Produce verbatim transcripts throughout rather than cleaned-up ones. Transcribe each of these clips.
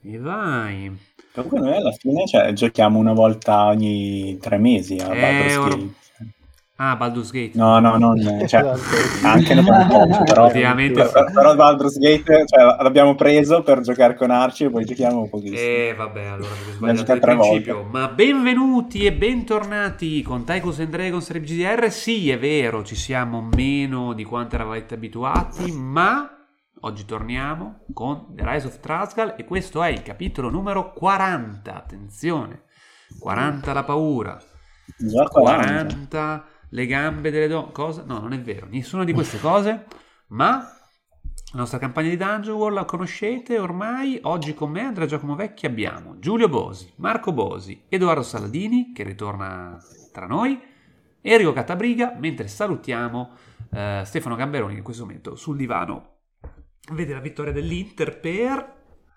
E vai. Comunque noi alla fine cioè, giochiamo una volta ogni tre mesi a Baldur's Eh, or- Gate. Ah, Baldur's Gate. No, no, non... Cioè, Esatto. anche noi giochiamo, però, Ultimamente sì. però, però Baldur's Gate cioè, l'abbiamo preso per giocare con Arci e poi giochiamo pochissimo. E vabbè, allora avete Abbiamo sbagliato giocato il tre principio. volte. Ma benvenuti e bentornati con Tycoons and Dragons R P G D R. Sì, è vero, ci siamo meno di quanto eravate abituati, ma oggi torniamo con The Rise of Trasgal e questo è il capitolo numero quaranta. Attenzione, quaranta la paura, Già quaranta. quaranta le gambe delle donne. Cosa? No, non è vero, nessuna di queste cose, ma... La nostra campagna di Dungeon World la conoscete ormai. Oggi con me, Andrea Giacomo Vecchi, abbiamo Giulio Bosi, Marco Bosi, Edoardo Saladini, che ritorna tra noi, Enrico Cattabriga, mentre salutiamo eh, Stefano Gamberoni, che in questo momento sul divano vede la vittoria dell'Inter per...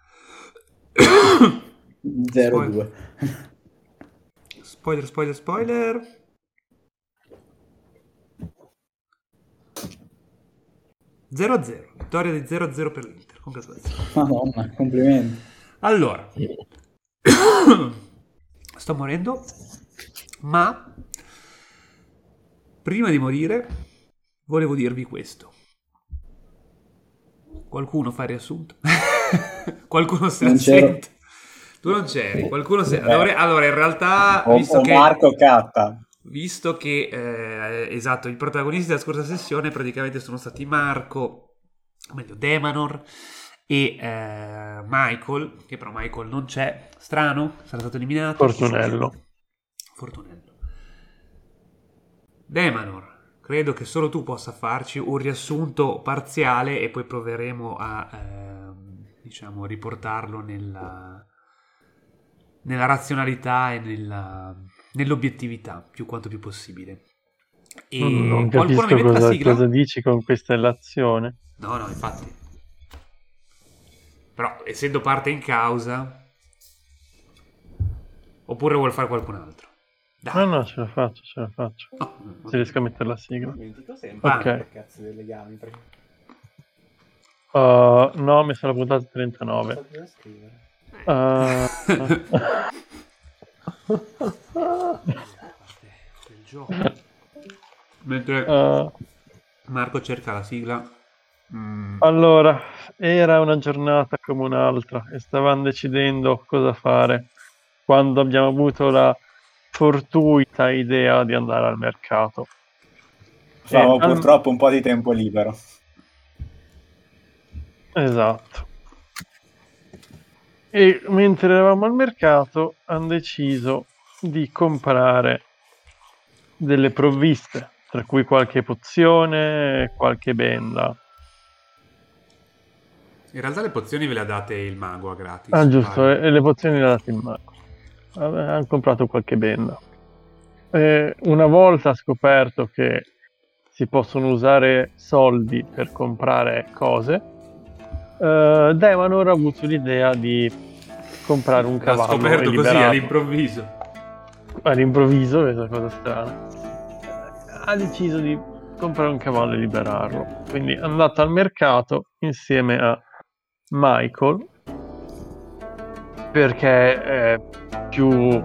zero due. Spoiler, spoiler, spoiler... zero a zero, vittoria di zero a zero per l'Inter. Congratulazioni. Madonna, complimenti. Allora, sto morendo, ma prima di morire volevo dirvi questo. Qualcuno fa il riassunto? Qualcuno se la Non c'ero. sente? Tu non c'eri, qualcuno se... Allora, allora, in realtà, O, visto o che... Marco Catta. Visto che, eh, esatto, i protagonisti della scorsa sessione praticamente sono stati Marco, o meglio Demanor e eh, Michael, che però Michael non c'è, strano, sarà stato eliminato. Fortunello. Fortunello. Demanor, credo che solo tu possa farci un riassunto parziale e poi proveremo a, eh, diciamo, riportarlo nella, nella razionalità e nella... nell'obiettività più quanto più possibile. E non qualcuno capisco mi mette la cosa, sigla? cosa dici con questa relazione. No, no, infatti. Però essendo parte in causa, oppure vuol fare qualcun altro? Dai. No, no, ce la faccio, ce la faccio. No, Se riesco a mettere la sigla. Dimentico sempre Ok. che cazzo dei legami. Perché... Uh, no, mi sono puntato trentanove. Non so cosa scrivere. Uh, il gioco. Mentre uh, Marco cerca la sigla. Mm. allora, era una giornata come un'altra e stavamo decidendo cosa fare quando abbiamo avuto la fortuita idea di andare al mercato. Avevamo E al- purtroppo un po' di tempo libero. Esatto. E mentre eravamo al mercato hanno deciso di comprare delle provviste, tra cui qualche pozione e qualche benda. In realtà le pozioni ve le ha date il mago a gratis. Ah, giusto, pare. e, e le pozioni le ha date il mago. Hanno comprato qualche benda. E una volta scoperto che si possono usare soldi per comprare cose, uh, Devanor ha avuto l'idea di comprare un L'ha cavallo e scoperto così liberarlo. all'improvviso. All'improvviso, questa cosa strana, ha deciso di comprare un cavallo e liberarlo. Quindi è andato al mercato insieme a Michael perché è più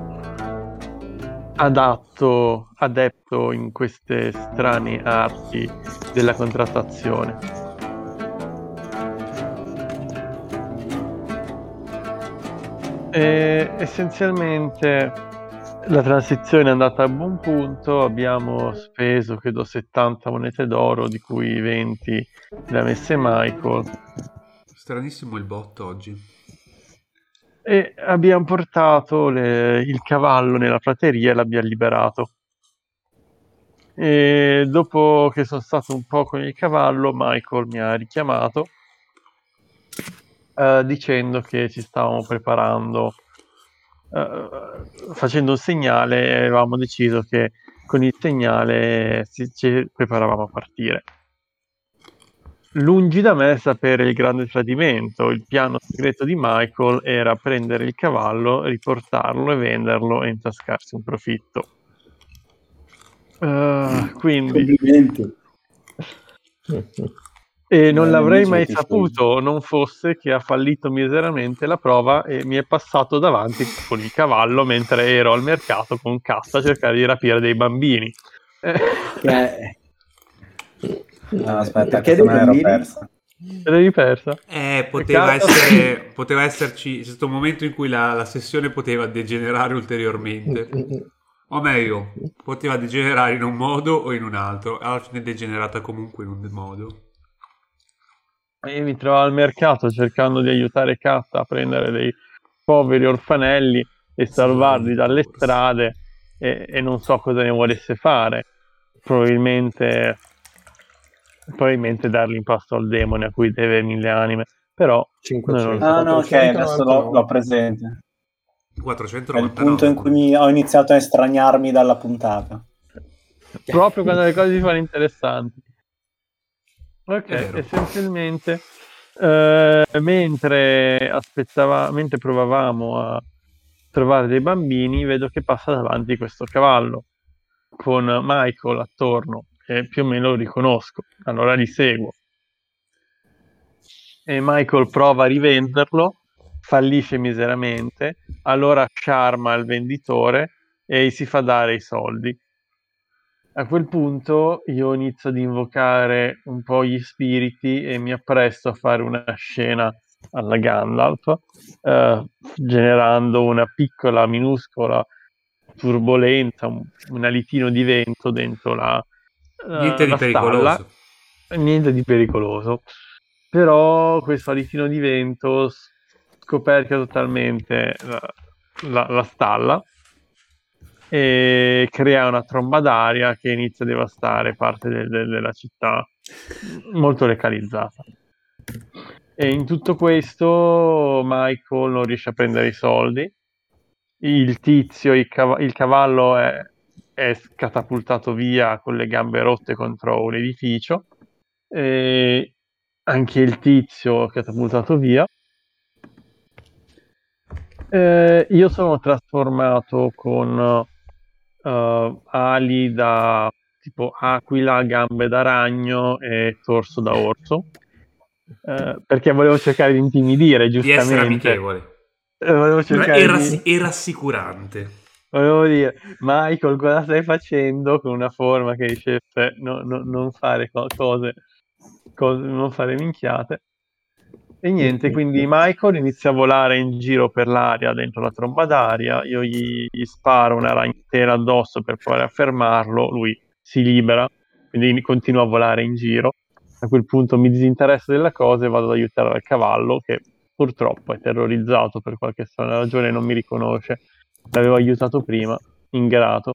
adatto, adepto in queste strane arti della contrattazione. E essenzialmente la transizione è andata a buon punto, abbiamo speso credo settanta monete d'oro, di cui venti le ha messe Michael, Stranissimo il bot oggi. e abbiamo portato le- il cavallo nella prateria e l'abbiamo liberato. E dopo che sono stato un po' con il cavallo, Michael mi ha richiamato eh, dicendo che ci stavamo preparando, eh, facendo un segnale, e avevamo deciso che con il segnale si, ci preparavamo a partire. Lungi da me sapere il grande tradimento. Il piano segreto di Michael era prendere il cavallo, riportarlo e venderlo e intascarsi un profitto. Uh, quindi Complimenti. E non Eh, l'avrei amici mai che ti saputo, non fosse che ha fallito miseramente la prova e mi è passato davanti con il cavallo mentre ero al mercato con cassa a cercare di rapire dei bambini. Eh, Che- No, Eh, aspetta, perché questa dei me l'ero bambini? persa. te l'hai persa? Eh, poteva Cazzo. essere, poteva esserci, c'è stato un momento in cui la, la sessione poteva degenerare ulteriormente. O meglio, poteva degenerare in un modo o in un altro. Alla fine è degenerata comunque in un modo. Io mi trovavo al mercato cercando di aiutare Katta a prendere dei poveri orfanelli e salvarli Sì, dalle forse. strade e, e non so cosa ne volesse fare. Probabilmente, probabilmente darli in pasto al demone a cui deve mille anime, però noi non lo cinquecento. Ah, no, ok, adesso l'ho, quattrocentonovantanove. l'ho presente. È il quattrocentonovantanove. punto in cui mi- ho iniziato a estraniarmi dalla puntata. proprio quando le cose si fanno interessanti. Ok, Vero. essenzialmente, eh, mentre aspettava, mentre provavamo a trovare dei bambini, vedo che passa davanti questo cavallo con Michael attorno e più o meno lo riconosco, allora li seguo. E Michael prova a rivenderlo, fallisce miseramente, allora charma il venditore e gli si fa dare i soldi. A quel punto io inizio ad invocare un po' gli spiriti e mi appresto a fare una scena alla Gandalf, eh, generando una piccola, minuscola turbolenza, un, un alitino di vento dentro la, Niente eh, di la stalla. pericoloso. Niente di pericoloso. Però questo alitino di vento scoperchia totalmente la, la- la stalla e crea una tromba d'aria che inizia a devastare parte del- del- della città, molto localizzata. E in tutto questo Michael non riesce a prendere i soldi, il tizio, il, cav- il cavallo è, è catapultato via con le gambe rotte contro un edificio, e anche il tizio è catapultato via. Eh, io sono trasformato con eh, ali da tipo aquila, gambe da ragno e torso da orso, eh, perché volevo cercare di intimidire, Di essere giustamente. amichevole. Eh, volevo E, cercare rassi- di... e rassicurante. Volevo dire, Michael, cosa stai facendo? Con una forma che dicesse no- no- non fare co- cose, cose, non fare minchiate. E niente, quindi Michael inizia a volare in giro per l'aria dentro la tromba d'aria, io gli, gli sparo una ragnatela addosso per provare a fermarlo, lui si libera, quindi continua a volare in giro. A quel punto mi disinteresso della cosa e vado ad aiutare il cavallo che purtroppo è terrorizzato per qualche strana ragione, non mi riconosce. L'avevo aiutato prima, ingrato.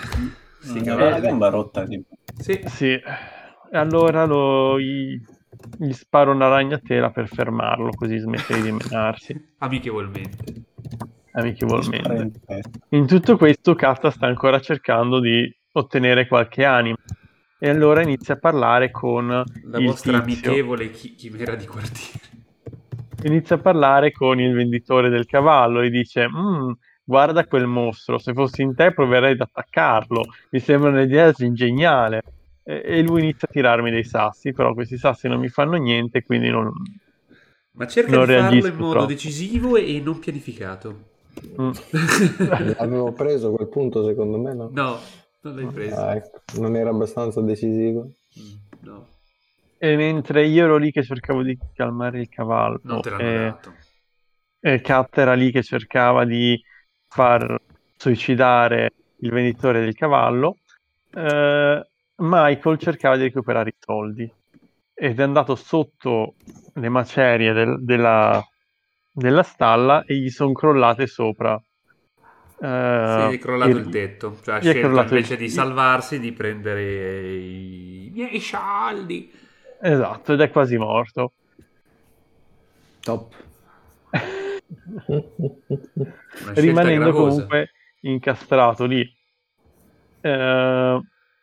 Sì, Mm, che aveva va- la gamba rotta. Tipo. Sì. Sì, e allora lo, gli, gli sparo una ragnatela per fermarlo, così smette di menarsi, Amichevolmente. amichevolmente. In tutto questo, Katta sta ancora cercando di ottenere qualche anima, e allora inizia a parlare con La il vostra tizio. amichevole chi- chimera di quartiere. Inizia a parlare con il venditore del cavallo e dice: "Mm, guarda quel mostro, se fossi in te proverei ad attaccarlo, mi sembra un'idea geniale." E, e lui inizia a tirarmi dei sassi, però questi sassi non mi fanno niente, quindi non, Ma cerca non di farlo in reagisco modo troppo. decisivo e non pianificato. Mm. L'avevo preso a quel punto, secondo me, no? No, non l'hai preso. Ah, ecco, non era abbastanza decisivo. Mm, No, E mentre io ero lì che cercavo di calmare il cavallo, non te l'hanno e, dato. e Kat era lì che cercava di far suicidare il venditore del cavallo, eh, Michael cercava di recuperare i soldi ed è andato sotto le macerie del- della, della stalla e gli sono crollate sopra. Sì, eh, gli è crollato il i- tetto. Cioè ha gli è scelto crollato il- invece di salvarsi di prendere i miei soldi. Esatto, ed è quasi morto. Top. Una scelta Rimanendo gravosa. comunque incastrato lì. Eh,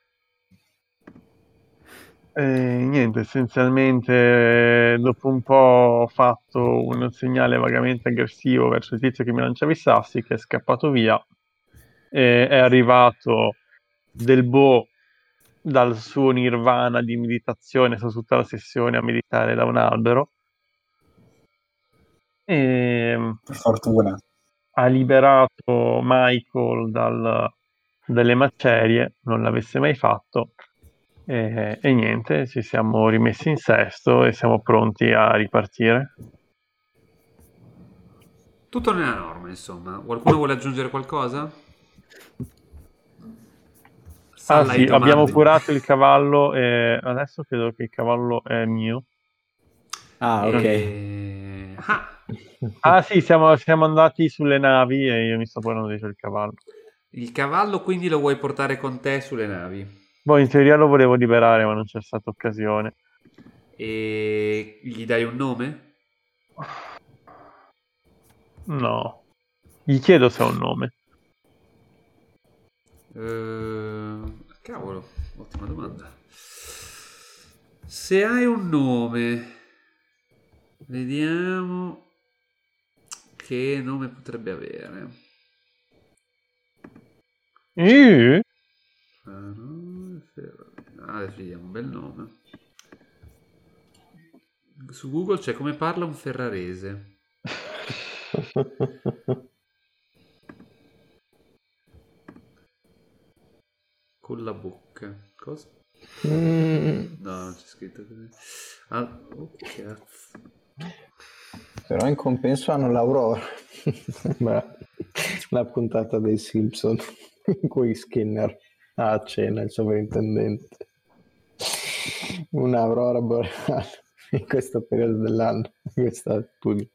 e niente, essenzialmente dopo un po' ho fatto un segnale vagamente aggressivo verso il tizio che mi lanciava i sassi, che è scappato via, e è arrivato Del Bo dal suo nirvana di meditazione su tutta la sessione a meditare da un albero e Per fortuna. ha liberato Michael dal- dalle macerie, non l'avesse mai fatto e, e niente, ci siamo rimessi in sesto e siamo pronti a ripartire. Tutto nella norma, insomma. Qualcuno vuole aggiungere qualcosa? Ah Salla sì, i comandi. abbiamo curato il cavallo e adesso credo che il cavallo è mio. Ah, ok. E... Ah, Ah sì, siamo, siamo andati sulle navi e io mi sto portando dietro il cavallo. il cavallo quindi lo vuoi portare con te sulle navi. Boh, in teoria lo volevo liberare, ma non c'è stata occasione. E gli dai un nome? No. Gli chiedo se ha un nome. Eh, cavolo, ottima domanda. Se hai un nome, vediamo che nome potrebbe avere. Eh? Ah, no, ah, adesso vediamo un bel nome. Su Google c'è come parla un ferrarese. Con la bocca. Cosa? Mm, No, non c'è scritto così. Ah, oh, cazzo. però in compenso hanno l'Aurora. Beh, la puntata dei Simpson in cui Skinner ha a cena il sovrintendente. Un'aurora boreale in questo periodo dell'anno, questa studio.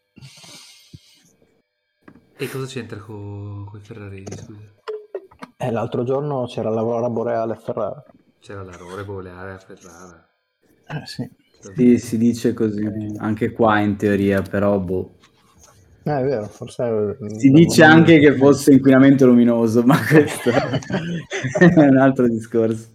E cosa c'entra con i ferraresi, scusa? Eh, l'altro giorno c'era l'aurora boreale a Ferrara. C'era l'aurora boreale a Ferrara. Eh sì. Sì, si dice così. Anche qua in teoria, però boh. Eh, è vero, forse è... Si dice anche che fosse inquinamento luminoso, ma questo è un altro discorso.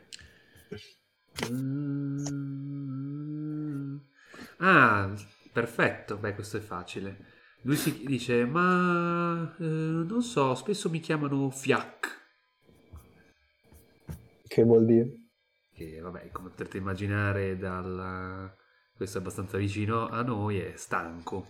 Mm. Ah, perfetto. Beh, questo è facile. Lui si dice, ma eh, non so, spesso mi chiamano Fiac. Che vuol dire? Che vabbè, come potrete immaginare, dal... questo è abbastanza vicino a noi, è stanco.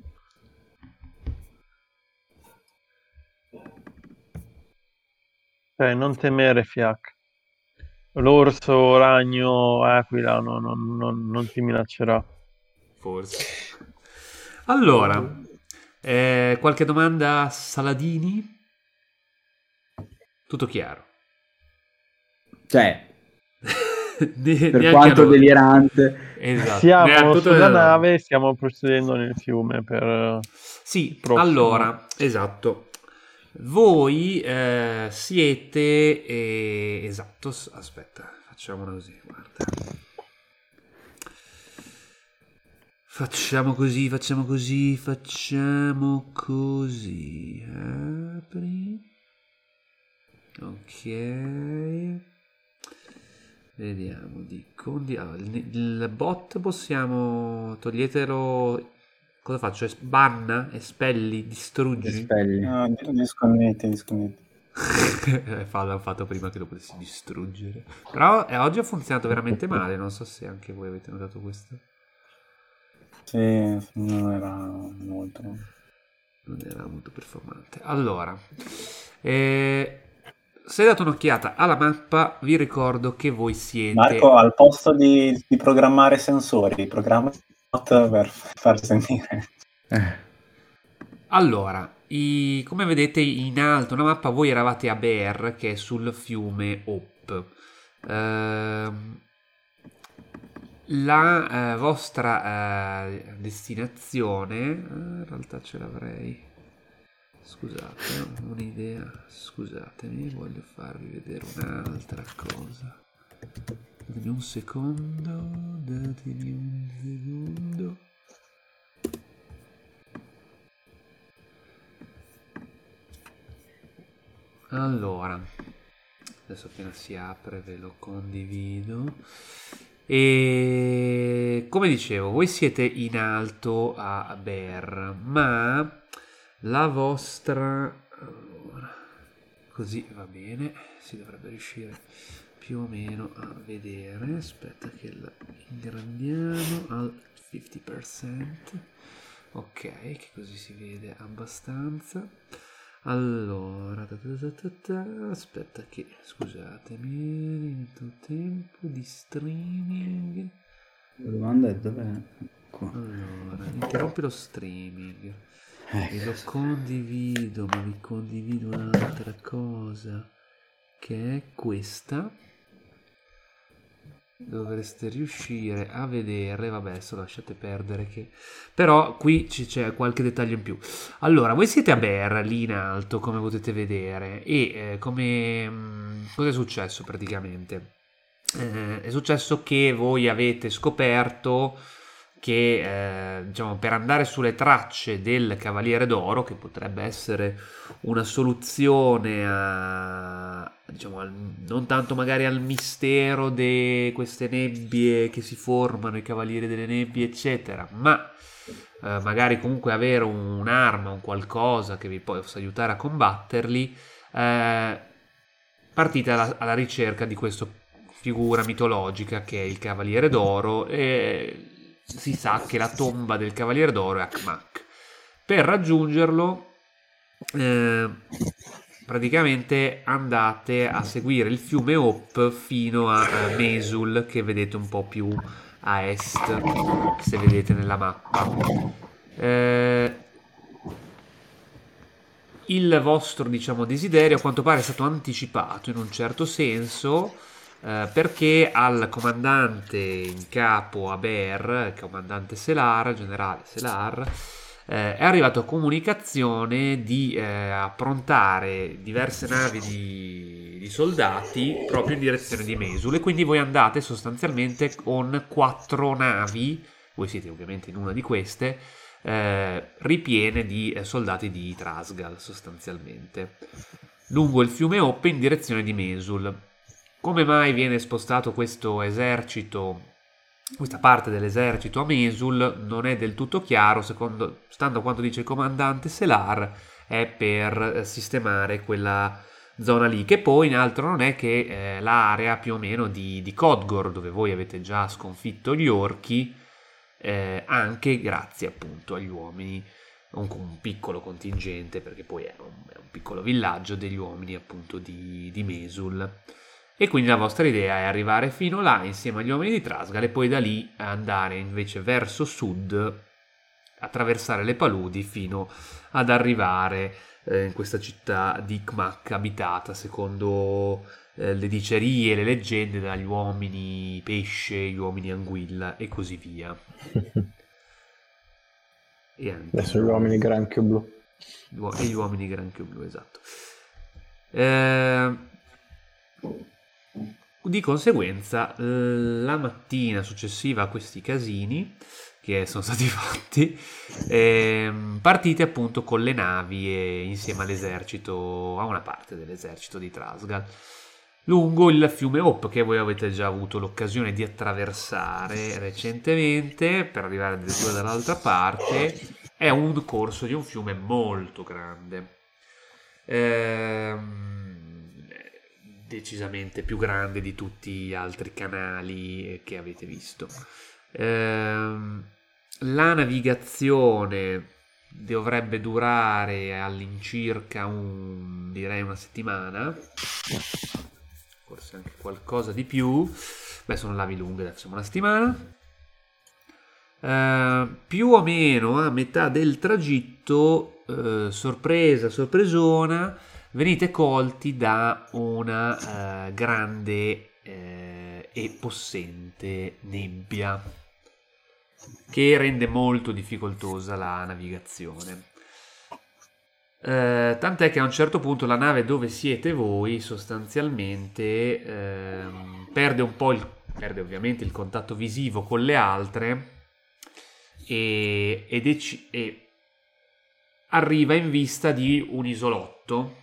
Cioè, non temere, Fiac. L'orso, ragno, aquila no, no, no, non ti minaccerà. Forse. Allora, eh, qualche domanda, Saladini? Tutto chiaro. Cioè, Ne- per neanche quanto a noi. delirante. Esatto. Siamo Neanche- tutto sulla nella- nave e stiamo procedendo nel fiume per... Sì, Prossimo. allora, esatto. Voi eh, siete... eh, esatto, s- aspetta, facciamolo così, guarda. Facciamo così, facciamo così, facciamo così. Apri. Ok. Vediamo di condi- allora, il, il bot possiamo toglietelo. Cosa faccio? Es- banna? Espelli? Distruggi? Espelli. No, disconnetti, disconnetti. Eh, fa- L'ho fatto prima che lo potessi distruggere. Però eh, oggi ha funzionato veramente male. Non so se anche voi avete notato questo. Sì, non era molto. Non era molto performante. Allora, eh, se hai dato un'occhiata alla mappa, vi ricordo che voi siete. Marco, al posto di, di programmare sensori, programma bot per far sentire. Eh, Allora, i- come vedete in alto una mappa, voi eravate a Bear, che è sul fiume Hope. Ehm, la eh, vostra eh, destinazione, eh, in realtà ce l'avrei. Scusate, ho un'idea. Scusatemi, voglio farvi vedere un'altra cosa. Datemi un secondo, datemi un secondo. Allora, adesso appena si apre ve lo condivido. E come dicevo, voi siete in alto a Bear, ma la vostra... Allora, così va bene, si dovrebbe riuscire più o meno a vedere. Aspetta che la ingrandiamo al cinquanta per cento. Ok, che così si vede abbastanza. Allora, ta ta ta ta ta, aspetta che, scusatemi, metto tempo di streaming. La domanda è dov'è? Qua. Allora, interrompi lo streaming. Ecco. E lo condivido, ma vi condivido un'altra cosa, che è questa. Dovreste riuscire a vedere, vabbè, adesso lasciate perdere che... Però qui ci c'è qualche dettaglio in più. Allora, voi siete a Bear, lì in alto, come potete vedere, e eh, come... mh, cosa è successo praticamente? Eh, è successo che voi avete scoperto che, eh, diciamo, per andare sulle tracce del Cavaliere d'Oro, che potrebbe essere una soluzione a, diciamo, al, non tanto magari al mistero di queste nebbie che si formano, i Cavalieri delle Nebbie, eccetera, ma eh, magari comunque avere un, un'arma, un qualcosa che vi possa aiutare a combatterli, eh, partite alla, alla ricerca di questa figura mitologica che è il Cavaliere d'Oro, e si sa che la tomba del Cavaliere d'Oro è a Kmak. Per raggiungerlo, eh, praticamente andate a seguire il fiume Op fino a eh, Mesul, che vedete un po' più a est, se vedete nella mappa. Eh, il vostro, diciamo, desiderio a quanto pare è stato anticipato in un certo senso, Uh, perché al comandante in capo a Bear, il comandante Selar, generale Selar, eh, è arrivato comunicazione di eh, approntare diverse navi di, di soldati proprio in direzione di Mesul, e quindi voi andate sostanzialmente con quattro navi, voi siete ovviamente in una di queste, eh, ripiene di eh, soldati di Trasgal sostanzialmente, lungo il fiume Oppe in direzione di Mesul. Come mai viene spostato questo esercito, questa parte dell'esercito a Mesul, non è del tutto chiaro, secondo, stando a quanto dice il comandante Selar, è per sistemare quella zona lì, che poi in altro non è che eh, l'area più o meno di, di Khotgor, dove voi avete già sconfitto gli orchi, eh, anche grazie appunto agli uomini, un, un piccolo contingente, perché poi è un, è un piccolo villaggio degli uomini appunto di, di Mesul. E quindi la vostra idea è arrivare fino là insieme agli uomini di Trasgal e poi da lì andare invece verso sud, attraversare le paludi fino ad arrivare eh, in questa città di Kmak abitata secondo eh, le dicerie, le leggende, dagli uomini pesce, gli uomini anguilla e così via. E anche adesso gli uomini granchio blu. E gli uomini granchio blu, esatto. Eh... Di conseguenza, la mattina successiva a questi casini che sono stati fatti, eh, partite appunto con le navi e insieme all'esercito, a una parte dell'esercito di Trasgal, lungo il fiume Op, che voi avete già avuto l'occasione di attraversare recentemente per arrivare addirittura dall'altra parte. È un corso di un fiume molto grande. Ehm... decisamente più grande di tutti gli altri canali che avete visto. Ehm, la navigazione dovrebbe durare all'incirca un, direi una settimana, forse anche qualcosa di più. Beh, sono navi lunghe, facciamo una settimana. Ehm, più o meno a metà del tragitto, eh, sorpresa, sorpresona, venite colti da una uh, grande uh, e possente nebbia che rende molto difficoltosa la navigazione. Uh, tant'è che a un certo punto la nave dove siete voi sostanzialmente uh, perde un po' il, perde ovviamente il contatto visivo con le altre e, e, dec- e arriva in vista di un isolotto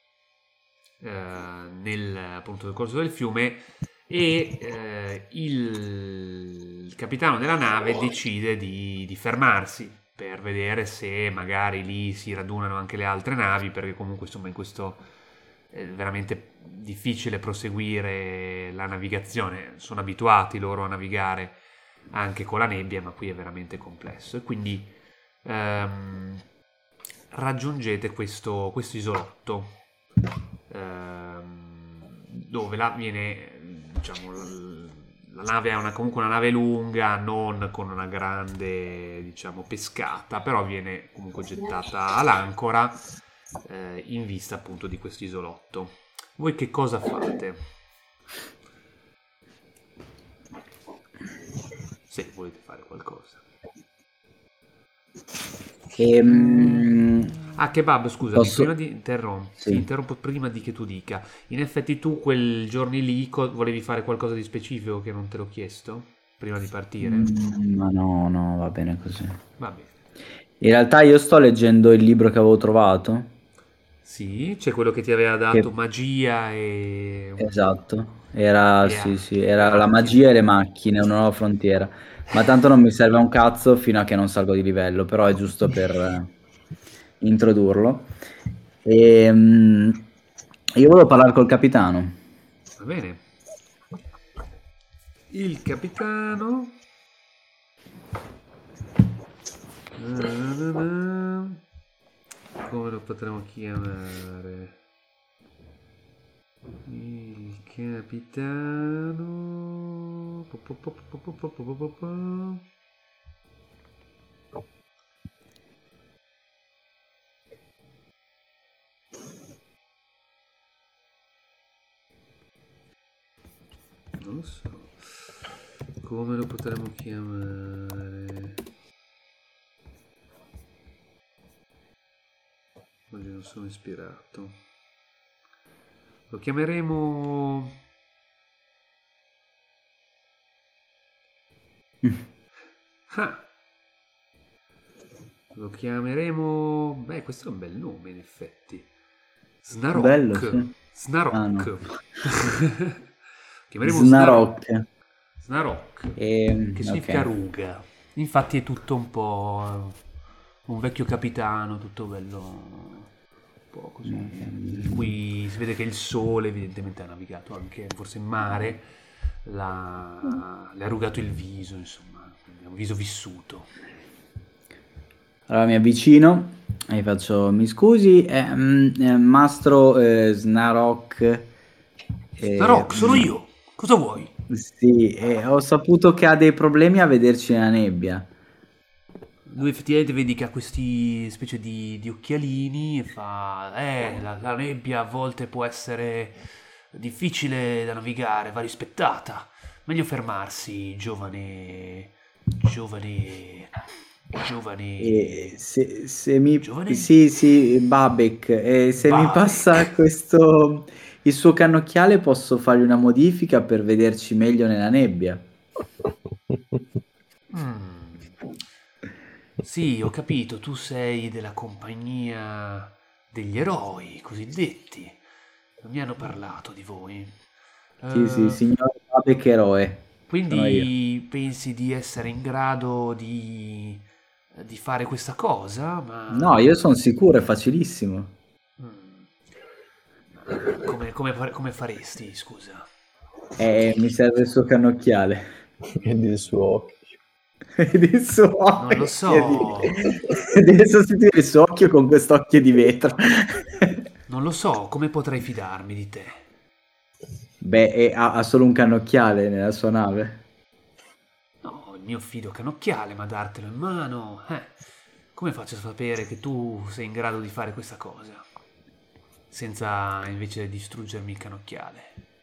nel appunto del corso del fiume, e eh, il, il capitano della nave decide di, di fermarsi per vedere se magari lì si radunano anche le altre navi, perché comunque insomma in questo è veramente difficile proseguire la navigazione. Sono abituati loro a navigare anche con la nebbia, ma qui è veramente complesso. E quindi ehm, raggiungete questo, questo isolotto ehm, dove là viene, diciamo, la nave è una, comunque una nave lunga, non con una grande, diciamo, pescata, però viene comunque gettata all'ancora eh, in vista appunto di questo isolotto. Voi che cosa fate? Se volete fare qualcosa. Ehm... Ah, Kebab, scusami, Posso... prima di interrompo, sì. Sì, interrompo prima di che tu dica. In effetti tu quel giorni lì co- volevi fare qualcosa di specifico che non te l'ho chiesto prima di partire? Mm, ma no, no, va bene così. Va bene. In realtà io sto leggendo il libro che avevo trovato. Sì, c'è quello che ti aveva dato Che... magia e... Esatto, era, e sì, a- sì, era la macchine. magia e le macchine, una nuova frontiera. Ma tanto non mi serve un cazzo fino a che non salgo di livello, però è giusto per eh, introdurlo. E, mm, io volevo parlare col capitano. Va bene. Il capitano... Come lo potremmo chiamare? Il capitano... Po, po, po, po, po, po, po, po, po. Non lo so. Come lo potremmo chiamare? Oggi non sono ispirato. Lo chiameremo... Ah. Lo chiameremo... Beh, questo è un bel nome in effetti. Snarok. Bello, sì. Snarok. Ah, no. Chiameremo Snarok. Snarok. Snarok. E... Che significa ok. ruga. Infatti è tutto un po' un vecchio capitano, tutto bello un po' così. In cui si vede che il sole evidentemente ha navigato anche forse in mare, l'ha, le ha rugato il viso, insomma, è un viso vissuto. Allora mi avvicino e gli faccio, mi scusi, eh, mm, eh, mastro eh, Snarok. eh, Snarok, sono io, cosa vuoi? Sì, eh, ho saputo che ha dei problemi a vederci nella nebbia. Lui effettivamente vedi che ha questi specie di, di occhialini e fa, eh, la, la nebbia a volte può essere difficile da navigare, va rispettata. Meglio fermarsi, giovane, giovane, giovane... E se, se mi... Giovane? Sì, sì, Babek, e se mi Babek. passa questo... il suo cannocchiale posso fargli una modifica per vederci meglio nella nebbia. Mm. Sì, ho capito, tu sei della compagnia degli eroi cosiddetti. Non mi hanno parlato di voi. Sì, Eh, sì, signor Babek eroe. Sono io. Quindi pensi di essere in grado di, di fare questa cosa? Ma... No, io sono sicuro, è facilissimo. Mm. Come, come fare- come faresti, scusa? Eh, mi serve il suo cannocchiale. Ed il suo occhio. Ed il suo occhio. Non lo so. Di... Devi sostituire il suo occhio con quest'occhio di vetro. Non lo so, come potrei fidarmi di te? Beh, e ha, ha solo un cannocchiale nella sua nave. No, il mio fido cannocchiale, ma dartelo in mano... Eh, come faccio a sapere che tu sei in grado di fare questa cosa? Senza invece distruggermi il cannocchiale.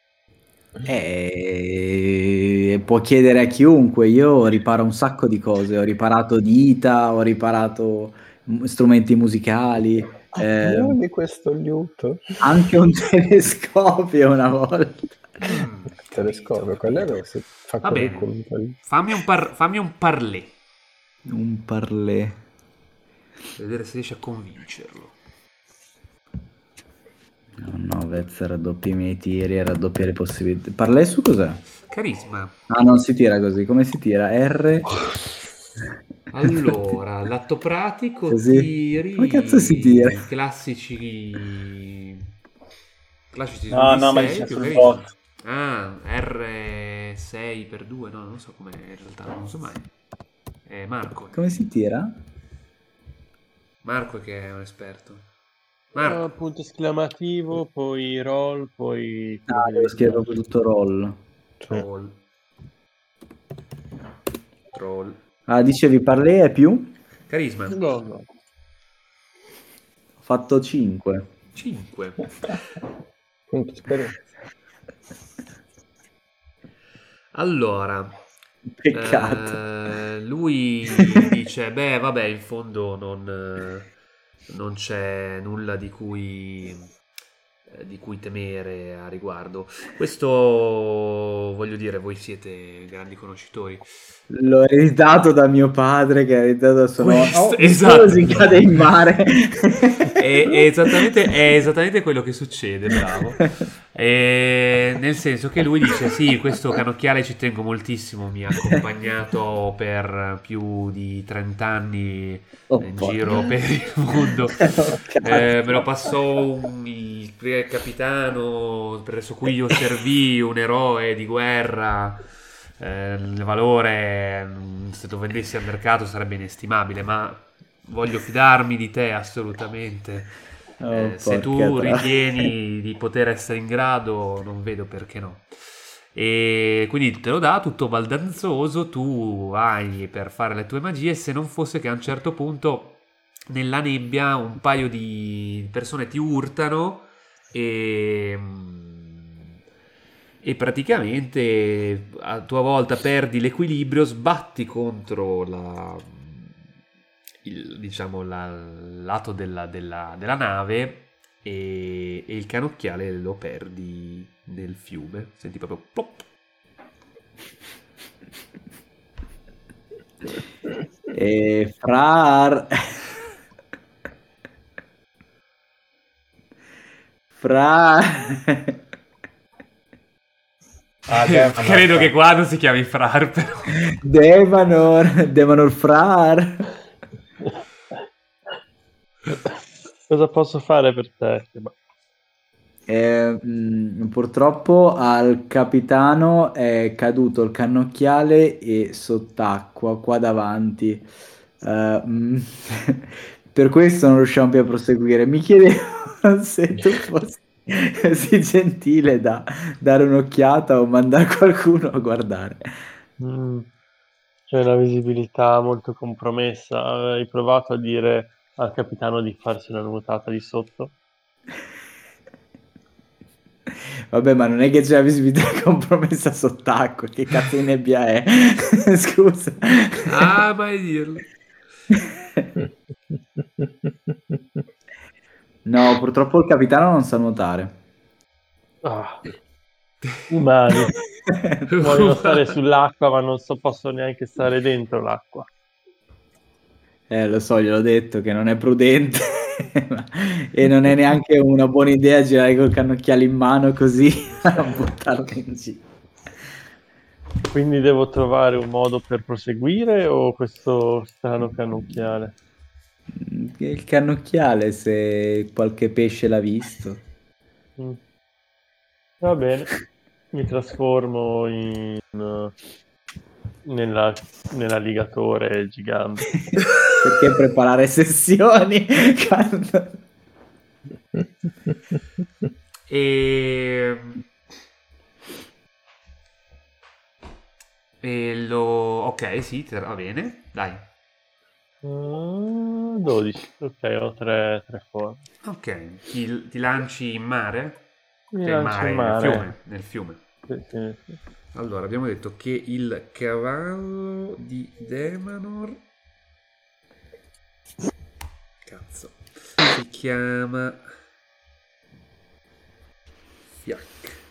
Eh, può chiedere a chiunque. Io riparo un sacco di cose. Ho riparato dita, ho riparato m- strumenti musicali, eh, Io di questo liuto. anche un telescopio una volta. Mm, Telescopio, quello è dove si fa Va bene. curriculum. Fammi un, par- fammi un parlé. Un parlé. Vedere se riesci a convincerlo. No, no, Vez raddoppi i miei tiri e raddoppi le possibilità. Parlé su cos'è? Carisma. Ah, non si tira così. Come si tira? R. Allora, l'atto pratico, Così. tiri... Come cazzo si tira? Classici... Classici No, no, ma sei, dice più sul carisma. bot. Ah, R sei per due, no, non so com'è in realtà, non lo so mai. È Marco. Come si tira? Marco che è un esperto. Ah, Marco. punto esclamativo, poi roll, poi quello Ah, che devo devi scrivere fare. proprio tutto roll. Troll. Troll. Ah, dicevi parlé è più? Carisma. No, no. Ho fatto cinque. cinque. Punto esperienza. Allora, Peccato. eh, lui dice, beh, vabbè, in fondo non, eh, non c'è nulla di cui, eh, di cui temere a riguardo. Questo, voglio dire, voi siete grandi conoscitori. L'ho ereditato da mio padre che ha ereditato da suo nonno. Questo- Oh, esatto. si cade in mare. È, è esattamente, è esattamente quello che succede, bravo. E nel senso che lui dice: sì, questo cannocchiale ci tengo moltissimo, mi ha accompagnato per più di trenta anni Oh, in porca. giro per il mondo. Oh, cazzo. Eh, me lo passò un, il capitano presso cui io servì, un eroe di guerra. Eh, il valore, mm, se lo vendessi al mercato, sarebbe inestimabile, ma voglio fidarmi di te assolutamente. Oh, Eh, se tu porca tra- ritieni di poter essere in grado, non vedo perché no. E quindi te lo dà tutto baldanzoso, tu vai per fare le tue magie, se non fosse che a un certo punto nella nebbia un paio di persone ti urtano e, e praticamente a tua volta perdi l'equilibrio, sbatti contro la, il, diciamo, la, il lato della, della, della nave e, e il cannocchiale lo perdi nel fiume. Senti proprio plop. E Frar Fra Ah, Devanor. Credo che qua non si chiami Frar, però. Devanor Devanor Frar. Cosa posso fare per te? Seba? Eh, mh, purtroppo al capitano è caduto il cannocchiale e sott'acqua qua davanti. Eh, mh, per questo non riusciamo più a proseguire. Mi chiedevo se tu fossi così gentile da dare un'occhiata o mandare qualcuno a guardare. Mm. C'è una visibilità molto compromessa. Hai provato a dire al capitano di farsi una nuotata di sotto? Vabbè, ma non è che c'è la visibilità compromessa sott'acqua. Che cazzo di nebbia è? Scusa. Ah, mai dirlo. No, purtroppo il capitano non sa nuotare. Ah, umani. Vogliono stare sull'acqua, ma non so, posso neanche stare dentro l'acqua. Eh, lo so, gliel'ho detto che non è prudente e non è neanche una buona idea girare col cannocchiale in mano così a buttarlo in giro. Quindi devo trovare un modo per proseguire o questo strano cannocchiale? Il cannocchiale, se qualche pesce l'ha visto. Mm. Va bene, mi trasformo in uh, nella, nell'alligatore gigante. Perché preparare sessioni quando... E... e lo... ok, sì, te- va bene, dai. Uh, dodici, ok, ho tre, tre forme. Ok, ti, ti lanci in mare? Mi Cioè, in lancio mare, in nel mare. fiume, nel fiume. Sì, sì, sì. Allora, abbiamo detto che il cavallo di Demanor, cazzo, si chiama Fiac.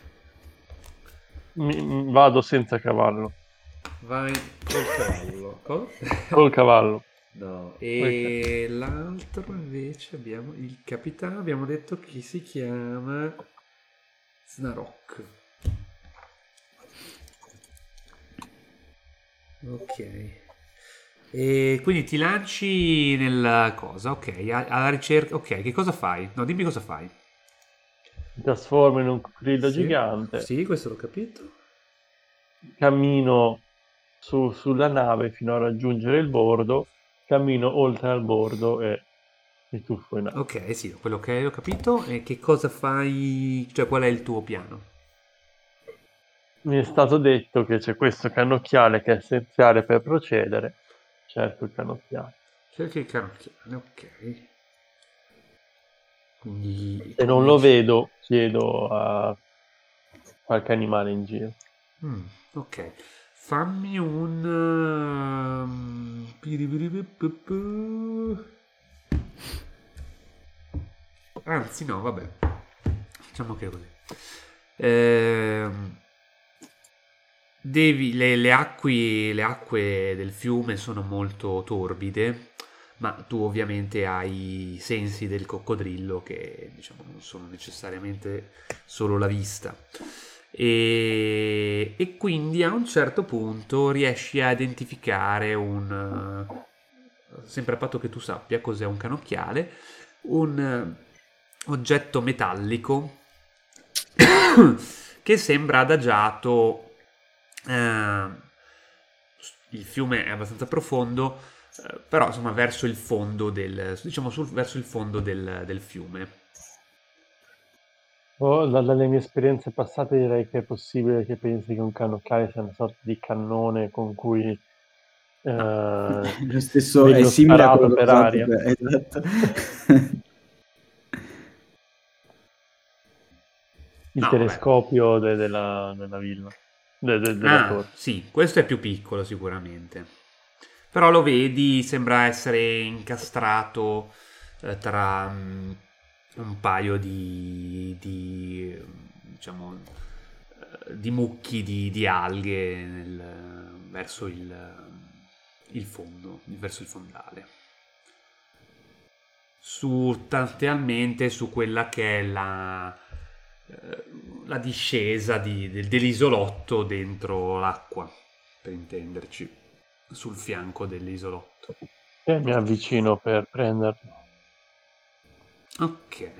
Mi- mi- vado senza cavallo. Vai col cavallo. Cosa? Col cavallo. No, e l'altro invece abbiamo il capitano, abbiamo detto che si chiama Snarok. Ok. E quindi ti lanci nella cosa, ok, a- alla ricerca, ok, che cosa fai? No, dimmi cosa fai. mi trasformo in un coccodrillo Sì, gigante, sì, questo l'ho capito. cammino su- sulla nave fino a raggiungere il bordo, cammino oltre al bordo e mi tuffo in acqua. Ok, sì, quello che ho capito. E che cosa fai? Cioè, qual è il tuo piano? Mi è stato detto che c'è questo cannocchiale che è essenziale per procedere. Cerco il cannocchiale. Cerchi il cannocchiale, ok. Quindi Se non lo cominci. vedo, chiedo a qualche animale in giro. Mm, ok. Fammi un. ehm, piripiripipipu. Anzi, no, vabbè. Facciamo che è così. Ehm, devi, le, le acque, le acque del fiume sono molto torbide, ma tu ovviamente hai i sensi del coccodrillo che diciamo non sono necessariamente solo la vista. E, e quindi a un certo punto riesci a identificare un, eh, sempre a patto che tu sappia cos'è un canocchiale, un eh, oggetto metallico che sembra adagiato. eh, il fiume è abbastanza profondo, eh, però insomma verso il fondo del, diciamo sul, verso il fondo del, del fiume. Oh, da- dalle mie esperienze passate direi che è possibile che pensi che un cannocchiale sia una sorta di cannone con cui No. eh, Lo stesso è vengo simile a sparato quello che ho per usato aria. per... Esatto. Il No, vabbè. telescopio de- della, della villa, de- de- della Ah, torre. sì, questo è più piccolo sicuramente. Però lo vedi, sembra essere incastrato eh, tra mm, un paio di, di, diciamo, eh, di mucchi di, di alghe nel- verso il, il fondo, verso il fondale. Sostanzialmente su quella che è la, eh, la discesa di- del- dell'isolotto dentro l'acqua, per intenderci, sul fianco dell'isolotto. E mi avvicino per prenderlo. Ok.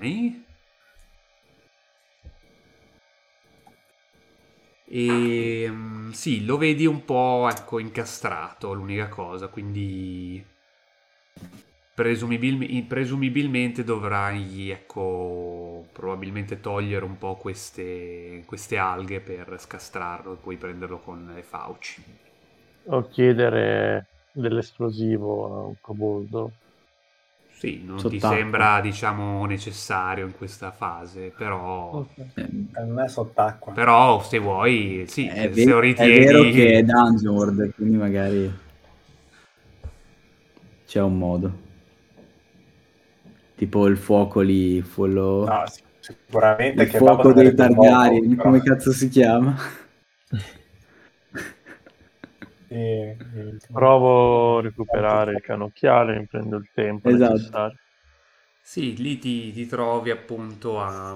E mm, sì, lo vedi un po', ecco, incastrato, l'unica cosa, quindi presumibil- presumibilmente dovrai, ecco, probabilmente togliere un po' queste, queste alghe per scastrarlo e poi prenderlo con le fauci. O chiedere dell'esplosivo a un coboldo. Sì, non ti Sott'acqua. sembra, diciamo, necessario in questa fase, però, Ok. Eh, Per me è sott'acqua. però se vuoi, sì, È, se, se ve- lo è vero che è ritieni. Dungeon World, quindi magari c'è un modo. Tipo il fuoco lì, quello... No, sì, sicuramente il che Babbo fuoco dei tenerebbe il fuoco, Targaryen, però. come cazzo si chiama? E- e- Provo a recuperare il cannocchiale, mi prendo il tempo Esatto. necessario. Sì, lì ti, ti trovi appunto a,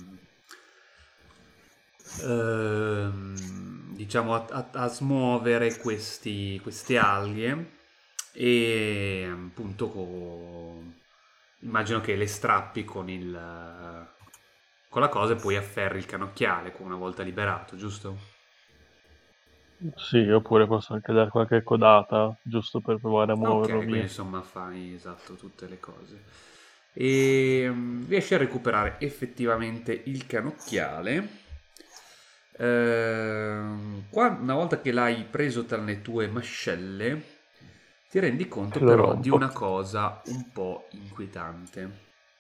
ehm, diciamo, a, a- a smuovere questi, queste alghe e appunto co- immagino che le strappi con il, con la cosa e poi afferri il canocchiale una volta liberato, giusto? Sì, oppure posso anche dare qualche codata, giusto per provare a muoverlo Ok, quindi via. insomma fai esatto tutte le cose. E mm, riesci a recuperare effettivamente il canocchiale. Ehm, qua, una volta che l'hai preso tra le tue mascelle, ti rendi conto E lo però di rompo. una cosa un po' inquietante.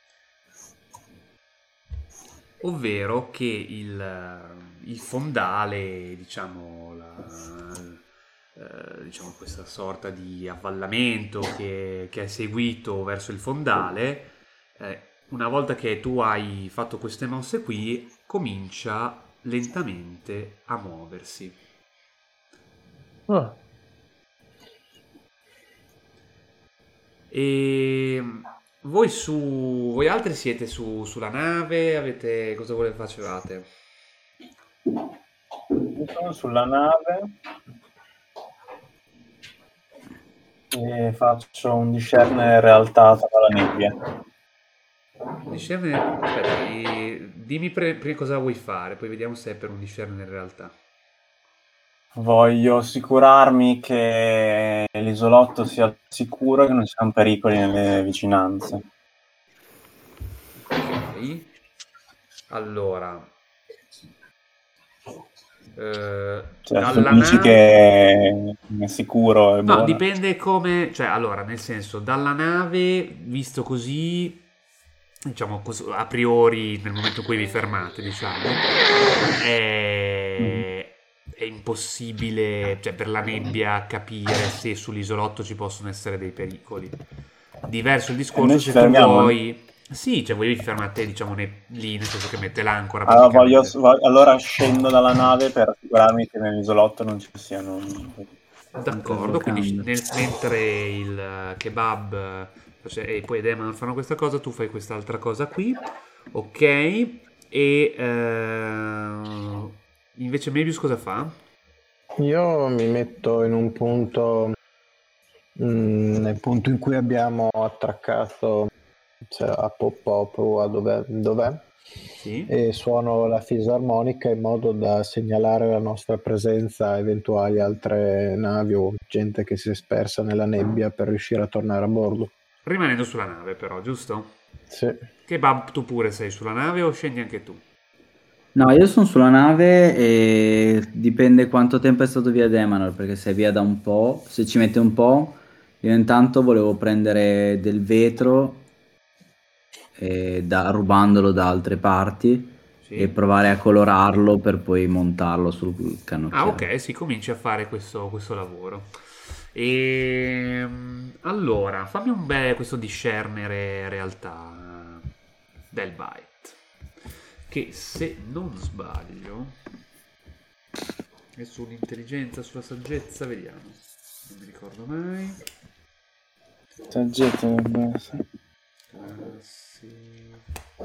Ovvero che il, il fondale, diciamo, la, eh, diciamo, questa sorta di avvallamento che, che è seguito verso il fondale, eh, una volta che tu hai fatto queste mosse qui, comincia lentamente a muoversi. Ah, E voi su, voi altri siete su, sulla nave, avete, cosa volete facevate? Io sono sulla nave e faccio un discernere realtà tra la nebbia. Discernere, aspetta, e- dimmi pre- prima cosa vuoi fare, poi vediamo se è per un discernere in realtà. Voglio assicurarmi che l'isolotto sia sicuro e che non ci siano pericoli nelle vicinanze. Ok. Allora, eh, Cioè, se tu dalla mi dici nave... che è sicuro e No, buono. dipende come... Cioè, allora, nel senso, dalla nave, visto così, diciamo, cos- a priori, nel momento in cui vi fermate, diciamo, è, è impossibile, cioè, per la nebbia capire se sull'isolotto ci possono essere dei pericoli. Diverso il E discorso noi ci se tu fermiamo. vuoi... Sì, cioè voi vi fermate, diciamo, ne- lì, nel senso che mette l'ancora Allora, voglio, praticamente. vo- allora scendo dalla nave per assicurarmi che nell'isolotto non ci siano. D'accordo, quindi Interrogando. nel- mentre il eh, kebab eh, face- e poi Demon fanno questa cosa, tu fai quest'altra cosa qui, ok? E eh, invece Mebius cosa fa? Io mi metto in un punto, mm, nel punto in cui abbiamo attraccato, cioè a Pop o a dov'è, dov'è, Sì? e suono la fisarmonica in modo da segnalare la nostra presenza a eventuali altre navi o gente che si è spersa nella nebbia per riuscire a tornare a bordo. Rimanendo sulla nave però, giusto? Sì. Kebab tu pure sei sulla nave o scendi anche tu? No, io sono sulla nave e dipende quanto tempo è stato via Demanor, perché se è via da un po', se ci mette un po', io intanto volevo prendere del vetro eh, da- rubandolo da altre parti e Sì? provare a colorarlo per poi montarlo sul Ah, cannocchiale. ok, si comincia a fare questo, questo lavoro. E allora, fammi un bel questo discernere realtà del byte. Che se non sbaglio è sull'intelligenza, sulla saggezza, vediamo. Non mi ricordo mai. Saggezza dovrebbe essere. Classi.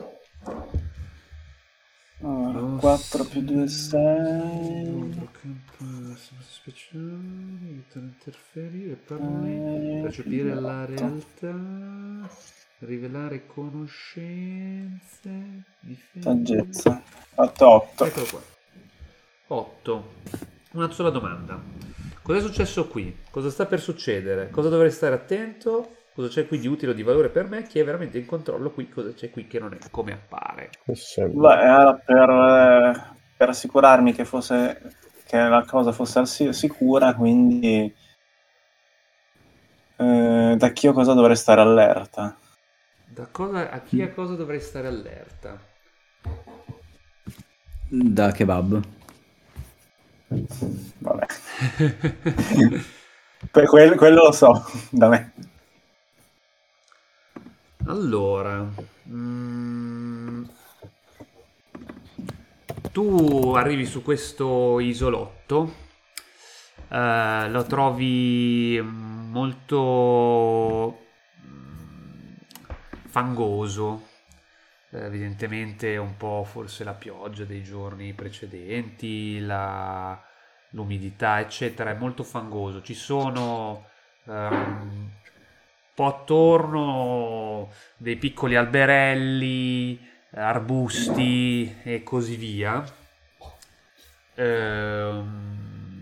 Allora, quattro più due, sei. Speciali, aiutano a interferire, parli, percepire la realtà, rivelare conoscenze, difendere. Saggezza. Fatto otto. Eccolo qua. otto. Una sola domanda. Cosa è successo qui? Cosa sta per succedere? Cosa dovrei stare attento? Cosa c'è qui di utile o di valore per me? Chi è veramente in controllo qui? Cosa c'è qui che non è come appare? Beh, era per, eh, per assicurarmi che fosse che la cosa fosse al si- sicura, quindi eh, da chi o cosa dovrei stare allerta? Da cosa, a chi a cosa dovrei stare allerta? Da kebab. Vabbè. Per quel- quello lo so, da me. Allora, mm, tu arrivi su questo isolotto, eh, lo trovi molto mm, fangoso, eh, evidentemente un po' forse la pioggia dei giorni precedenti, la- l'umidità, eccetera, è molto fangoso. Ci sono ehm, un po' attorno dei piccoli alberelli, arbusti e così via. Ehm,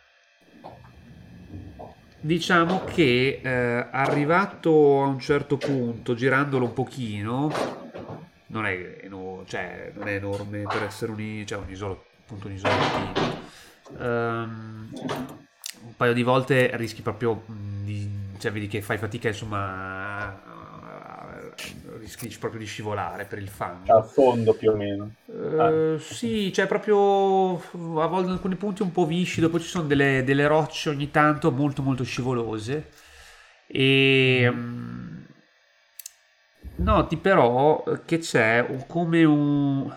diciamo che eh, arrivato a un certo punto, girandolo un pochino, non è, eno- cioè, non è enorme per essere un, i- cioè, un isolo, appunto un isolottino. Ehm, un paio di volte rischi proprio mh, di, cioè vedi che fai fatica, insomma, a- a- rischi proprio di scivolare per il fango. A fondo più o meno. Eh, sì, c'è proprio a volte in alcuni punti un po' viscido, poi ci sono delle, delle rocce ogni tanto molto molto scivolose e mm, noti però che c'è un- come un,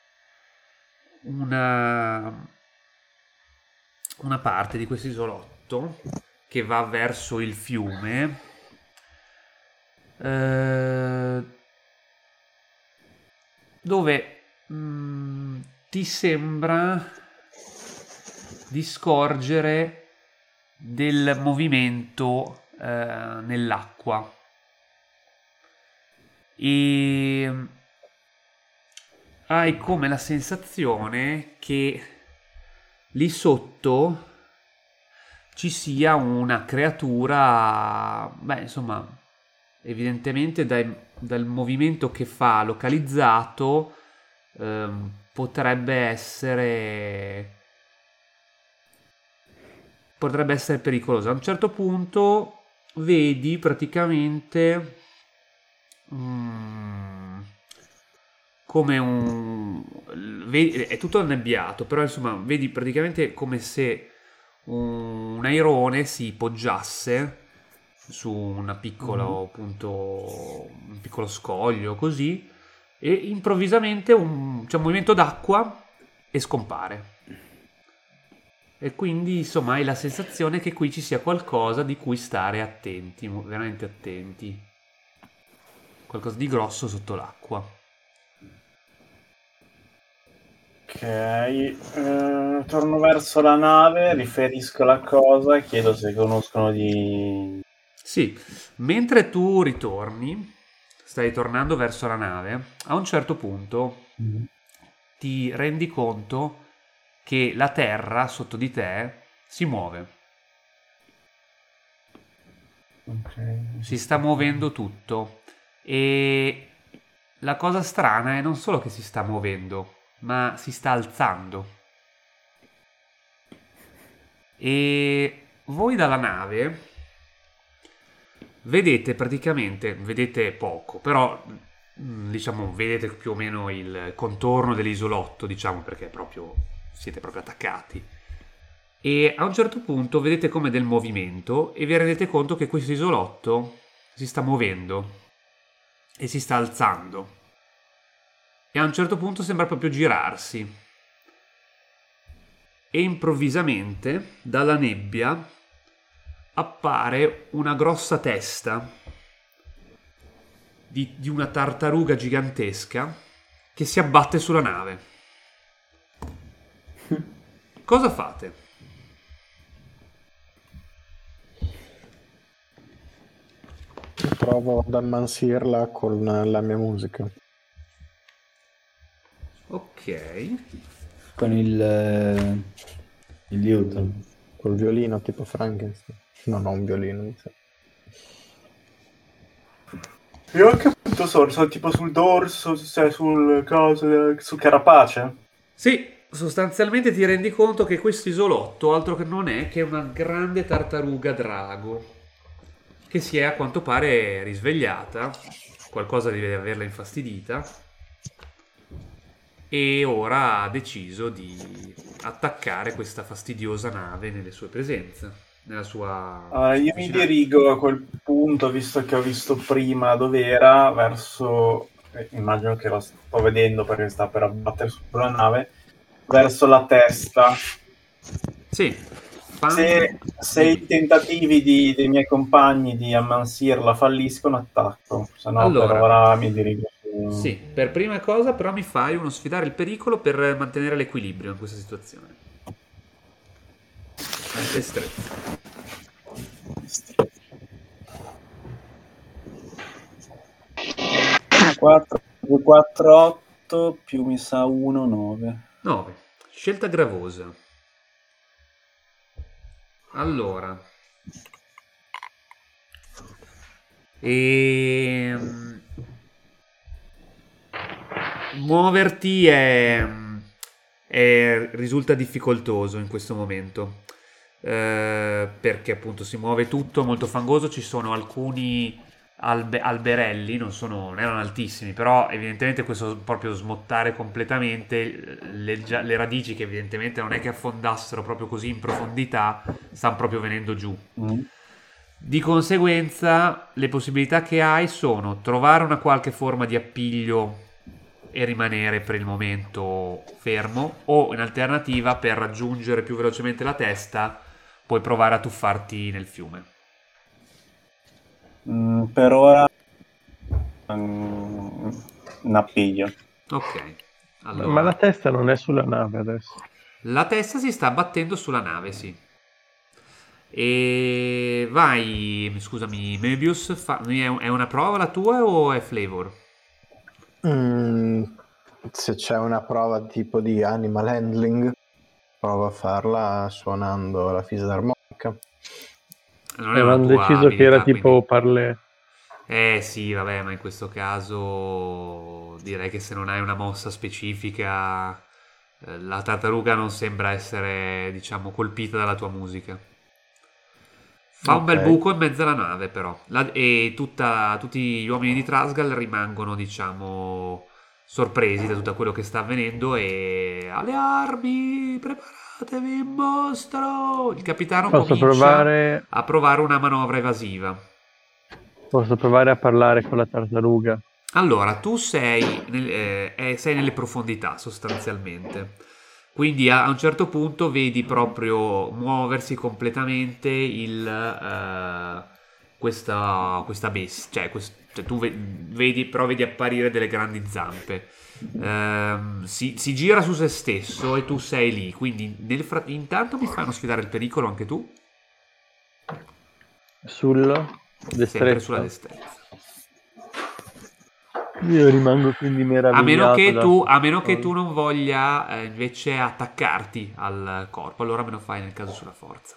una, una parte di questo isolotto che va verso il fiume, eh, dove mm, ti sembra di scorgere del movimento eh, nell'acqua e hai come la sensazione che lì sotto ci sia una creatura, beh, insomma, evidentemente dai, dal movimento che fa localizzato ehm, potrebbe essere potrebbe essere pericolosa. A un certo punto vedi praticamente mm, come un vedi, è tutto annebbiato, però insomma vedi praticamente come se un, un airone si poggiasse su una piccola Mhm. appunto un piccolo scoglio così, e improvvisamente un, c'è un movimento d'acqua e scompare. E quindi insomma hai la sensazione che qui ci sia qualcosa di cui stare attenti, mo- veramente attenti. Qualcosa di grosso sotto l'acqua. Ok, eh, torno verso la nave, riferisco la cosa e chiedo se conoscono di... Sì, mentre tu ritorni, stai tornando verso la nave, a un certo punto ti rendi conto che la terra sotto di te si muove. Ok. Si sta muovendo tutto. E la cosa strana è non solo che si sta muovendo, ma si sta alzando. E voi dalla nave vedete praticamente, vedete poco, però mm, diciamo vedete più o meno il contorno dell'isolotto, diciamo, perché proprio siete proprio attaccati. E a un certo punto vedete come del movimento e vi rendete conto che questo isolotto si sta muovendo e si sta alzando. E a un certo punto sembra proprio girarsi. E improvvisamente dalla nebbia appare una grossa testa di, di una tartaruga gigantesca che si abbatte sulla nave. Cosa fate? Provo ad ammansirla con la mia musica. Ok. Con il, eh, il liuto. Col violino tipo Frankenstein. Non ho un violino, mi sa. Io ho capito solo, sono tipo sul dorso, cioè sul coso, sul carapace. Sì, sostanzialmente ti rendi conto che questo isolotto altro che non è che una grande tartaruga drago che si è a quanto pare risvegliata, qualcosa deve averla infastidita e ora ha deciso di attaccare questa fastidiosa nave nelle sue presenze, nella sua Allora, io mi vicinanza. dirigo a quel punto, visto che ho visto prima dove era, verso, eh, immagino che lo sto vedendo perché sta per abbattere sulla nave, verso la testa. Sì, fa- Se, se i tentativi di- dei miei compagni di ammansirla falliscono, attacco, se no per Allora. ora mi dirigo su... Sì, per prima cosa però mi fai uno sfidare il pericolo per mantenere l'equilibrio in questa situazione. Destrezza. quattro, quattro, otto più mi sa uno, nove. nove. Scelta gravosa. Allora. Ehm... Muoverti è... è- risulta difficoltoso in questo momento. Eh, perché appunto si muove tutto molto fangoso, ci sono alcuni albe- alberelli, non, sono, non erano altissimi, però evidentemente questo proprio smottare completamente le, gia- le radici che evidentemente non è che affondassero proprio così in profondità, stanno proprio venendo giù. Mm. Di conseguenza le possibilità che hai sono trovare una qualche forma di appiglio e rimanere per il momento fermo, o in alternativa per raggiungere più velocemente la testa puoi provare a tuffarti nel fiume. Mm, per ora mm, un appiglio. Ok, allora Ma la testa non è sulla nave adesso. la testa si sta battendo sulla nave, sì. E vai, scusami, Möbius, fa- è è una prova la tua o è flavor? Mm, se c'è una prova tipo di animal handling, prova a farla suonando la fisarmonica. Non è una Avevamo tua deciso che era abilità, tipo quindi... parlé. Eh sì, vabbè, ma in questo caso direi che se non hai una mossa specifica, eh, la tartaruga non sembra essere, diciamo, colpita dalla tua musica. Fa un bel Ok. buco in mezzo alla nave, però, La- e tutta- tutti gli uomini di Trasgal rimangono, diciamo, sorpresi da tutto quello che sta avvenendo e alle armi, preparatevi, mostro! Il capitano Posso comincia provare, a provare una manovra evasiva. posso provare a parlare con la tartaruga. Allora, tu sei, nel- eh, eh, sei nelle profondità sostanzialmente, quindi a, a un certo punto vedi proprio muoversi completamente il, eh, questa, questa bestia, cioè, quest- cioè tu ve- vedi, però vedi apparire delle grandi zampe. Ehm, si, si gira su se stesso e tu sei lì, quindi nel fra- intanto mi fanno sfidare il pericolo anche tu, Sul sempre sulla destrezza. destrezza. Io rimango quindi A meno meravigliato che da tu, a questa meno che cosa. tu non voglia eh, invece attaccarti al corpo, allora me lo fai nel caso sulla forza.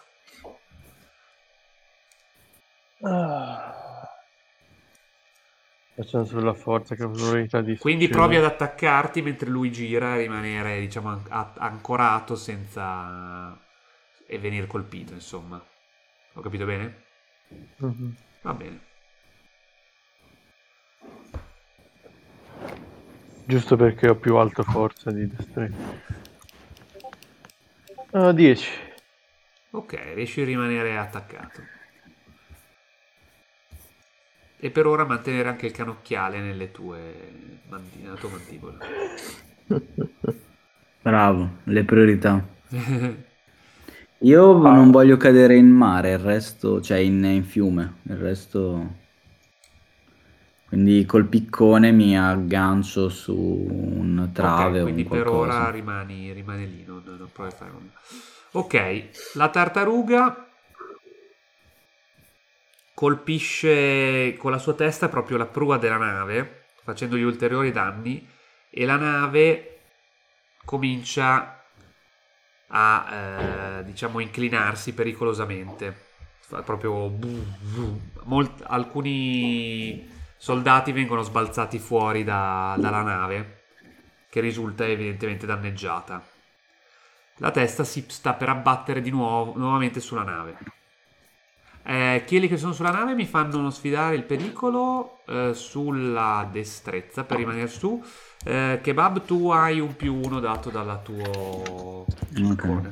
Ah. Facciamo sulla forza, che probabilità di Quindi provi ad succedere. attaccarti mentre lui gira e rimanere, diciamo, an- a- ancorato senza... e venire colpito, insomma. Ho capito bene? Mhm. Va bene. Giusto perché ho più alta forza di destrezza. Ah, dieci. Ok, riesci a rimanere attaccato. E per ora mantenere anche il canocchiale nelle tue mandi- nella tua mandibola. Bravo, le priorità. Io non voglio cadere in mare, il resto, cioè in, in fiume, il resto... Quindi col piccone mi aggancio su un Ok, trave o un quindi per ora qualcosa. rimani, rimani lì, non, non provi a fare nulla. Ok, la tartaruga colpisce con la sua testa proprio la prua della nave, facendogli ulteriori danni, e la nave comincia a, eh, diciamo, inclinarsi pericolosamente. Fa proprio... Molt- alcuni soldati vengono sbalzati fuori da- dalla nave, che risulta evidentemente danneggiata. La testa si sta per abbattere di nuovo, nuovamente sulla nave. Eh, quelli che sono sulla nave mi fanno sfidare il pericolo eh, sulla destrezza per rimanere su. Eh, Kebab, tu hai un più uno dato dalla tuo piccone.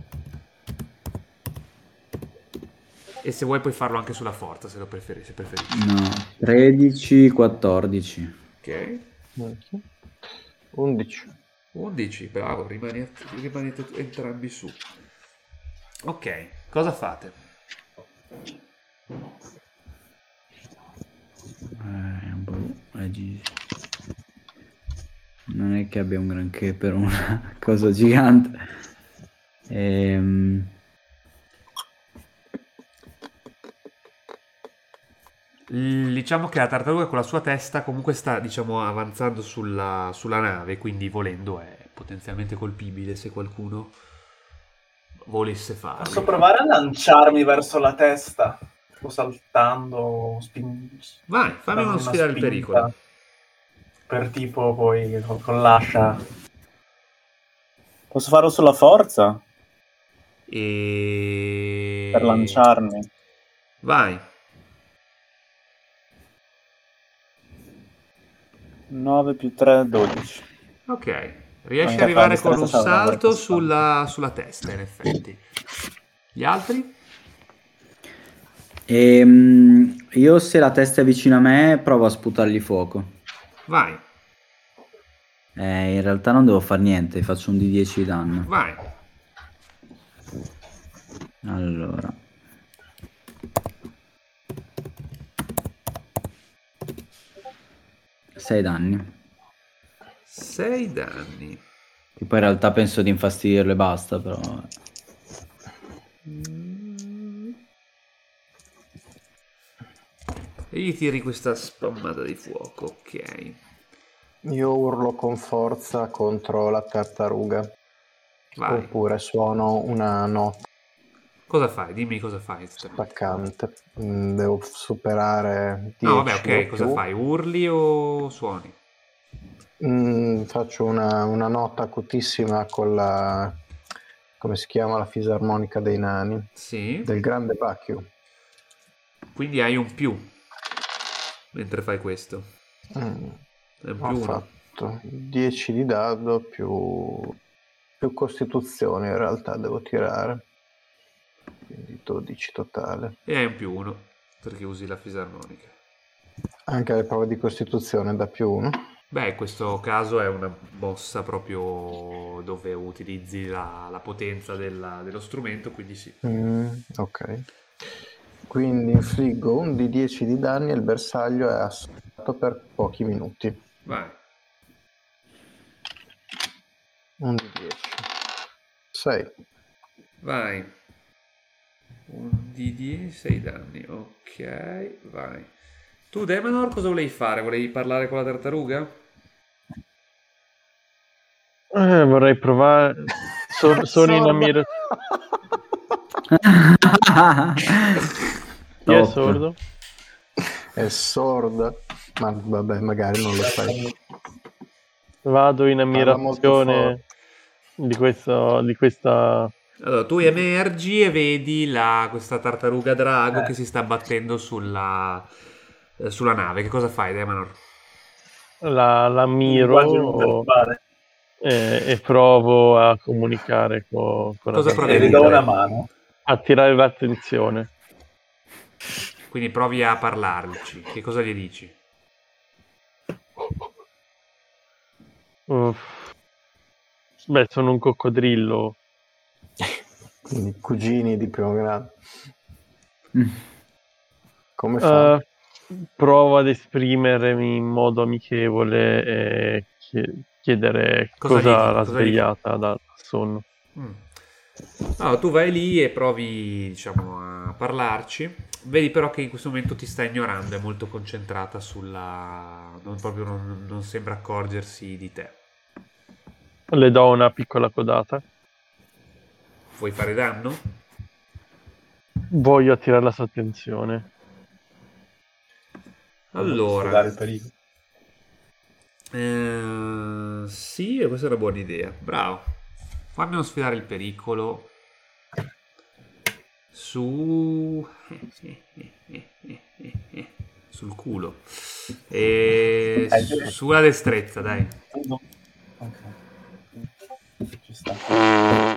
E se vuoi puoi farlo anche sulla forza, se lo preferi, se preferisci. No, tredici, quattordici. Ok. undici. undici, bravo, rimanete, rimanete entrambi su. Ok, cosa fate? Eh, boh, leggi- Non è che abbia un granché per una cosa gigante. Ehm... L- Diciamo che la tartaruga con la sua testa comunque sta, diciamo, avanzando sulla, sulla nave, quindi volendo è potenzialmente colpibile se qualcuno volesse farlo. Posso provare a lanciarmi verso la testa? O saltando, spin... Vai, fammi dando uno una sfidare il spinta pericolo. Per tipo poi con, con l'ascia. Posso farlo sulla forza? E... Per lanciarmi. Vai. nove più tre, dodici. Ok, riesci Anche ad arrivare la con un distanza sarà una salto costante. sulla, sulla testa, in effetti. Gli altri? Ehm, io se la testa è vicina a me provo a sputargli fuoco. Vai, Eh, in realtà non devo fare niente, faccio un di dieci di danno. vai. Allora. sei danni. sei danni. Che poi in realtà penso di infastidirlo e basta, però... E gli tiri questa spammata di fuoco, ok. Io urlo con forza contro la tartaruga. Vai. Oppure suono una nota Cosa fai? Dimmi cosa fai. staccante. Mm, Devo superare dieci No, vabbè, ok, o cosa più. fai? Urli o suoni? Mm, faccio una, una nota acutissima con la... come si chiama? La fisarmonica dei nani. Sì. Del grande Bacchio. Quindi hai un più mentre fai questo. Mm. È un Ho più uno. fatto dieci di dado più... più costituzione in realtà devo tirare. Quindi dodici totale. E hai un più uno perché usi la fisarmonica. Anche le prove di costituzione da più uno. Beh, in questo caso è una mossa proprio dove utilizzi la, la potenza della- dello strumento, quindi sì. Mm, ok. Quindi infliggo un di dieci di danni e il bersaglio è assoldato per pochi minuti. Vai. Un di dieci. sei. Vai. Un di dieci, sei danni. Ok, vai. Tu, Demanor, cosa volevi fare? Volevi parlare con la tartaruga? Eh, vorrei provare. So- sono in ammirazione. Chi è Top. sordo? È sorda. Ma vabbè, magari non lo sai. Vado in Parla molto ammirazione di, questo, di questa. Allora, tu emergi e vedi la- questa tartaruga drago Eh. che si sta battendo sulla, eh, sulla nave. Che cosa fai, Demanor? La, la Linguaggio non miro verbale. e, e provo a comunicare con, con la Cosa provi E a gli tartaruga, do dire? una mano. attirare l'attenzione. Quindi provi a parlarci. Che cosa gli dici? Uff. Beh, sono un coccodrillo. Quindi cugini di primo grado. Mm. Come fa? Eh, provo ad esprimermi in modo amichevole e chie- chiedere Cosa cosa, gli dici? l'ha Cosa gli fai? svegliata dal sonno. Mm. Allora, tu vai lì e provi, diciamo, a parlarci. Vedi però che in questo momento ti sta ignorando, è molto concentrata sulla... non, proprio non, non sembra accorgersi di te. Le do una piccola codata. Vuoi fare danno? Voglio attirare la sua attenzione. Allora, Sfidare il pericolo. eh, sì, questa è una buona idea. Bravo. Fammelo sfidare il pericolo su sul culo e Eh, su- sulla destrezza, dai. Ok. Ci sta.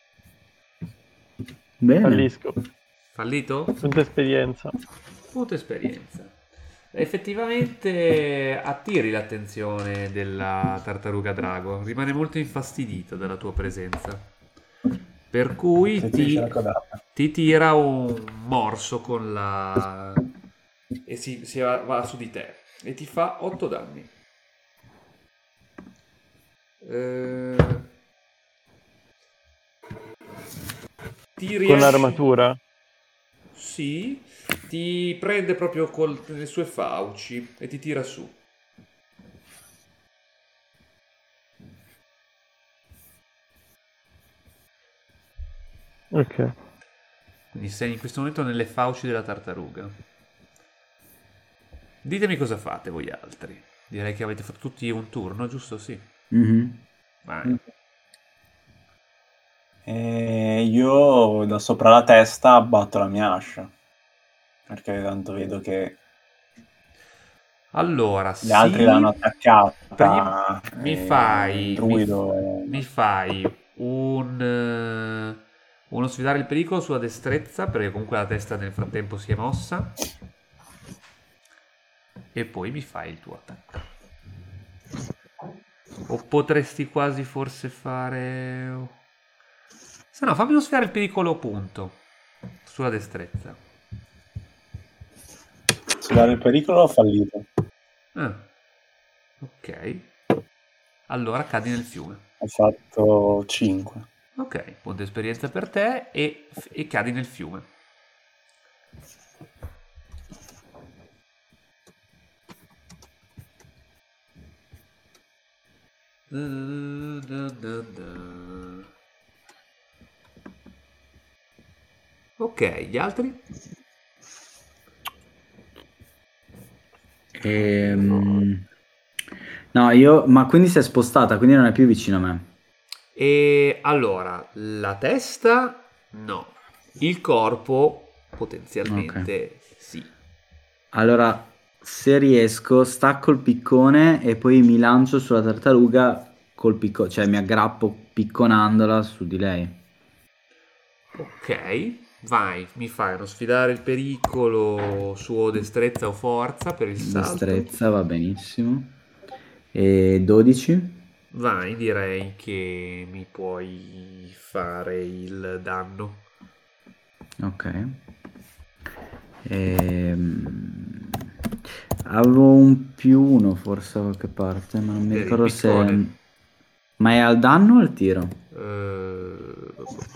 Bene. Fallisco. Fallito? Punto esperienza. Punto esperienza. Effettivamente attiri l'attenzione della tartaruga drago, rimane molto infastidito dalla tua presenza, per cui Restituisce ti, la codata. ti tira un morso con la... e si, si va, va su di te e ti fa otto danni. Eh, ti Con riesci- l'armatura? Sì, ti prende proprio con le sue fauci e ti tira su. Ok. Quindi sei in questo momento nelle fauci della tartaruga. Ditemi cosa fate voi altri. Direi che avete fatto tutti un turno, giusto? Sì. Mhm. Vai. E io da sopra la testa abbatto la mia ascia. Perché tanto vedo che Allora, gli altri l'hanno attaccata. Prima mi e fai, il druido mi, è- mi fai un, eh, uno sfidare il pericolo sulla destrezza, perché comunque la testa nel frattempo si è mossa. E poi mi fai il tuo attacco. O potresti quasi forse fare... Se no, fammi uno sfidare il pericolo punto sulla destrezza. Sfidare il pericolo ho fallito. Ah, ok. Allora cadi nel fiume. Ho fatto cinque. Ok, punto esperienza per te e, e cadi nel fiume. Da, da, da, da. Ok, gli altri? Ehm, No, io... Ma quindi si è spostata, quindi non è più vicino a me. E allora, la testa no, il corpo potenzialmente sì. Allora, se riesco, stacco il piccone e poi mi lancio sulla tartaruga col piccone, cioè mi aggrappo picconandola su di lei. Ok, vai, mi fai uno sfidare il pericolo su destrezza o forza per il salto. Destrezza va benissimo. E dodici? Vai, direi che mi puoi fare il danno. Ok. Ehm, Avevo un più uno forse da qualche parte, ma non mi Per il ricordo se... piccone. Ma è al danno o al tiro? Eh,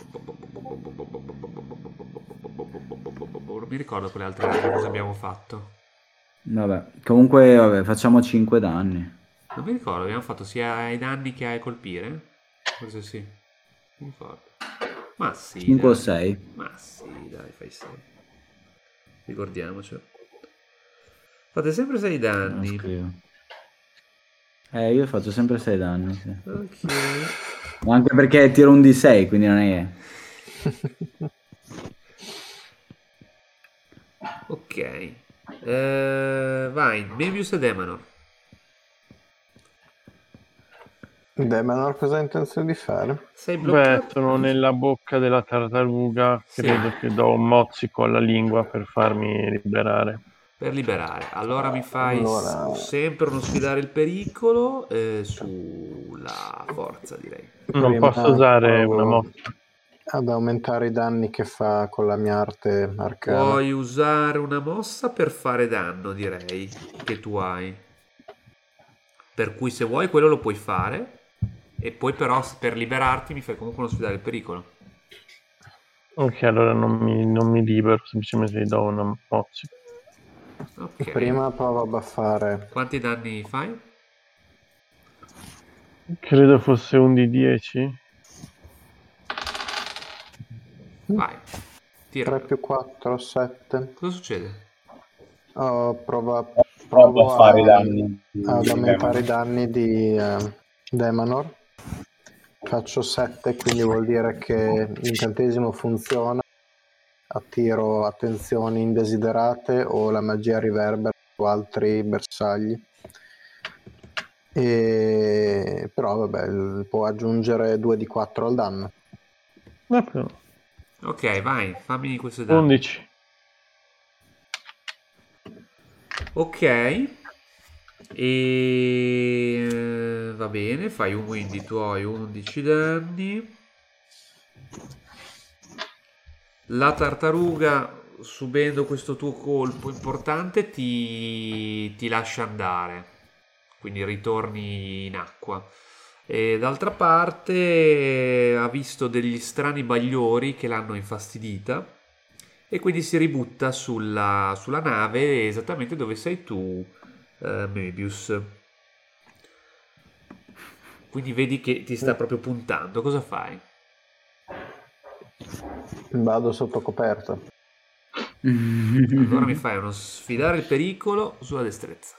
Non mi ricordo quelle altre armi cosa abbiamo fatto. Vabbè, comunque vabbè, facciamo cinque danni. Non mi ricordo, abbiamo fatto sia ai danni che ai colpire? Forse sì. Non mi ricordo. Ma sì, cinque o dai. sei? Ma sì, dai, fai sei. Ricordiamocelo. Fate sempre sei Non danni. scrivo. Eh, io faccio sempre sei danni, sì. Ok. Ma anche perché tiro un D sei, quindi non è che... Ok. Eh, vai, Mebius e Demanor. Demanor cosa ha intenzione di fare? Sei Beh, bloccato? sono nella bocca della tartaruga, Sì. credo che do un mozzico alla lingua per farmi liberare. Per liberare. Allora mi fai Allora- s- sempre uno sfidare il pericolo eh, sulla forza, direi. Non Prima posso usare provo una mossa. ad aumentare i danni che fa con la mia arte arcana. Puoi usare una mossa per fare danno, direi, che tu hai. Per cui se vuoi quello lo puoi fare. E poi però per liberarti mi fai comunque uno sfidare il pericolo. Ok, allora non mi, non mi libero, semplicemente gli do una mozzico. Ok. Prima provo a baffare. Quanti danni fai? Credo fosse un di dieci. Vai. tre Tira. più quattro, sette. Cosa succede? Oh, prova- Provo provo a fare i a- danni di ad aumentare i Demonor. danni di eh, Demanor. Faccio sette, quindi vuol dire che l'incantesimo funziona. Attiro attenzioni indesiderate o la magia riverbera su altri bersagli. E... Però vabbè, il- può aggiungere due di quattro al danno. Ecco, Ok, vai, fammi questo danno. undici. Ok. E eh, va bene, fai un quindi tu hai undici danni. La tartaruga, subendo questo tuo colpo importante, ti, ti lascia andare. Quindi ritorni in acqua. E d'altra parte ha visto degli strani bagliori che l'hanno infastidita e quindi si ributta sulla, sulla nave esattamente dove sei tu, eh, Möbius. Quindi vedi che ti sta proprio puntando. Cosa fai? Vado sotto coperta. Allora mi fai uno sfidare il pericolo sulla destrezza.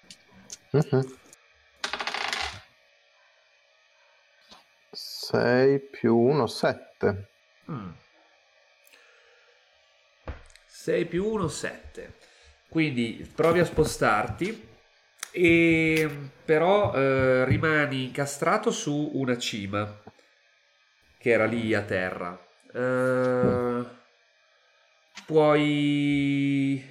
sei più uno, sette. Mm. sei più uno, sette. Quindi provi a spostarti, e però eh, rimani incastrato su una cima che era lì a terra. Eh, puoi...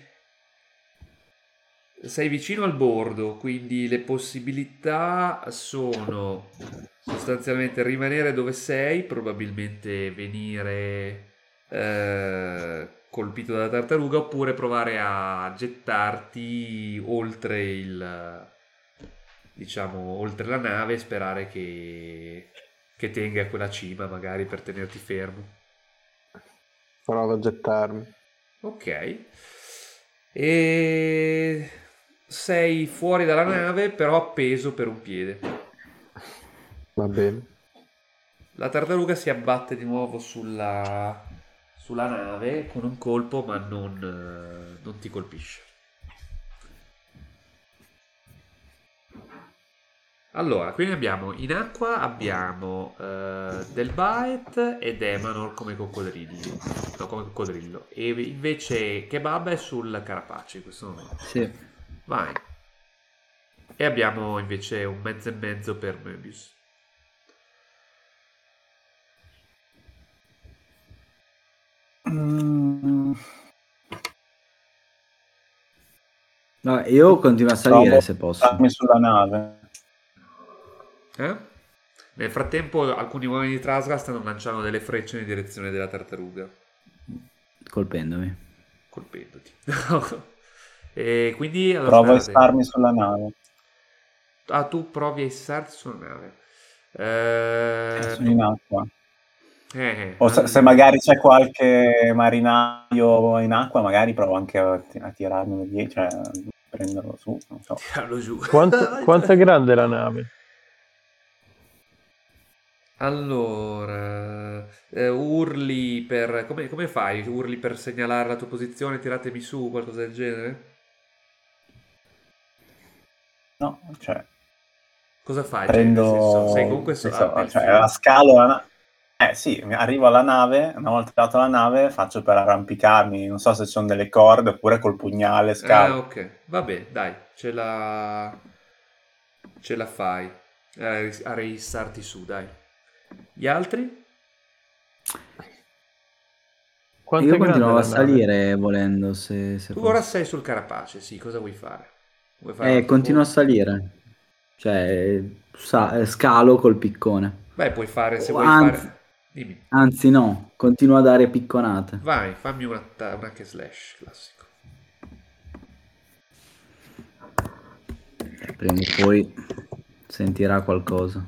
Sei vicino al bordo, quindi le possibilità sono sostanzialmente rimanere dove sei, probabilmente venire eh, colpito dalla tartaruga, oppure provare a gettarti oltre il, diciamo, oltre la nave e sperare che, che tenga quella cima magari per tenerti fermo. Provo a gettarmi. Ok. E sei fuori dalla nave, però appeso per un piede. Va bene. La tartaruga si abbatte di nuovo sulla, sulla nave con un colpo, ma non, eh, non ti colpisce. Allora, quindi abbiamo in acqua abbiamo eh, Del Baet ed Emanor come coccodrilli, no, come coccodrillo, e invece Kebab è sul carapace in questo momento. Sì. Vai. E abbiamo invece un mezzo e mezzo per Möbius. Mm, No, io continuo a salire provo se a posso. starmi sulla nave. Eh? Nel frattempo alcuni uomini di Trasga stanno lanciando delle frecce in direzione della tartaruga, Colpendomi. colpendoti. E quindi allora, Provo a aspettate. starmi sulla nave. Ah, tu provi a issarti sulla nave. Eh, Eh, sono in acqua. eh, O se, se allora. magari c'è qualche marinaio in acqua, magari provo anche a, a tirarmelo dietro, cioè a prenderlo su, non so. Tirarlo giù. Quanto, quanto è grande la nave? Allora, eh, urli per... Come, come fai? Urli per segnalare la tua posizione? Tiratemi su, qualcosa del genere? No, cioè, Cosa fai? Cioè, nel prendo, senso, sei comunque so- che ah, so, nel cioè, fiume. la scalo, la na- eh sì, mi- arrivo alla nave, una volta arrivato alla nave faccio per arrampicarmi, non so se ci sono delle corde oppure col pugnale Ah, scalo. ok. Vabbè, dai, ce la... ce la fai. Eh, a reissarti su, dai. Gli altri? Quanto Io è grande continuavo la a nave? salire volendo, se, se Tu ora posso. sei sul carapace, sì, cosa vuoi fare? Vuoi fare un Eh, altro continuo a colpo? salire. Cioè, sa- eh, scalo col piccone. Beh, puoi fare, se O vuoi anzi, fare... Dimmi. anzi no, continuo a dare picconate. Vai, fammi un, atta- un hack and slash classico. Prima o poi sentirà qualcosa.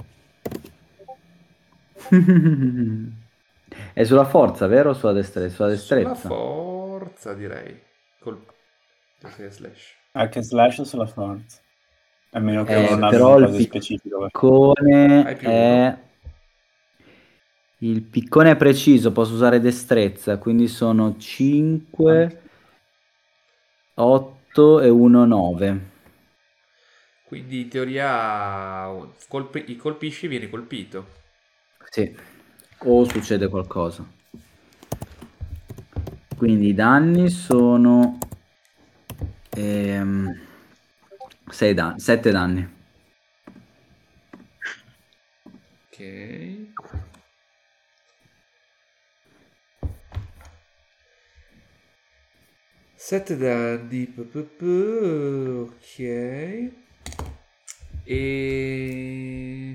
È sulla forza, vero? O sulla destrezza? Sulla Sulla destrezza. forza, direi. Col hack and slash. Anche slash sulla forza. A meno che Eh, non abbia però un il coso specifico. piccone Hai più è... Il piccone è preciso, posso usare destrezza, quindi sono cinque, otto e uno, nove. Quindi in teoria colpi- i colpisci vieni colpito. Sì, o succede qualcosa. Quindi i danni sono ehm, sei danni, sette danni. Ok. sette danni. pu- pu- pu, ok. E...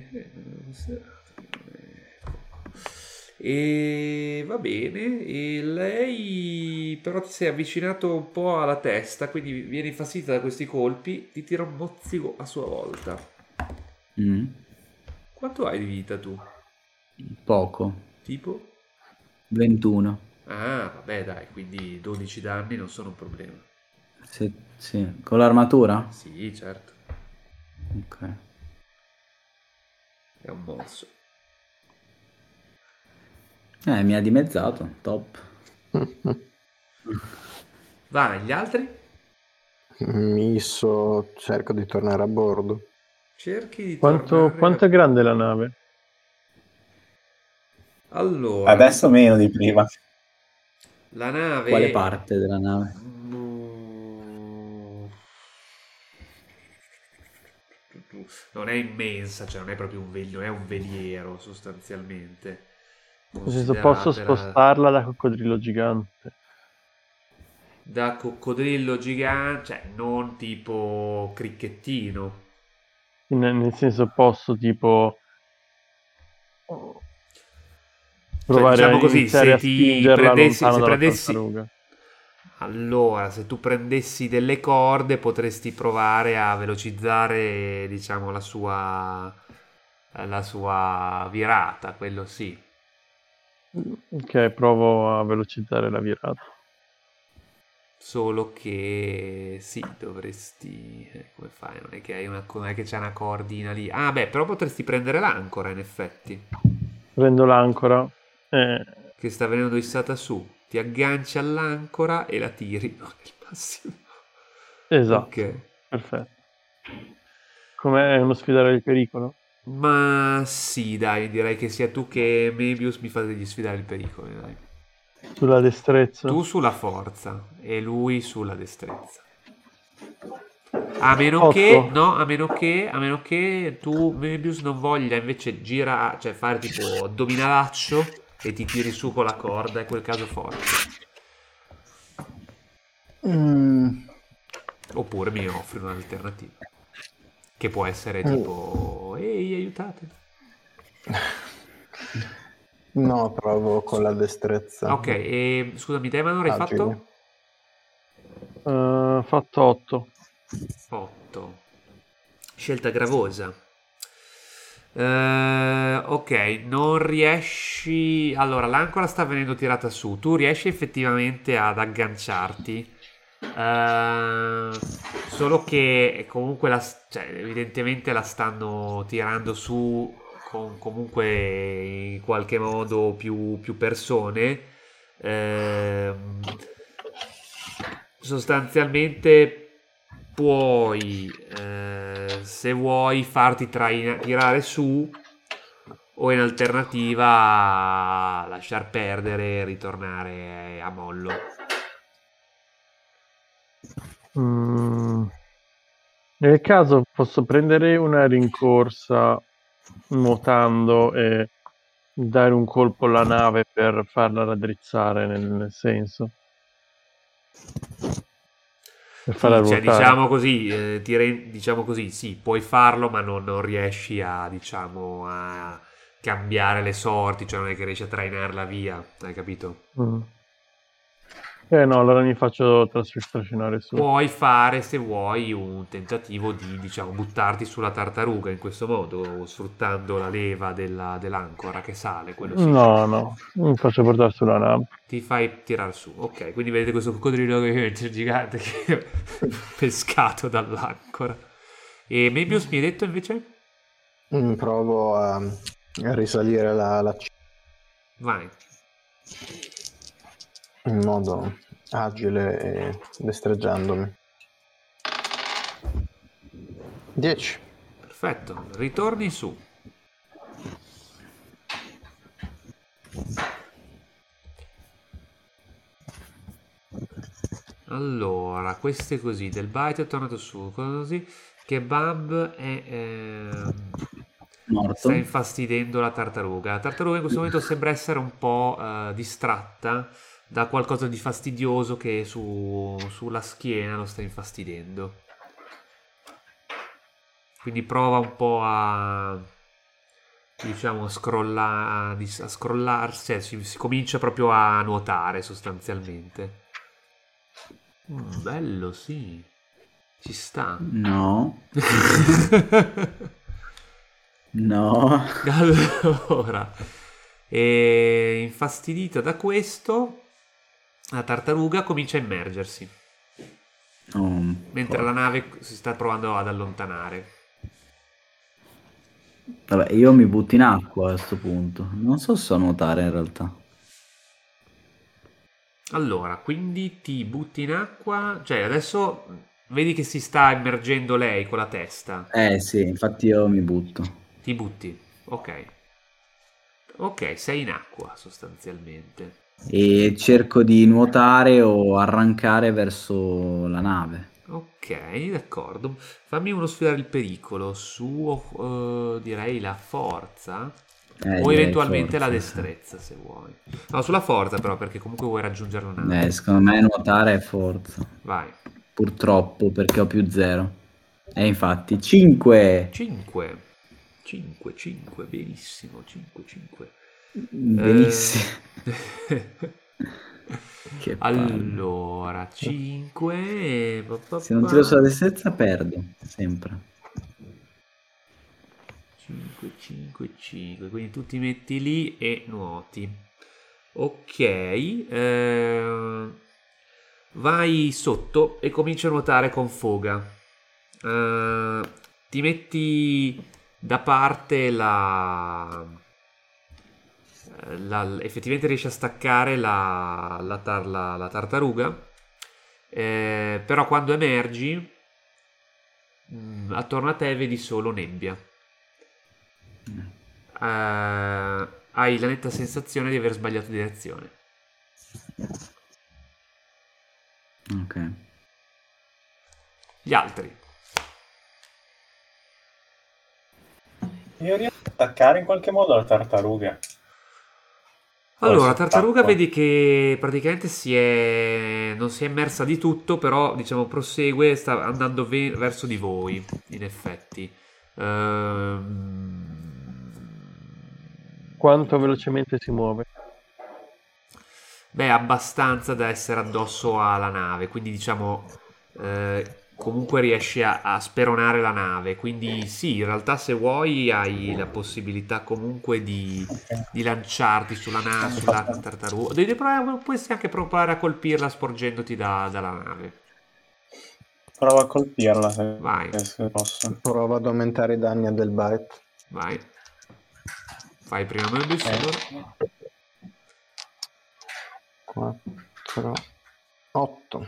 E va bene, e lei però ti sei avvicinato un po' alla testa, quindi viene infastidita da questi colpi, ti tira un mozzico a sua volta. Mm, Quanto hai di vita tu? poco, Tipo? ventuno. Ah, vabbè dai, quindi dodici danni non sono un problema. Sì, sì. Con l'armatura? Sì, certo, Ok. è un morso. Eh, mi ha dimezzato, top. Vai, gli altri? Misso, cerco di tornare a bordo. Cerchi di Quanto, tornare quanto a... è grande la nave? Allora, Adesso meno di prima. la nave... Quale parte della nave? Mm, non è immensa, cioè non è proprio un veliero, è un veliero sostanzialmente. Nel senso, posso Consideratela spostarla da coccodrillo gigante. da coccodrillo gigante, cioè non tipo cricchettino. In- nel senso, posso tipo Cioè, provare diciamo a così, iniziare se a ti spingerla prendessi, lontano se dalla prendessi, tartaruga. allora, se tu prendessi delle corde potresti provare a velocizzare, diciamo, la sua, la sua virata, quello sì. Ok, provo a velocizzare la virata. Solo che sì, dovresti... eh, come fai? Non è che hai una, non è che c'è una cordina lì. Ah, beh, però potresti prendere l'ancora, in effetti, Prendo l'ancora. Eh, che sta venendo issata su. Ti agganci all'ancora e la tiri. No, il massimo. esatto, Ok. perfetto. Com'è uno sfidare il pericolo? Ma sì, dai, direi che sia tu che Mebius mi fate degli sfidare il pericolo, dai. Sulla destrezza? Tu sulla forza e lui sulla destrezza. A meno Otto. che, no, a meno che, a meno che tu, Mebius, non voglia invece gira, cioè fare tipo addominalaccio e ti tiri su con la corda, in quel caso forza. Mm, Oppure mi offri un'alternativa. Che può essere tipo, ehi, aiutate. no, provo con la destrezza. Ok, e scusami, Demanor, hai Agile. fatto? Eh, fatto otto. otto. Scelta gravosa. Eh, ok, non riesci. Allora, l'ancora sta venendo tirata su. Tu riesci effettivamente ad agganciarti. Eh, solo che comunque la, cioè, evidentemente la stanno tirando su con comunque in qualche modo più, più persone. Ehm, sostanzialmente puoi, eh, se vuoi, farti traina- tirare su o in alternativa lasciar perdere e ritornare a mollo. Mm. Nel caso posso prendere una rincorsa nuotando e dare un colpo alla nave per farla raddrizzare nel, nel senso. Per farla Sì, cioè ruotare. diciamo così, eh, ti re- diciamo così, sì, puoi farlo, ma non, non riesci a, diciamo, a cambiare le sorti, cioè non è che riesci a trainarla via, hai capito? Mm. Eh no, allora mi faccio tras- trascinare su. Puoi fare, se vuoi, un tentativo di, diciamo, buttarti sulla tartaruga in questo modo, sfruttando la leva della- dell'ancora che sale, quello sì. No, no, mi faccio portare sulla nave. Ti fai tirare su. Ok, quindi vedete questo coccodrillo che- gigante che è pescato dall'ancora. E Mebius mi hai detto invece? Mm, provo a, a risalire la, la c- Vai. in modo agile e destreggiandomi. dieci. Perfetto, ritorni su. Allora, questo è così. Del bite è tornato su. Così. Kebab è. ehm, Morto. sta infastidendo la tartaruga. La tartaruga in questo momento sembra essere un po' eh, distratta da qualcosa di fastidioso che su, sulla schiena lo sta infastidendo. Quindi prova un po' a, diciamo, a, scrolla, a dis- a scrollarsi, cioè si, si comincia proprio a nuotare sostanzialmente. Mm, bello, sì. Ci sta. No. No. Allora, e infastidita da questo, la tartaruga comincia a immergersi, Oh, mentre la nave si sta provando ad allontanare. vabbè, io mi butto in acqua a questo punto. Non so se so nuotare in realtà. Allora, quindi ti butti in acqua, cioè adesso vedi che si sta immergendo lei con la testa. Eh sì, infatti io mi butto. Ti butti, ok. Ok, sei in acqua sostanzialmente. E cerco di nuotare o arrancare verso la nave. Ok, d'accordo. Fammi uno sfidare il pericolo su, eh, direi, la forza. Eh, O direi eventualmente la forza, destrezza, se vuoi. No, sulla forza però, perché comunque vuoi raggiungere la nave. Eh, secondo me nuotare è forza. Vai. Purtroppo, perché ho più zero. E infatti, cinque! cinque. cinque, cinque, benissimo. cinque, cinque. Benissimo. Che palle. Allora, cinque. Se non tiro sulla destrezza perdo, sempre. cinque, cinque, cinque. Quindi tu ti metti lì e nuoti. Ok. eh, vai sotto e cominci a nuotare con foga. Uh, ti metti da parte la, la effettivamente riesci a staccare la, la, tar, la, la tartaruga, eh, però quando emergi mh, attorno a te vedi solo nebbia. Uh, hai la netta sensazione di aver sbagliato direzione. Ok. Gli altri. Io riesco ad attaccare in qualche modo la tartaruga. Allora, la Poi tartaruga s'attacca. vedi che praticamente si è non si è immersa di tutto, però diciamo prosegue, sta andando ve- verso di voi, in effetti. Ehm, Quanto velocemente si muove? Beh, abbastanza da essere addosso alla nave, quindi diciamo eh, comunque riesci a, a speronare la nave, quindi sì, in realtà se vuoi hai la possibilità comunque di, Ok. di lanciarti sulla, na- sulla tartaruga. Devi provare, puoi anche provare a colpirla sporgendoti da- dalla nave. Provo a colpirla se, Vai, se posso. Prova ad aumentare i danni a del bite. vai. Fai prima me il signore. quattro, otto.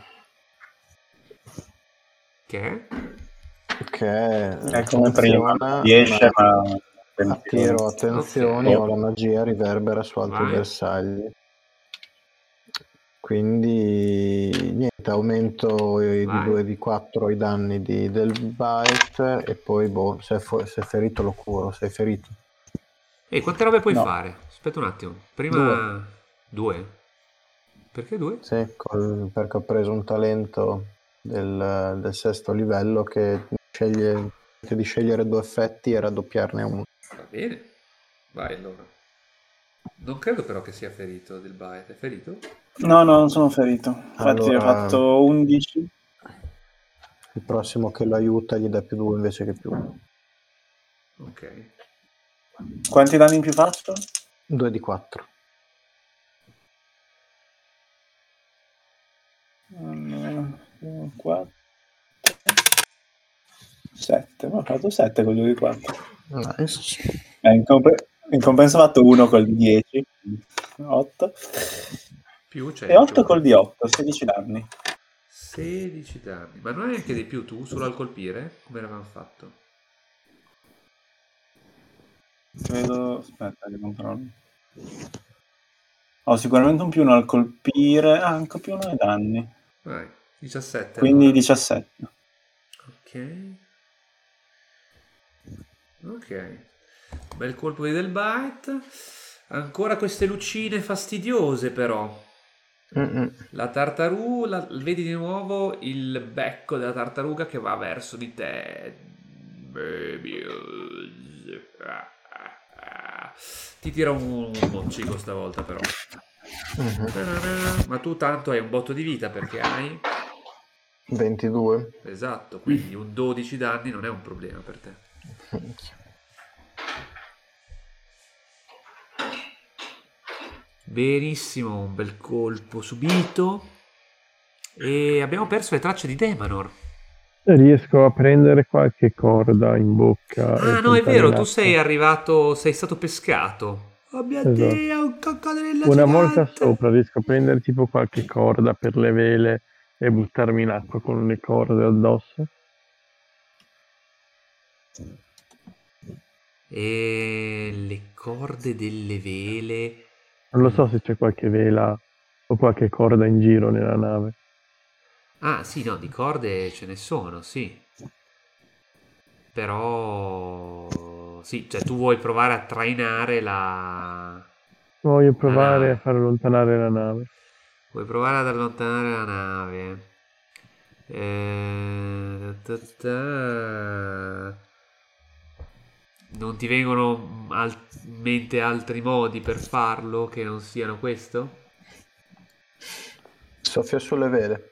Che è? Che È come prima, funziona, riesce ma ma... attiro attenzioni Ok. o la magia riverbera su altri Vai. bersagli. Quindi niente, aumento i- di Vai. due di quattro i danni di, del bite e poi boh, se è, fu- se è ferito lo curo, sei ferito. Ehi, quante robe puoi No. fare? Aspetta un attimo. Prima... Due. Perché due? Sì, col- perché ho preso un talento del, del sesto livello che sceglie invece di scegliere due effetti e raddoppiarne uno. Va bene. Vai allora. Non credo però che sia ferito del bite. È ferito? No, no, non sono ferito. Infatti Allora- ho fatto undici. Il prossimo che lo aiuta gli dà più due invece che più uno. Ok. Quanti danni in più faccio? due di quattro. quattro, sette. Ho fatto sette con due di quattro. Nice. Eh, in, comp- in compenso ho fatto uno col dieci. otto. Più c'è E otto col di otto, sedici danni. sedici danni. Ma non hai anche di più tu solo al colpire? Come eravamo fatto? Credo... Aspetta che controllo. Ho sicuramente un più uno al colpire. Ah, anche più uno ai danni. Vai. diciassette Quindi allora. diciassette. Ok. Ok. Bel colpo di del bite. Ancora queste lucine fastidiose però. Mm-mm. La tartaruga, vedi di nuovo il becco della tartaruga che va verso di te. Baby. Ti tira un moccico stavolta però. Mhm. Ma tu tanto hai un botto di vita perché hai... ventidue. Esatto, quindi un dodici danni non è un problema per te. Benissimo, un bel colpo subito. E abbiamo perso le tracce di Demanor. Riesco a prendere qualche corda in bocca. Ah e no, è saltare vero, in tu acqua. sei arrivato, sei stato pescato. Oh mio Esatto. Dio, un coccodrillo Una volta gigante. sopra riesco a prendere tipo qualche corda per le vele e buttarmi in acqua con le corde addosso. E le corde delle vele. Non lo so se c'è qualche vela o qualche corda in giro nella nave. Ah sì, no, di corde ce ne sono, sì. Però... Sì, cioè tu vuoi provare a trainare la... Voglio provare nave. a far allontanare la nave. Vuoi provare ad allontanare la nave? Eh, ta ta. Non ti vengono al- in mente altri modi per farlo che non siano questo? Soffia sulle vele.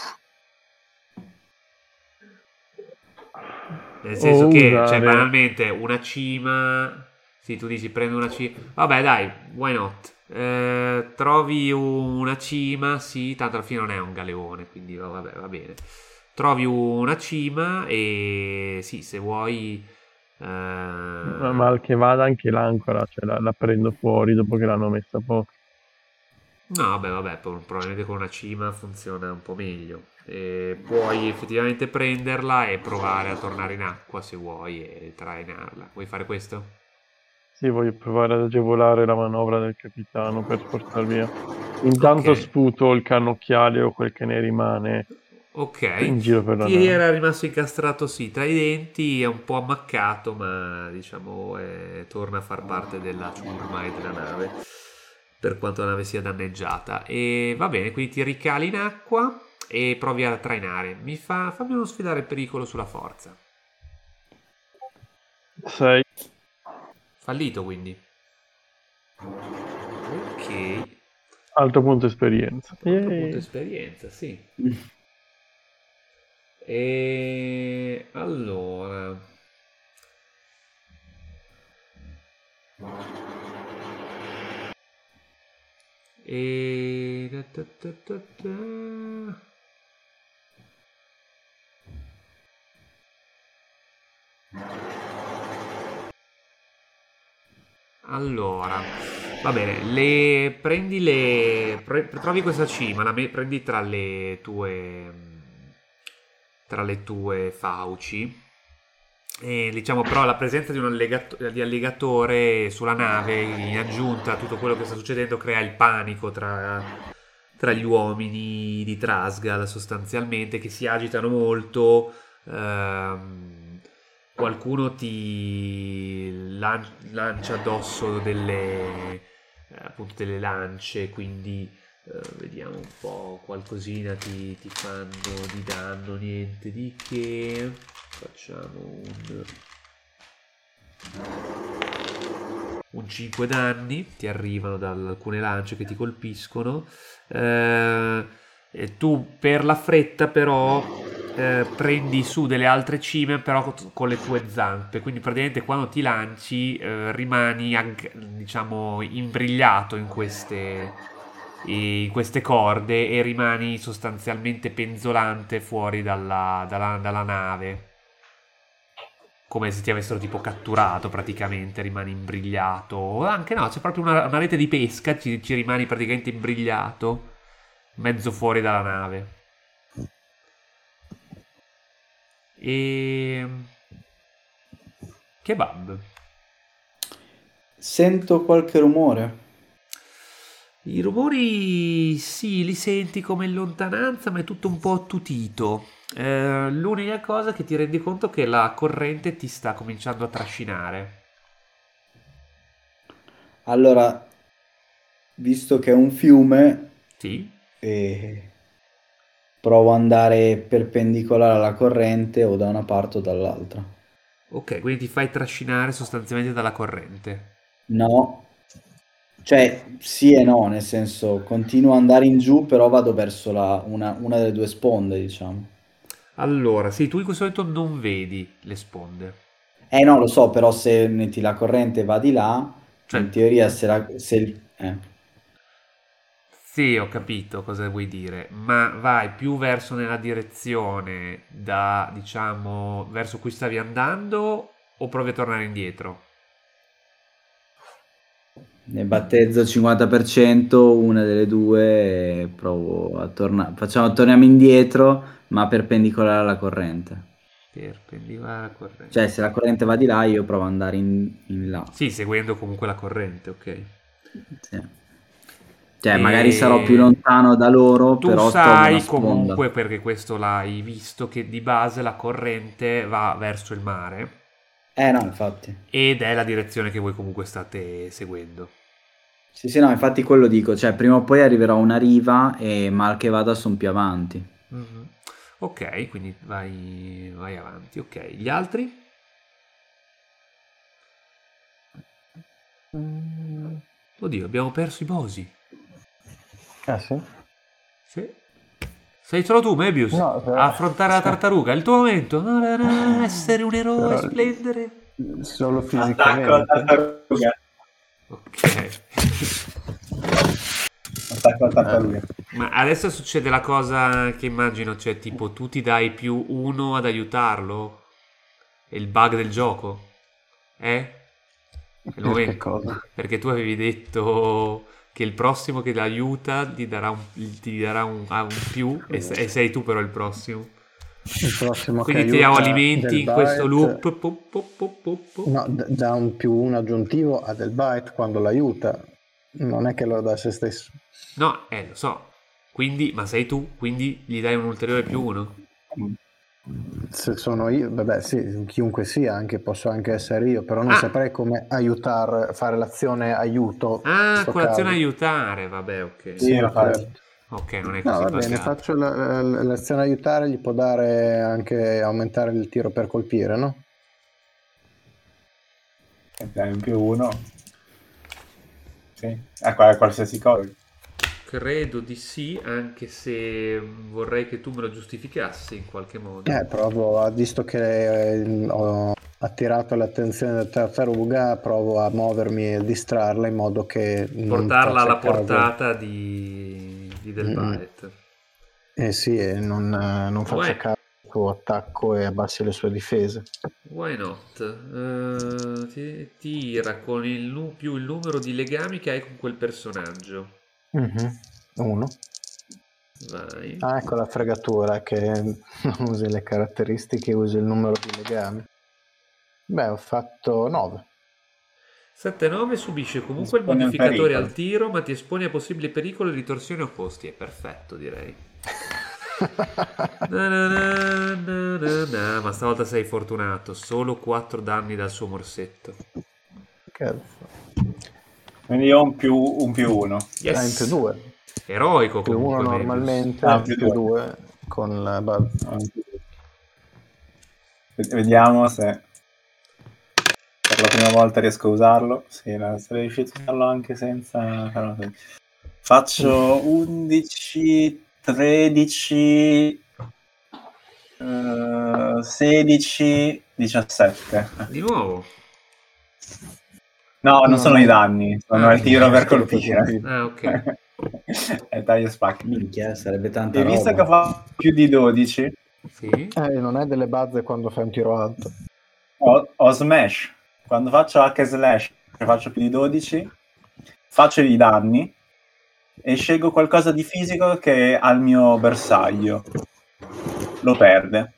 Nel senso O che, usare- cioè, banalmente, una cima... Sì, tu dici prendo una cima... Vabbè, dai, why not? Eh, trovi una cima, sì, tanto alla fine non è un galeone, quindi va- vabbè, va bene. Trovi una cima e sì, se vuoi... eh, Ma mal che vada anche l'ancora, cioè la, la prendo fuori dopo che l'hanno messa poco. No, vabbè, vabbè, pro- probabilmente con una cima funziona un po' meglio. E puoi effettivamente prenderla e provare a tornare in acqua se vuoi e trainarla. Vuoi fare questo? Sì, voglio provare ad agevolare la manovra del capitano per portar via. Intanto Ok. sputo il cannocchiale o quel che ne rimane Ok, in giro per la ti nave. era rimasto incastrato sì tra i denti, è un po' ammaccato, ma diciamo eh, torna a far parte della ciurma e della nave, per quanto la nave sia danneggiata. E va bene, quindi ti ricali in acqua e provi a trainare. Mi fa, fammi uno sfidare il pericolo sulla forza. sei. Fallito quindi. Ok, Alto punto esperienza. altro punto Yay. esperienza, sì. E allora... E... da, da, da, da, da. Allora, va bene, le prendi le pre- trovi questa cima, la me- prendi tra le tue tra le tue fauci. E diciamo però la presenza di un allegato- di alligatore sulla nave in aggiunta a tutto quello che sta succedendo crea il panico tra, tra gli uomini di Trasgal sostanzialmente che si agitano molto. ehm, Qualcuno ti lan- lancia addosso delle, eh, appunto delle lance, quindi eh, vediamo un po', qualcosina ti, ti fanno di danno, niente di che. Facciamo un, un cinque danni, ti arrivano da alcune lance che ti colpiscono. Eh, e tu per la fretta però eh, prendi su delle altre cime però con, con le tue zampe, quindi praticamente quando ti lanci eh, rimani ag- diciamo imbrigliato in queste, in queste corde e rimani sostanzialmente penzolante fuori dalla, dalla, dalla nave, come se ti avessero tipo catturato praticamente, rimani imbrigliato, o anche no, c'è proprio una, una rete di pesca, ci, ci rimani praticamente imbrigliato, mezzo fuori dalla nave. E... Kebab. Sento qualche rumore. I rumori sì, li senti come in lontananza, ma è tutto un po' attutito. Eh, l'unica cosa è che ti rendi conto che la corrente ti sta cominciando a trascinare. Allora, visto che è un fiume, Sì? eh, provo ad andare perpendicolare alla corrente o da una parte o dall'altra. Ok, quindi ti fai trascinare sostanzialmente dalla corrente. No, cioè sì e no, nel senso continuo ad andare in giù, però vado verso la- una, una delle due sponde, diciamo. Allora, sì, tu in questo momento non vedi le sponde. Eh no, lo so, però se metti la corrente va di là, Cioè, in teoria se la... Se il- eh. sì, ho capito cosa vuoi dire, ma vai più verso nella direzione da, diciamo, verso cui stavi andando o provi a tornare indietro? Ne battezzo il cinquanta per cento, una delle due, e provo a tornare. Facciamo, torniamo indietro, ma perpendicolare alla corrente. Perpendicolare alla corrente. Cioè, se la corrente va di là, io provo ad andare in, in là. Sì, seguendo comunque la corrente, ok. Sì. Cioè, E magari sarò più lontano da loro, tu però sto ad una sai sponda. comunque, perché questo l'hai visto, che di base la corrente va verso il mare Eh no, infatti. ed è la direzione che voi comunque state seguendo. Sì, sì, no, infatti quello dico. Cioè, prima o poi arriverò a una riva e mal che vada sono più avanti. Mhm. Ok, quindi vai, vai avanti. Ok, gli altri? Oddio, abbiamo perso i bosi. Ah sì? Sì. Sei solo tu, Mebius, No, però- a affrontare la tartaruga. È il tuo momento. No, no, no, essere un eroe, Però- splendere. Solo Attacco alla fisicamente. tartaruga. Ok. attacco attacco Ah. lì. Ma adesso succede la cosa che immagino, cioè tipo tu ti dai più uno ad aiutarlo? È il bug del gioco? Eh? È il Per momento. che cosa? Perché tu avevi detto che il prossimo che l'aiuta gli darà un, ti darà un, ah, un più e, se- e sei tu però il prossimo. Il prossimo Quindi che ti diamo aiuta alimenti in del questo bite- loop. pu- pu- pu- pu- pu. No, d- dà un più uno aggiuntivo a del bite quando l'aiuta. Non è che lo dà a se stesso. No, eh, lo so. Quindi, ma sei tu, quindi gli dai un ulteriore più uno. Se sono io, vabbè, sì, chiunque sia, anche posso anche essere io, però non Ah. saprei come aiutare, fare l'azione aiuto. in Ah, questo colazione caso. aiutare, vabbè, ok. Sì, lo fai. certo. Ok, non è No, così va bene, buggato. faccio la- la- l'azione aiutare, gli può dare anche aumentare il tiro per colpire, no? E dai un più uno. Sì, a qual- qualsiasi cosa. Credo di sì, anche se vorrei che tu me lo giustificassi in qualche modo. Eh, provo, a- visto che eh, ho attirato l'attenzione del tartaruga, provo a muovermi e distrarla in modo che non Portarla alla faccia caso. portata di, di Del Mm. Bite. Eh sì, e non, eh, non faccia Uè. caso al tuo attacco e abbassi le sue difese. Why not? Eh, ti- tira con il nu- più il numero di legami che hai con quel personaggio. Mhm. Uno. Vai. Ah, ecco la fregatura, che non usi le caratteristiche, usi il numero di legami. Beh, ho fatto nove. sette nove subisce comunque il Espone al modificatore pericolo. al tiro, ma ti espone a possibili pericoli e ritorsioni opposti. È perfetto, direi. Na na na na na na. Ma stavolta sei fortunato. Solo quattro danni dal suo morsetto. Cazzo. Quindi io ho un più, un più uno. Yes. Ah, in più due. Eroico Più comunque. uno Mebius. normalmente, Ah, più, più due. due con la base. Ho un più due. Vediamo se per la prima volta riesco a usarlo. Sì, no, sarei riuscito a usarlo anche senza farlo così. Faccio undici, tredici, eh, sedici, diciassette. Di nuovo. No, non No, sono no. i danni, sono Ah, il tiro per tiro per colpire. colpire. Ah, ok. E taglio spacchi. Minchia, sarebbe tanta E visto roba. che ho fatto più di dodici, Sì. Eh, non è delle bazze quando fai un tiro alto. ho, ho smash. Quando faccio H slash e faccio più di dodici, faccio i danni e scelgo qualcosa di fisico che al mio bersaglio lo perde.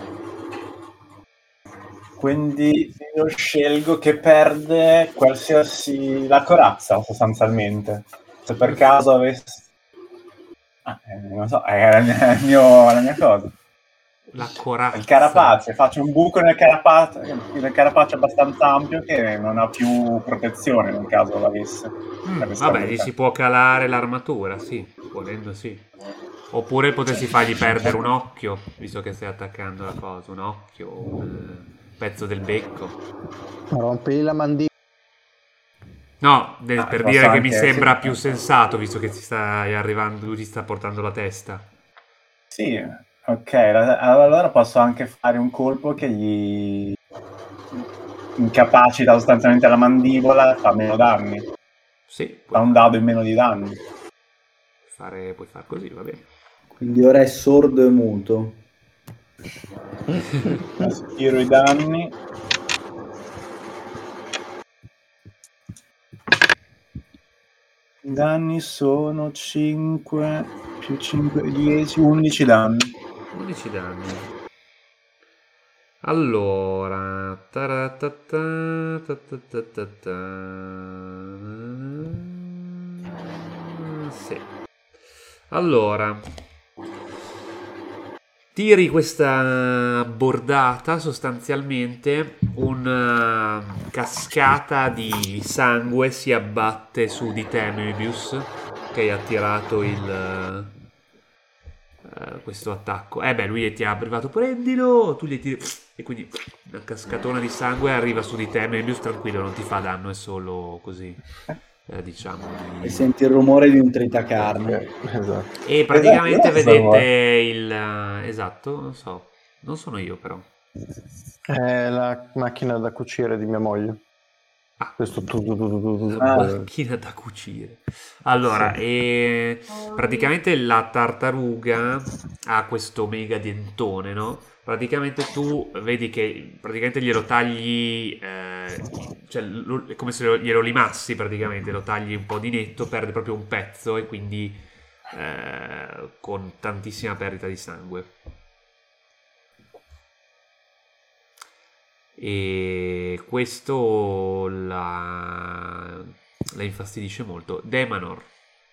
Quindi io scelgo che perde qualsiasi la corazza sostanzialmente. Se per caso avessi ah, eh, non so, è la mia, il mio- la mia cosa. La corazza. Il carapace, faccio un buco nel carapace, nel carapace abbastanza ampio che non ha più protezione nel caso l'avesse. Mm, L'avesse vabbè, gli avuta. si può calare l'armatura, sì, volendo sì. Oppure potessi fargli perdere un occhio, visto che stai attaccando la cosa, un occhio, un eh, pezzo del becco. Rompili la mandibola. No, de- Ah, per posso dire che anche- mi sembra sì. più sensato, visto che ti stai arrivando, lui ti sta portando la testa. Sì, ok, la- allora posso anche fare un colpo che gli incapacita sostanzialmente la mandibola e fa meno danni. Sì, Fa puoi un dado in meno di danni. fare, puoi fare così, va bene. Quindi ora è sordo e muto. Adesso tiro i danni. I danni sono cinque più cinque, dieci, undici danni. undici danni. Allora, taratata, tatatatata. Sì. Allora, tiri questa bordata, sostanzialmente una cascata di sangue si abbatte su di te, Möbius, che hai attirato il eh, questo attacco. Eh beh, lui ti ha privato, prendilo, tu gli tiri e quindi una cascatona di sangue arriva su di te, Möbius, tranquillo, non ti fa danno, è solo così, eh, diciamo. E Di... senti il rumore di un tritacarne. Esatto. E praticamente Esatto, vedete il... eh, esatto, non so, non sono io però. È la macchina da cucire di mia moglie. Ah, Questo tu, tu, tu, tu, tu, tu. Ah. macchina da cucire. Allora, e praticamente la tartaruga ha questo mega dentone, no? Praticamente tu vedi che praticamente glielo tagli, eh, cioè lo- è come se lo- glielo limassi praticamente, lo tagli un po' di netto, perde proprio un pezzo e quindi eh, con tantissima perdita di sangue. E questo la, la infastidisce molto. Demanor.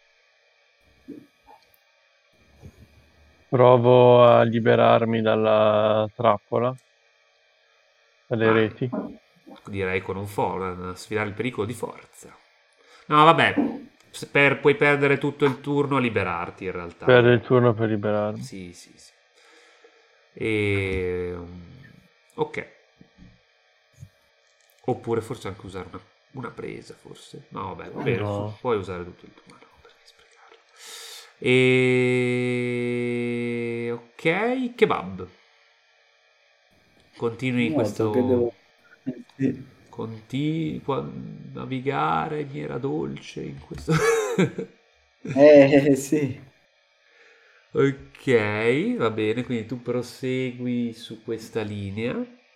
Provo a liberarmi dalla trappola, dalle Vai. reti. Direi con un for, sfidare il pericolo di forza. No, vabbè, se per- puoi perdere tutto il turno a liberarti in realtà. Perde il turno per liberarmi. Sì, sì, sì. E... Ok. Oppure forse anche usare una, una presa, forse. No, vabbè, va bene, No. puoi usare tutto il turno, perché sprecarlo. E... Ok, kebab. Continui Noto questo... che devo... Sì. Continua a navigare in maniera dolce in questo... Eh, sì. Ok, va bene, quindi tu prosegui su questa linea.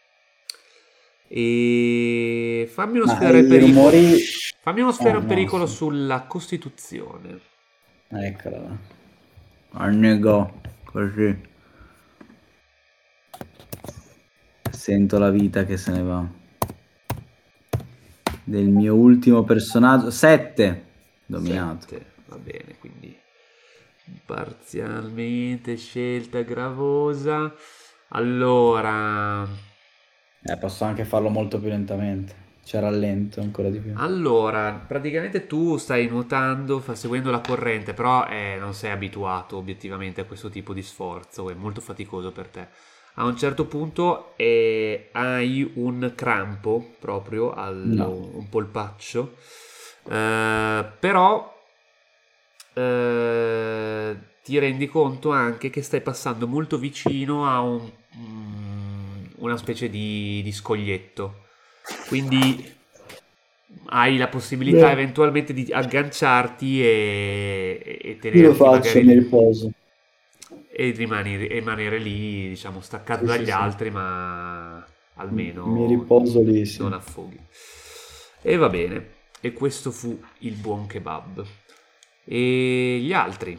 E fammi uno Ma sfidare il i pericolo. rumori... Fammi uno sfidare Ah, un no, pericolo sì. sulla Costituzione. Eccola. Annegò, così. Sento la vita che se ne va. Del mio ultimo personaggio. Sette. Dominato. Sette, va bene, quindi parzialmente scelta gravosa. Allora, Eh, posso anche farlo molto più lentamente. C'è rallento ancora di più. allora, praticamente tu stai nuotando, fa- seguendo la corrente, però eh, non sei abituato obiettivamente a questo tipo di sforzo, è molto faticoso per te. A un certo punto eh, hai un crampo proprio, al, No. un polpaccio, eh, però eh, ti rendi conto anche che stai passando molto vicino a un- mm, una specie di, di scoglietto. Quindi hai la possibilità Beh. eventualmente di agganciarti e, e Io lo tenerti faccio, magari mi riposo. e rimani- rimanere lì, diciamo, staccato Sì, sì, dagli sì. altri, ma almeno Mi riposo lì, sì. non affoghi. E va bene, e questo fu il buon kebab. E gli altri?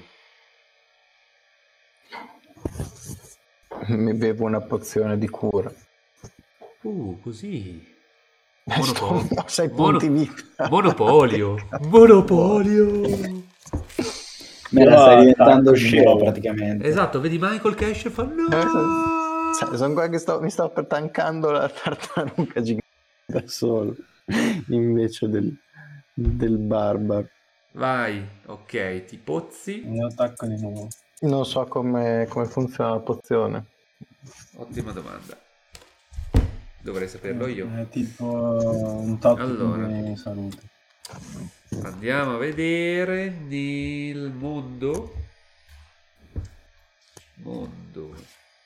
Mi bevo una pozione di cura. Uh, così. Sto Monopolio. a sei Mono- punti vita. Monopolio. Monopolio. Me la Io stai attacco diventando di show nuovo. praticamente. Esatto, vedi Michael che esce e fa no. Sai, sono qua che sto, mi sto per tankando la tartaruga gigante da solo, invece del, del barbaro. Vai, ok, ti pozzi. Io attacco di nuovo. Non so come, come funziona la pozione. Ottima domanda. Dovrei saperlo io. È tipo un tot Allora. di salute. Andiamo a vedere nel mondo. Mondo.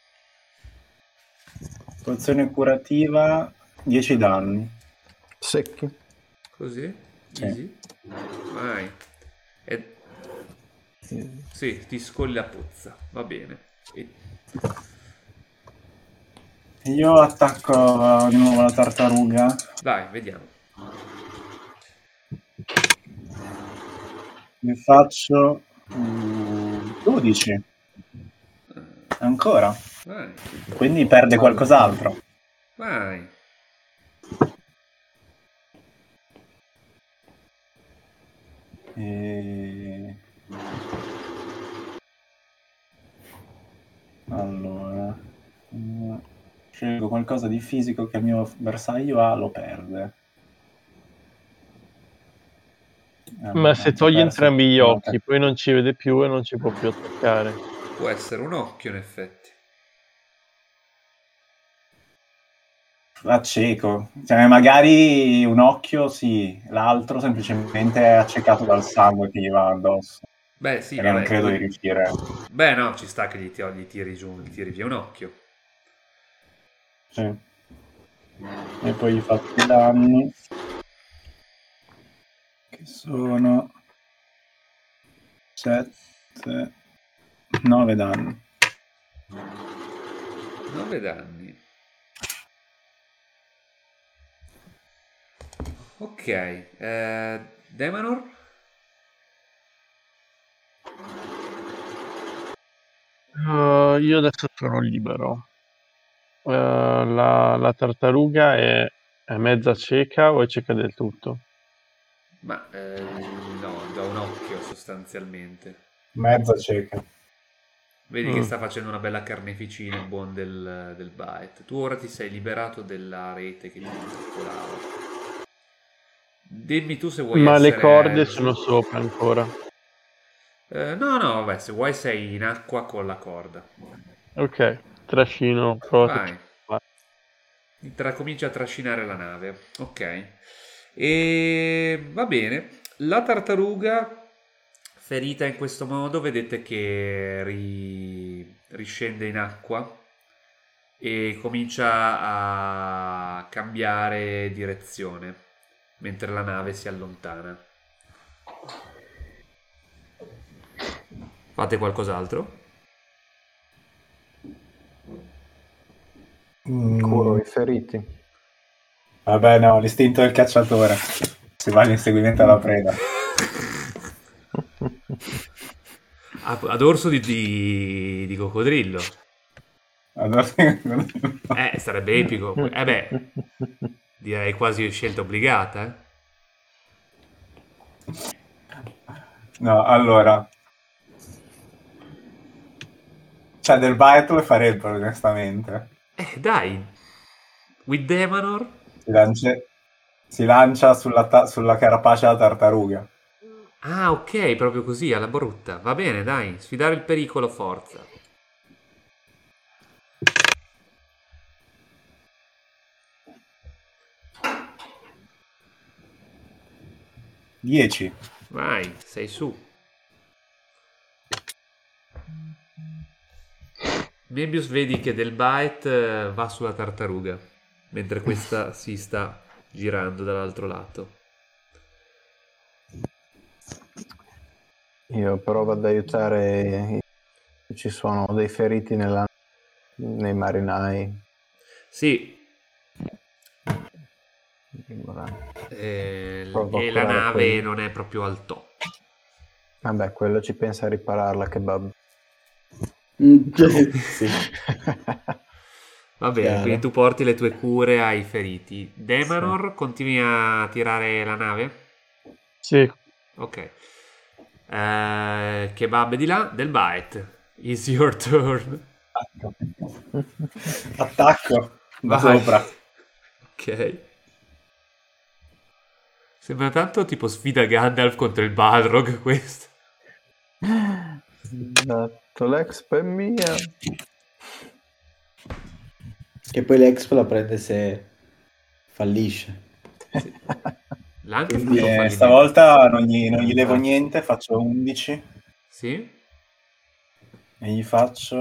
Pozione curativa, dieci danni. Secchi. Così? Sì. Easy. Vai. E... Sì, ti scogli la pozza. Va bene. E... Io attacco di nuovo la tartaruga. Vai, vediamo. Ne faccio mm, dodici. Ancora. Vai. Quindi perde qualcos'altro. Vai. E... Allora, mm, scelgo qualcosa di fisico che il mio bersaglio ha, lo perde. Allora, Ma se ci ho togli perso entrambi gli un occhi, attacco. poi non ci vede più e non ci può più attaccare. Può essere un occhio, in effetti. A cieco, cioè, magari un occhio sì, l'altro semplicemente è accecato dal sangue che gli va addosso. Beh, sì, Perché non vabbè. credo qui- di riuscire. Beh, no, ci sta che gli, ti- gli tiri giù, gli tiri via un occhio. Sì. E poi gli faccio i danni. Sono sette, nove danni. nove danni. Ok, eh, Demanor? Uh, io adesso sono libero. Uh, la, la tartaruga è, è mezza cieca o è cieca del tutto? Ma eh, no, da un occhio sostanzialmente. Mezza cieca. Vedi Mm. che sta facendo una bella carneficina il buon del, del bite. Tu ora ti sei liberato della rete che ti intrapolava. Dimmi tu se vuoi Ma essere... le corde sono sopra ancora. Eh, no, no, vabbè, se vuoi sei in acqua con la corda. Ok, trascino. provo a Vai. trascinare. Tra- comincia a trascinare la nave. Ok. E va bene. La tartaruga, ferita in questo modo, vedete che ri- riscende in acqua e comincia a cambiare direzione mentre la nave si allontana. Fate qualcos'altro? Curo i feriti. Vabbè, no, l'istinto del cacciatore. Si va all'inseguimento alla preda. A- Ad orso di, di, di coccodrillo. Allora, Eh, sarebbe epico. Eh beh, direi quasi scelta obbligata, eh? no, allora. Cioè, del bite lo farebbero, onestamente. Eh, dai. With Demanor? Si lancia, si lancia sulla, ta- sulla carapace della tartaruga. Ah, ok, proprio così, alla brutta. Va bene, dai, sfidare il pericolo, forza. dieci. Vai, sei su. Mebius vedi che del bite eh, va sulla tartaruga, mentre questa si sta girando dall'altro lato. Io provo ad aiutare. i- Ci sono dei feriti nella- nei marinai. Sì, Allora, eh, provo a e la curare nave quelli. non è proprio al top. Vabbè, quello ci pensa a ripararla, kebab. Sì. Va bene, Chiaro. quindi tu porti le tue cure ai feriti. Demanor, continui a tirare la nave? Sì, Ok. Eh, kebab di là, del bite. It's your turn. Attacco da Vai. sopra. Ok. Sembra tanto tipo sfida Gandalf contro il Balrog questo. Esatto, l'expo è mia. Che poi l'Expo la prende se fallisce. L'ha anche Quindi, fatto un Eh, fallimento. stavolta non gli, non gli levo Ah. niente, faccio undici Sì? e gli faccio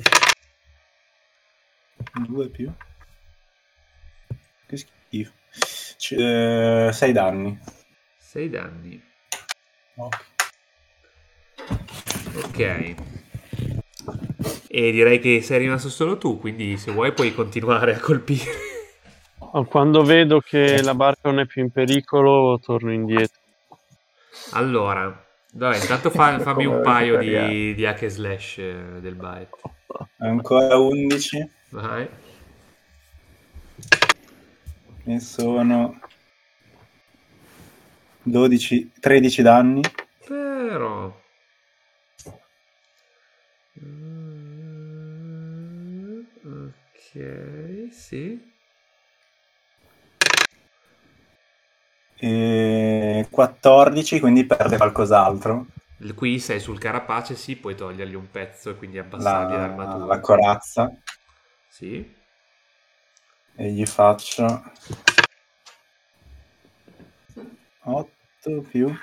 due più. Che schifo. sei danni. sei danni. Ok. Ok. E direi che sei rimasto solo tu, quindi se vuoi puoi continuare a colpire. quando vedo che la barca non è più in pericolo, torno indietro. Allora, dai, intanto fa- fammi Come un paio vegetariano. di, di hack and slash eh, del bite. Ancora undici Vai. e sono dodici, tredici danni. Però... Mm, ok, sì. E quattordici, quindi perde qualcos'altro. Il- Qui sei sul carapace, sì, puoi togliergli un pezzo e quindi abbassargli La, l'armatura. la corazza. Sì. E gli faccio otto più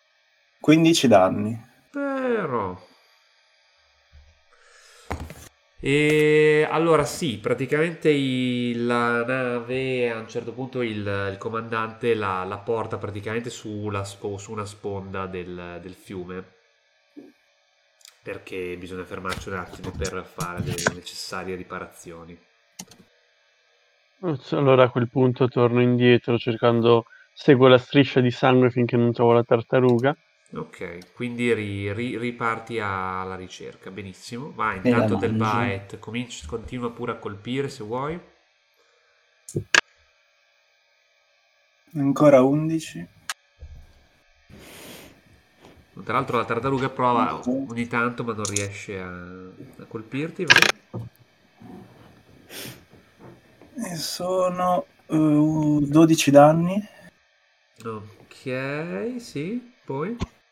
quindici danni. Però... E allora sì, praticamente il- la nave a un certo punto il, il comandante la, la porta praticamente sulla spo- su una sponda del, del fiume, perché bisogna fermarci un attimo per fare le necessarie riparazioni. Allora a quel punto torno indietro cercando, seguo la striscia di sangue finché non trovo la tartaruga. Ok, quindi ri- ri- riparti alla ricerca, benissimo. Vai, E la intanto del mangio. Baet, cominci- continua pure a colpire se vuoi. Ancora undici. Tra l'altro la tartaruga prova ogni tanto ma non riesce a, a colpirti, vai. E sono uh, dodici danni. Ok, sì, poi.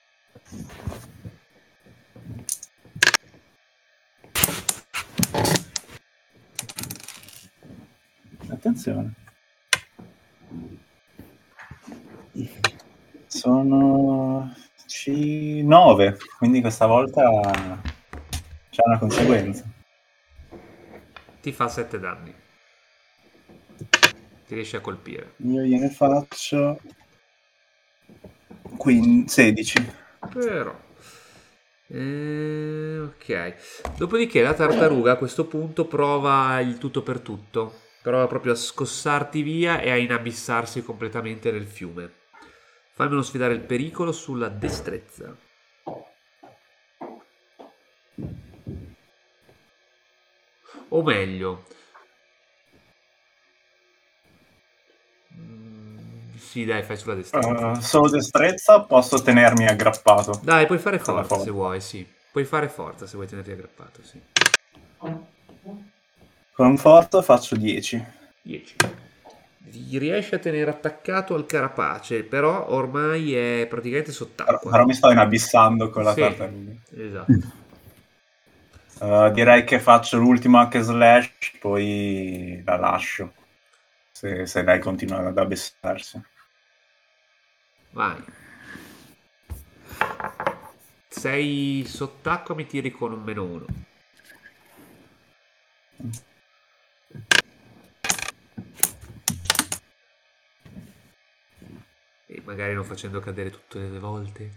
Attenzione. Sono nove, quindi questa volta c'è una conseguenza. Ti fa sette danni. Ti riesci a colpire. Io gliene faccio quindi sedici. Però. Eh, ok. Dopodiché la tartaruga a questo punto prova il tutto per tutto. Prova proprio a scossarti via e a inabissarsi completamente nel fiume. Fammelo sfidare il pericolo sulla destrezza. O meglio, mm, sì, dai, fai sulla destrezza. Uh, solo destrezza, posso tenermi aggrappato. Dai, puoi fare Con la forza se forza. vuoi, sì. Puoi fare forza se vuoi tenerti aggrappato, sì. Con forza faccio dieci. dieci. Riesci a tenere attaccato al carapace, però ormai è praticamente Però, sott'acqua. però mi sto inabissando con la Sì, tartaruga. esatto. Uh, direi che faccio l'ultimo hack slash, poi la lascio. Se, se lei continua ad abissarsi. Vai. Sei sott'acqua, mi tiri con un meno uno. E magari non facendo cadere tutte le volte.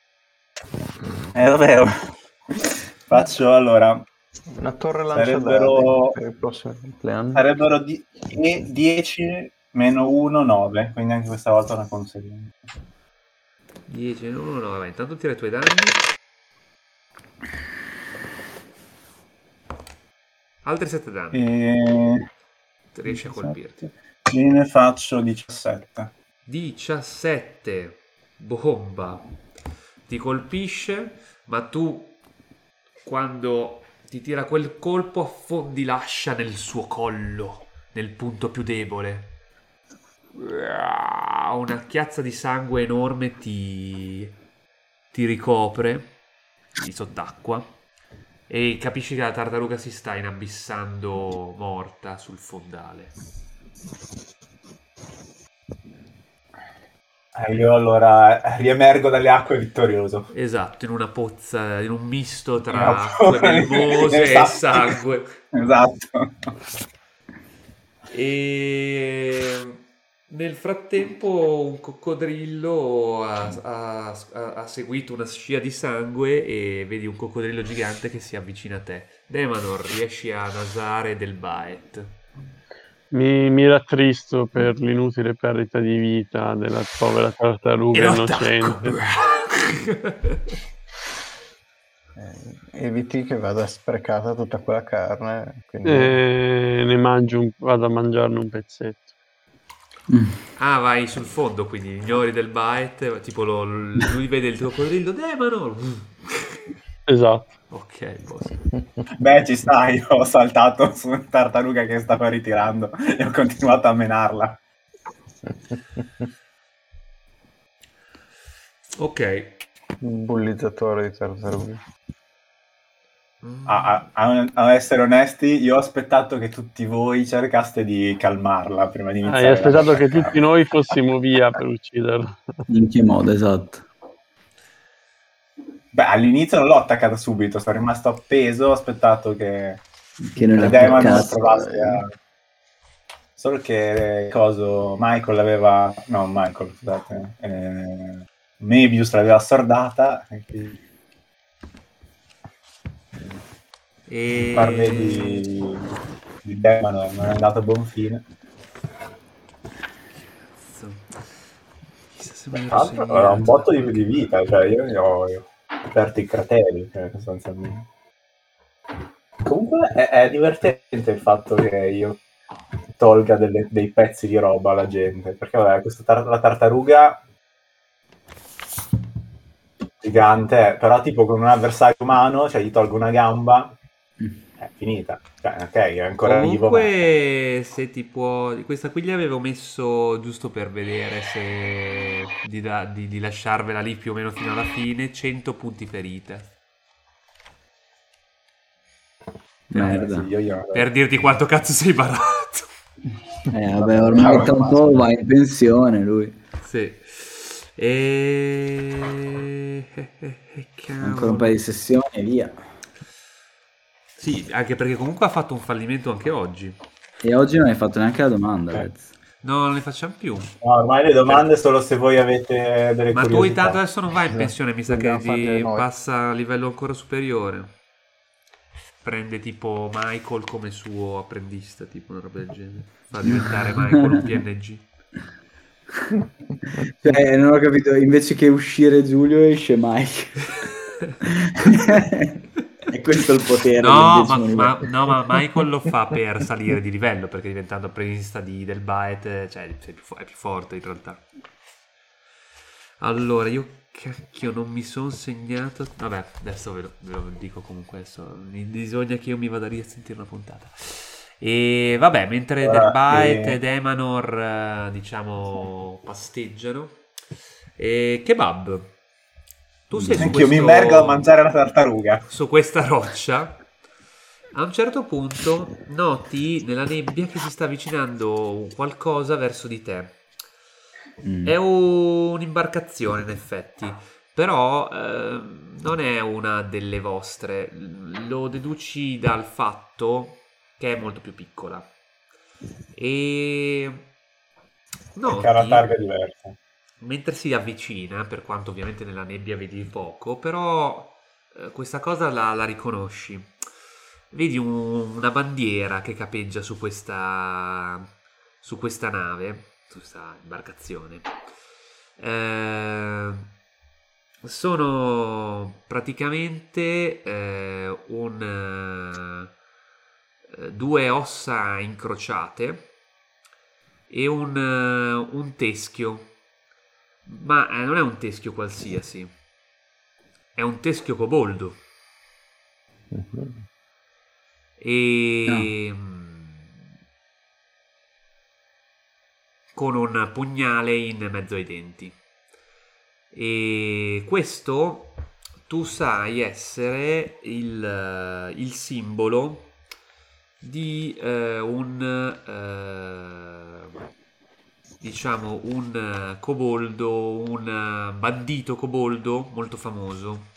È davvero. Faccio allora. Una torre Sarebbero- lanciadati per il prossimo compleanno. Sarebbero di- e dieci meno uno, nove. Quindi anche questa volta una conseguenza. dieci, no, no, vabbè, intanto tira i tuoi danni. Altri sette danni. E... Riesci a colpirti. Io ne faccio diciassette. diciassette. Bomba. Ti colpisce, ma tu quando ti tira quel colpo affondi l'ascia nel suo collo, nel punto più debole. Una chiazza di sangue enorme ti, ti ricopre di sott'acqua e capisci che la tartaruga si sta inabissando morta sul fondale. Eh, io allora riemergo dalle acque vittorioso. Esatto, in una pozza, in un misto tra No, acque melmose e esatto. sangue. Esatto. E nel frattempo un coccodrillo ha, ha- ha- ha seguito una scia di sangue e vedi un coccodrillo gigante che si avvicina a te. Demanor, riesci a nasare del Baet. Mi, mi rattristo per l'inutile perdita di vita della povera E tartaruga lo innocente. attacco. Eh, eviti che vada sprecata tutta quella carne. Quindi... E ne mangio un, vado a mangiarne un pezzetto. Ah, vai sul fondo, quindi ignori del Baet, tipo lo- lui vede il coccodrillo, Demanor. Esatto. Ok, boss. Beh, ci sta, io ho saltato su una tartaruga che stava ritirando e ho continuato a menarla. Ok. Bullizzatore di tartarughe. A, a- a- a essere onesti, io ho aspettato che tutti voi cercaste di calmarla prima di iniziare. Hai aspettato la- che tutti noi fossimo via per ucciderlo. In che modo, esatto. Beh, all'inizio non l'ho attaccata subito, sono rimasto appeso, ho aspettato che Che non E l'ha Demon toccato. lo provasse a... Solo che coso Michael aveva... No, Michael, scusate. Eh... Mebius l'aveva assordata. E quindi... E... il parve di... di Demon non è andato a buon fine. Cazzo. Chissà se me Tra l'ero l'altro aveva un segnato botto da di, qualche di vita, cioè io ne ho, ho aperto i crateri, cioè, sostanzialmente. Comunque è, è divertente il fatto che io tolga delle- dei pezzi di roba alla gente, perché vabbè, questa tar- la tartaruga gigante, però tipo con un avversario umano, cioè gli tolgo una gamba, è finita. Cioè, ok, è ancora vivo, ma... Comunque, se ti può. Questa qui gli avevo messo giusto per vedere se di, da- di- di lasciarvela lì più o meno fino alla fine. cento punti ferite. Merda. Sì, io io- Per dirti quanto cazzo sei barato. Eh, vabbè, ormai tra un po' va in pensione lui. Sì. E. eh, eh, eh, Ancora un paio di cavolo. sessioni e via. Sì, anche perché comunque ha fatto un fallimento anche oggi. E oggi non hai fatto neanche la domanda, Eh. Lez. No, non ne facciamo più. No, ormai le domande solo se voi avete delle Ma tu curiosità. intanto adesso non vai in Esatto, pensione, mi sa che dobbiamo farle ti noi. passa a livello ancora superiore. Prende tipo Michael come suo apprendista, tipo una roba del genere. Fa diventare Michael un P N G. Cioè, non ho capito, invece che uscire Giulio esce Mike. E questo è il potere No, del ma, decimo ma- livello. no, ma Michael lo fa per salire di livello, perché diventando apprendista di, del Baet, cioè sei più fo- è più forte in realtà. Allora, io cacchio non mi sono segnato. Vabbè, adesso ve lo, ve lo dico comunque. Adesso mi- bisogna che io mi vada lì a sentire una puntata. E vabbè, mentre Allora, Del Baet eh, ed Emanor, eh, diciamo, pasteggiano. E Kebab, tu sei su Anch'io mi questo, immergo a mangiare la tartaruga. su questa roccia. A un certo punto noti nella nebbia che si sta avvicinando qualcosa verso di te. Mm. È un'imbarcazione in effetti, però eh, non è una delle vostre. Lo deduci dal fatto che è molto più piccola. E Perché ha una noti, targa diversa. mentre si avvicina, per quanto ovviamente nella nebbia vedi poco, però eh, questa cosa la, la riconosci. Vedi un- una bandiera che capeggia su questa, su questa nave, su questa imbarcazione. Eh, sono praticamente eh, un, eh, due ossa incrociate e un, eh, un teschio. Ma eh, non è un teschio qualsiasi, è un teschio coboldo. E mm, con un pugnale in mezzo ai denti. E questo tu sai essere il, eh, il simbolo di eh, un eh, diciamo un eh, coboldo, un eh, bandito coboldo molto famoso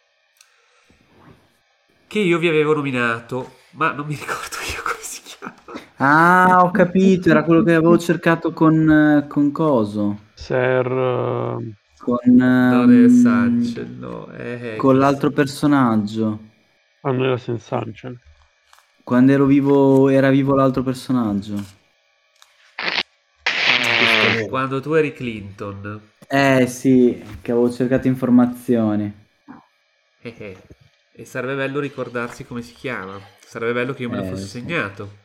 che io vi avevo nominato, ma non mi ricordo io come si chiama. Ah, ho capito, era quello che avevo cercato con, eh, con coso. Ser... eh, Con, Non è ehm, Sanchez, no, è con chi- l'altro personaggio. Annela Sensancen. Quando ero vivo, era vivo l'altro personaggio. quando tu eri Clinton. Eh sì, che avevo cercato informazioni. Eh, eh. E sarebbe bello ricordarsi come si chiama. Sarebbe bello che io me lo Eh, fossi sì. segnato.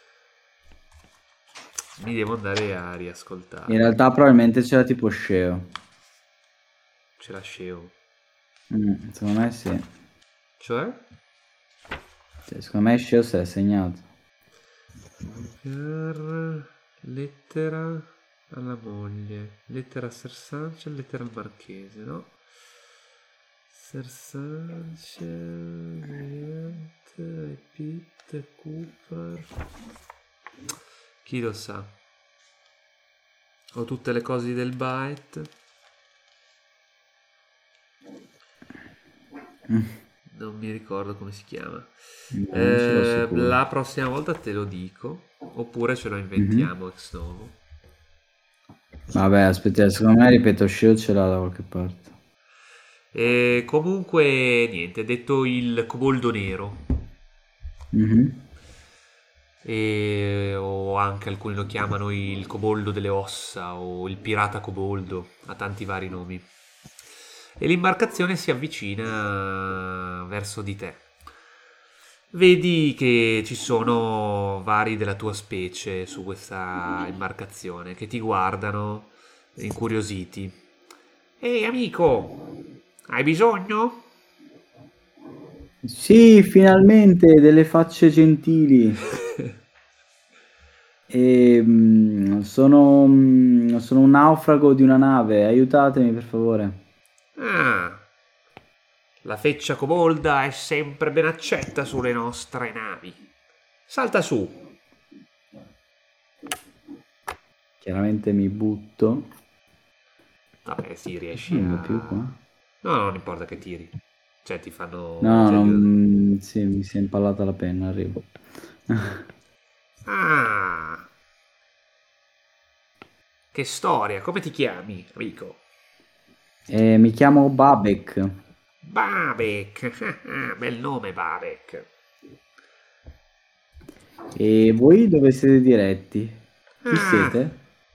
Mi devo andare a riascoltare. In realtà probabilmente c'era tipo Sceo. Ce la sceo. Mm, secondo me sì. Cioè? Cioè, secondo me Sceo se l'è segnato. Per lettera alla moglie. Lettera a Ser Sanchez, lettera al marchese, no? Ser Sanchez, niente, Pitt, Cooper. Chi lo sa? Ho tutte le cose del Byte. non mi ricordo come si chiama. Non ce l'ho Eh, sicuro. la prossima volta te lo dico, oppure ce lo inventiamo Mhm. ex novo. Vabbè, aspetta, secondo me, ripeto, Shio ce l'ha da qualche parte. E comunque, niente, detto il coboldo nero, Mhm. e, o anche alcuni lo chiamano il coboldo delle ossa o il pirata coboldo, ha tanti vari nomi. E l'imbarcazione si avvicina verso di te. Vedi che ci sono vari della tua specie su questa imbarcazione che ti guardano incuriositi. Ehi amico, hai bisogno? Sì, finalmente delle facce gentili. E, mm, sono, mm, sono un naufrago di una nave, aiutatemi per favore. Ah, la feccia cobolda è sempre ben accetta sulle nostre navi. Salta su. Chiaramente mi butto. Vabbè, sì, riesci Non a... va più qua. No, non importa che tiri. Cioè, ti fanno... No, ti aiutano. non- sì, mi si è impallata la penna, arrivo. Ah, che storia. Come ti chiami, amico? E mi chiamo Babek. Babek. Bel nome, Babek. E voi dove siete diretti? Chi Ah, siete?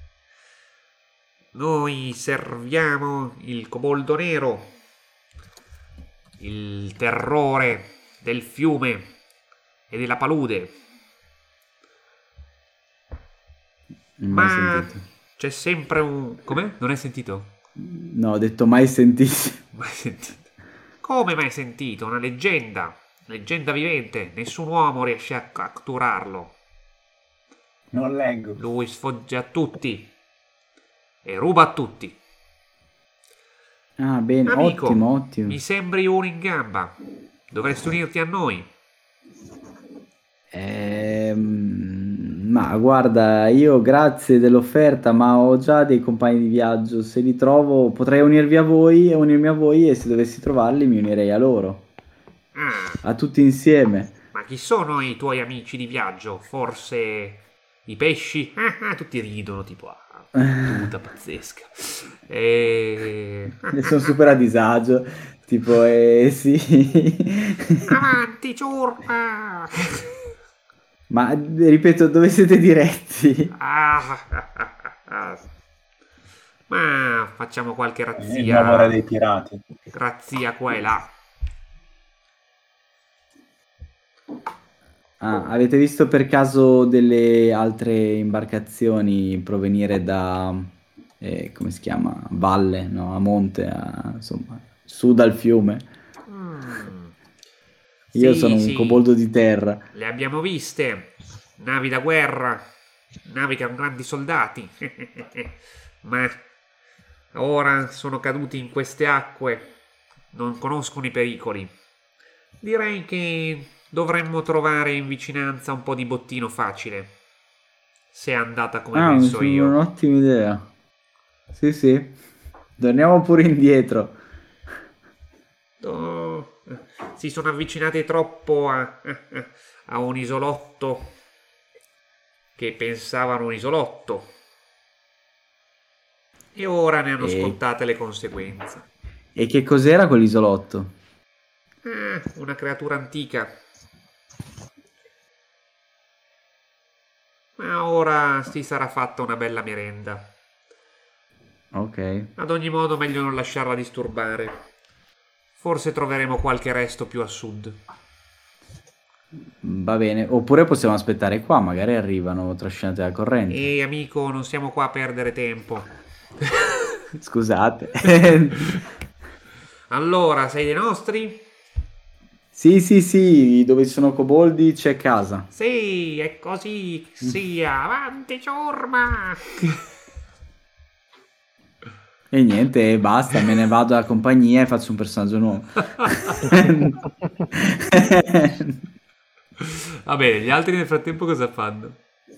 noi serviamo il coboldo nero, il terrore del fiume e della palude. Non mai Ma sentito. c'è sempre un... Come? Non hai sentito? No, ho detto mai sentito. Mai sentito? Come mai sentito? Una leggenda. Leggenda vivente. Nessun uomo riesce a catturarlo. Non leggo. Lui sfoggia a tutti. E ruba a tutti. Ah, bene, Amico, ottimo, ottimo. mi sembri uno in gamba. Dovresti unirti a noi. Ehm, ma guarda, io grazie dell'offerta, ma ho già dei compagni di viaggio. Se li trovo, potrei unirvi a voi e unirmi a voi, e se dovessi trovarli, mi unirei a loro, Ah, a tutti insieme. ma chi sono i tuoi amici di viaggio? Forse i pesci? Ah, ah, tutti ridono, tipo, ah, battuta pazzesca. E... E sono super a disagio, tipo, eh sì. Avanti, ciurma! Ma ripeto, dove siete diretti? Ah, ma facciamo qualche È il nuovo re dei razzia, pirati. razzia qua e là. Ah, avete visto per caso delle altre imbarcazioni provenire da, eh, come si chiama? Valle, no? A monte, a- insomma, su dal fiume. Mm. Io Sì, sono un sì, coboldo di terra. le abbiamo viste. Navi da guerra, navi con grandi soldati. Ma ora sono caduti in queste acque, non conoscono i pericoli. Direi che dovremmo trovare in vicinanza un po' di bottino facile. Se è andata come Ah, mi penso sembra io. un'ottima idea. Sì, sì. Torniamo pure indietro. Oh, si sono avvicinati troppo a, a un isolotto che pensavano un isolotto. E ora ne hanno E, scontate le conseguenze. e che cos'era quell'isolotto? Ah, una creatura antica. Ma ora si sarà fatta una bella merenda. Ok. Ad ogni modo, meglio non lasciarla disturbare. Forse troveremo qualche resto più a sud. Va bene. Oppure possiamo aspettare qua, magari arrivano trascinate dalla corrente. Ehi, amico, non siamo qua a perdere tempo. Scusate. Allora, sei dei nostri? Sì, sì, sì, dove ci sono coboldi c'è casa. Sì, è così che sia. Avanti, ciurma! E niente, basta, me ne vado alla compagnia e faccio un personaggio nuovo. Va bene, gli altri nel frattempo cosa fanno?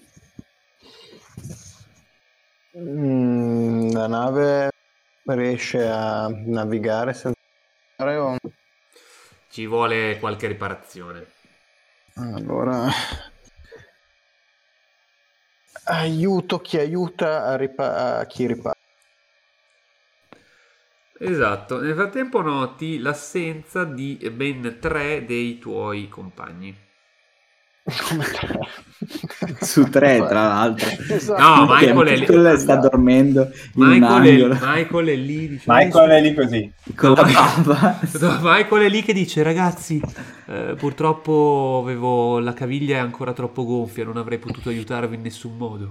Mm, la nave riesce a navigare senza o... ci vuole qualche riparazione. Allora, aiuto chi aiuta a, ripa- a chi ripara. Esatto, nel frattempo noti l'assenza di ben tre dei tuoi compagni. Come tre? Su tre, tra l'altro. Esatto. No, Perché Michael è lì. Michael sta dormendo in un Michael è, angolo Michael è lì, dice, Michael "Eh, è lì così. con la No, bava. No, Michael è lì che dice: ragazzi, eh, purtroppo avevo la caviglia è ancora troppo gonfia, non avrei potuto aiutarvi in nessun modo.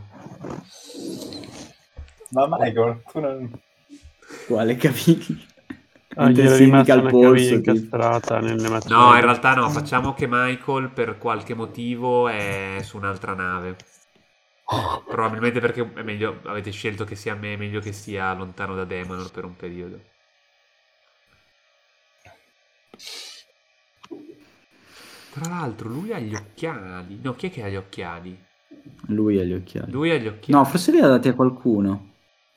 Ma Michael, tu non... Quale caviglia? Ah, gli era Mentre si indica rimasta il una polso, caviglia tipo. incastrata nelle macerie. No, in realtà no, facciamo che Michael per qualche motivo è su un'altra nave. Probabilmente perché è meglio, avete scelto che sia me, è meglio che sia lontano da Daemonor per un periodo. Tra l'altro lui ha gli occhiali. No, chi è che ha gli occhiali? Lui ha gli occhiali. Lui ha gli occhiali. No, forse li ha dati a qualcuno.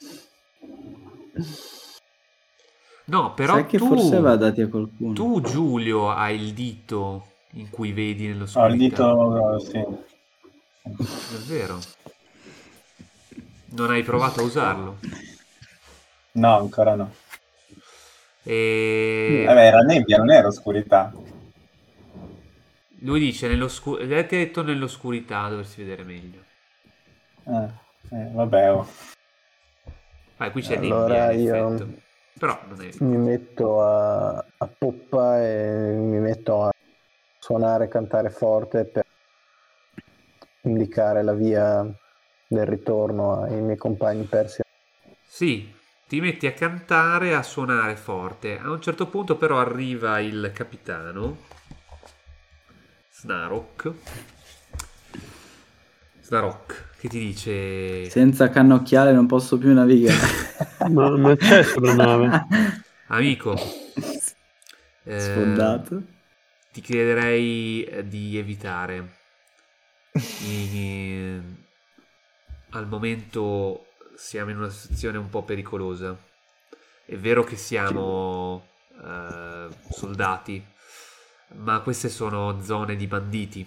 No, però Sai che tu, forse aveva dati a qualcuno. tu Giulio hai il dito in cui vedi Ho nell'oscurità. il dito... Sì. Davvero? Non hai provato a usarlo? No, ancora no. E... Vabbè, era nebbia, non era oscurità. Lui dice nell'oscurità. Gli avete detto nell'oscurità dovresti vedere meglio. Eh, eh, vabbè, oh. Ah, qui c'è Allora nebbia in io- effetto. Però non è... Mi metto a, a poppa e mi metto a suonare e cantare forte per indicare la via del ritorno ai miei compagni persi. Sì, ti metti a cantare, a suonare forte. A un certo punto però arriva il capitano Snarok. Snarok che ti dice: Senza cannocchiale non posso più navigare. Ma non c'è sulla nave. amico, eh, Sfondato. ti chiederei eh, di evitare. I- al momento siamo in una situazione un po' pericolosa. È vero che siamo eh, soldati, ma queste sono zone di banditi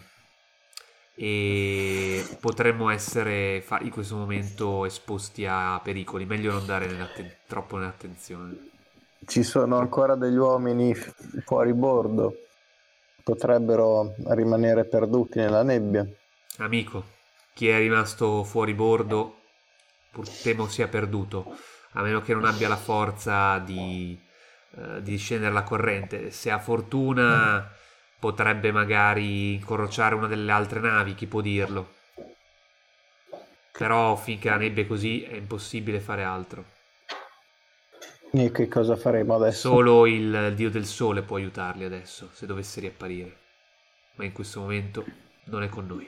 e potremmo essere fa- in questo momento esposti a pericoli. Meglio non dare nell'atten- troppo nell'attenzione. Ci sono ancora degli uomini f- fuori bordo, potrebbero rimanere perduti nella nebbia. Amico, chi è rimasto fuori bordo pur temo sia perduto, a meno che non abbia la forza di, eh, di scendere la corrente. Se ha fortuna potrebbe magari incrociare una delle altre navi, chi può dirlo. Però finché la nebbia è così è impossibile fare altro. E che cosa faremo adesso? Solo il dio del sole può aiutarli adesso, se dovesse riapparire. Ma in questo momento non è con noi.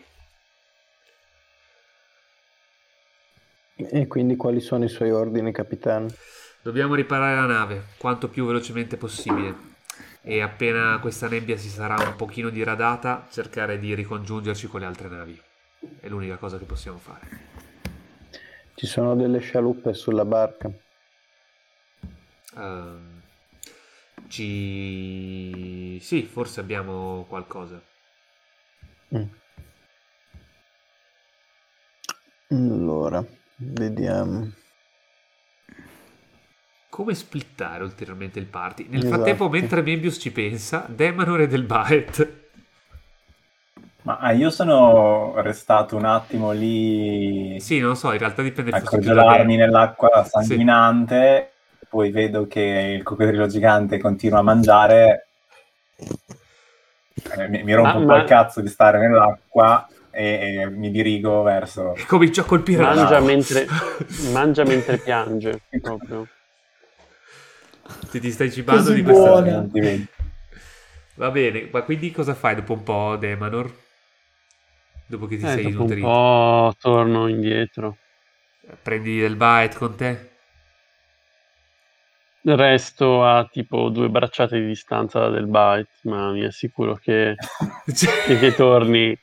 E quindi quali sono i suoi ordini, capitano? Dobbiamo riparare la nave quanto più velocemente possibile e appena questa nebbia si sarà un pochino diradata cercare di ricongiungerci con le altre navi. È l'unica cosa che possiamo fare. Ci sono delle scialuppe sulla barca. Ehm, ci... Sì, forse abbiamo qualcosa. Mm. Allora, vediamo. Come splittare ulteriormente il party? Nel Esatto. frattempo, mentre Mebius ci pensa, Daemonor e Del Baet. Ma ah, io sono restato un attimo lì Sì, non lo so, in realtà dipende a forse più da crogiolarmi te. nell'acqua sanguinante, poi vedo che il coccodrillo gigante continua a mangiare, eh, mi, mi rompo Ma- un po' ma- il cazzo di stare nell'acqua e, e mi dirigo verso... E comincio a colpire la Mangia nave. mentre, mangia mentre piange, proprio. Ti, ti stai cibando Così di questa buona. gente. Non ti vedi. Va bene, ma quindi cosa fai dopo un po', Daemonor? Dopo che ti Eh, sei dopo un nutrito? po' torno indietro. Prendi del bite con te? Resto a tipo due bracciate di distanza da Del Bite, ma mi assicuro che, che, che torni.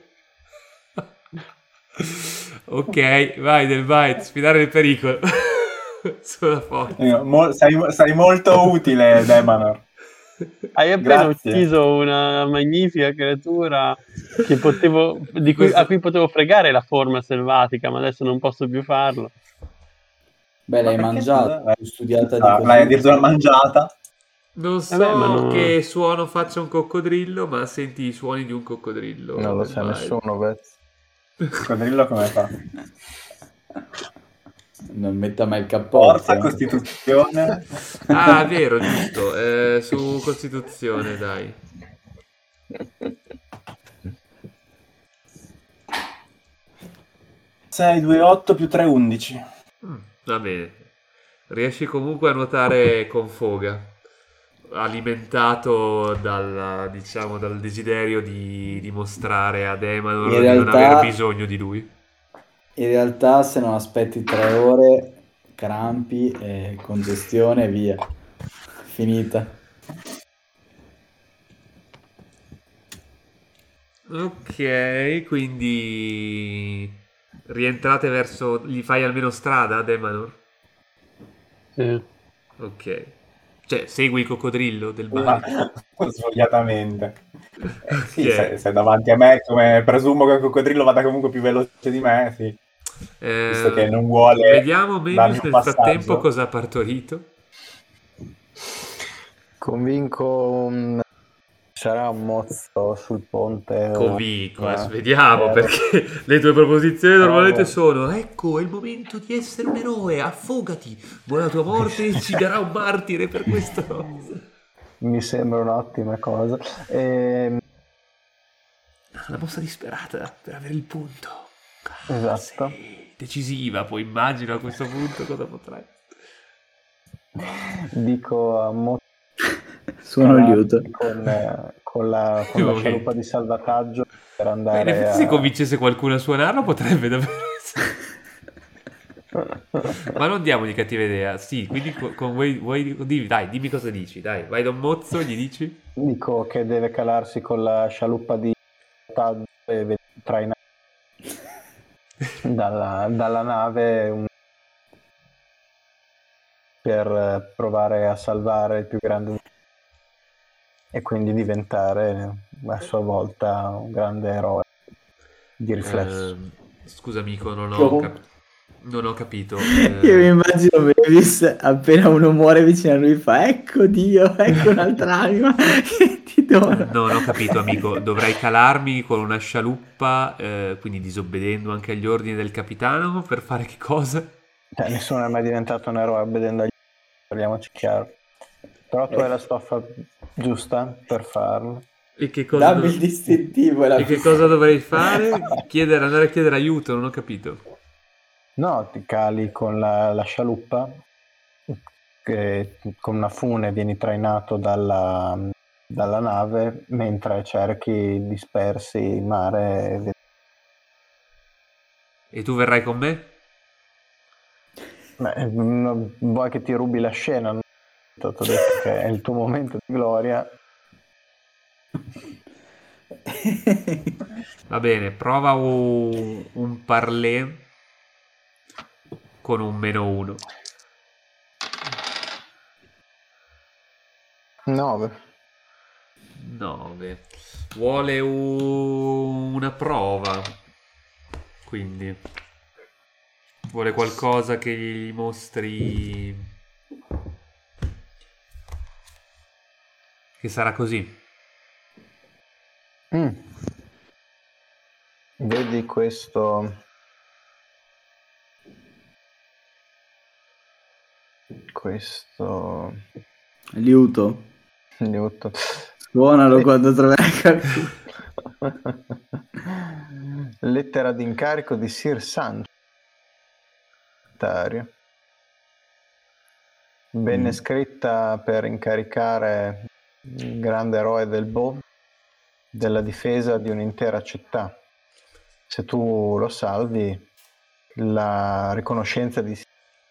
Ok, vai del bite, sfidare il pericolo. Sulla forza. Io, mo- sei, sei molto utile, Demanor. Hai appena Grazie. ucciso una magnifica creatura che potevo, di cui, a cui potevo fregare la forma selvatica, ma adesso non posso più farlo. Beh, l'hai Ma perché, mangiata, scusa? più studiata di Ah, così. l'hai addirittura mangiata? Non so Vabbè, ma no- che suono faccia un coccodrillo, ma senti i suoni di un coccodrillo. Non lo nel sa mare. nessuno, Vez. Il coccodrillo come fa? Non metta mai il cappotto. Forza, costituzione. Ah, vero, giusto. eh, su Costituzione, dai. sei, due, otto più tre, undici. Mm, va bene. Riesci comunque a nuotare con foga, alimentato dal, diciamo, dal desiderio di dimostrare ad Emanor In di non realtà- aver bisogno di lui. In realtà, se non aspetti tre ore, crampi e congestione e via. Finita. Ok, quindi rientrate verso... Gli fai almeno strada ad Emanor? Sì. Ok. Cioè, segui il coccodrillo del Ma mare. svogliatamente. Eh, sì, Ok. se, se davanti a me, come presumo che il coccodrillo vada comunque più veloce di me, sì. Eh, Visto che non vuole Vediamo darmi Mebius un nel passaggio. frattempo cosa ha partorito. Convinco un... sarà un mozzo sul ponte. o- Convinco, eh, adesso vediamo per- perché le tue proposizioni normalmente Eh, sono: ecco, è il momento di essere un eroe, affogati, vuoi la tua morte, ci darà un martire per questa cosa. Mi sembra un'ottima cosa. Ehm, La mossa disperata per avere il punto. Ah, Esatto. sì, decisiva, poi immagino a questo punto cosa potrai. dico a Mo Suono il liuto. con, eh, con la, con la Ok. scialuppa di salvataggio per Beh, in andare effetti, a... se convincesse qualcuno a suonarlo, potrebbe davvero essere. Ma non diamogli cattiva idea. Sì, quindi con, con vuoi, vuoi- dimmi, dai, dimmi cosa dici, dai, vai da un mozzo, gli dici? Dico che deve calarsi con la scialuppa di salvataggio e vedere trainare dalla, dalla nave un- per eh, provare a salvare il più grande e quindi diventare a sua volta un grande eroe di riflesso. Ehm, scusa amico, non ho, Comunque- cap- non ho capito. Io mi Eh, immagino Mavis appena uno muore vicino a lui fa ecco Dio, ecco un'altra anima che ti dona. non ho capito amico, dovrei calarmi con una scialuppa, eh, quindi disobbedendo anche agli ordini del capitano per fare che cosa? Cioè, nessuno è mai diventato un eroe obbedendo agli parliamoci chiaro. Però tu hai la stoffa giusta per farlo. E che cosa, Dammi dov- il distintivo e la e che cosa dovrei fare? Chiedere, andare a chiedere aiuto, non ho capito. No, ti cali con la, la scialuppa, che con una fune vieni trainato dalla, dalla nave mentre cerchi dispersi in mare. E tu verrai con me? Beh, non vuoi che ti rubi la scena? Non ti ho detto che è il tuo momento di gloria. Va bene, prova un, un parlé con un meno uno. nove. nove. Vuole un- una prova. Quindi vuole qualcosa che gli mostri che sarà così. Mm. Vedi questo questo Liuto, aiuto. suonalo Eh. quando troverai qualcuno. Lettera d'incarico di Sir Sancho. Venne Mm. scritta per incaricare il grande eroe del Bo della difesa di un'intera città. Se tu lo salvi, la riconoscenza di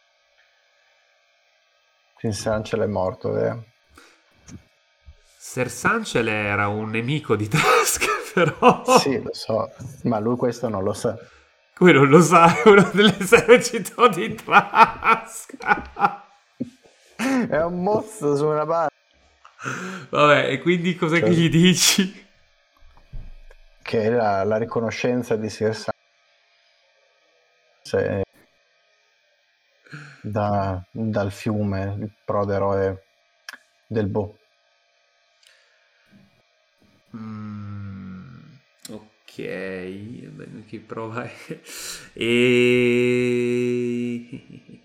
Sir Sancho è morto, vero? Ser Sancel era un nemico di Trask, però Sì, lo so, ma lui questo non lo sa. come non lo sa, è uno dell'esercito di Trask. È un mozzo su una barca. Vabbè, e quindi cos'è Cioè- che gli dici? Che è la, la riconoscenza di Sir Sam se- da- dal fiume, il proderoe del Bo. Mm, ok, beh, chi prova e...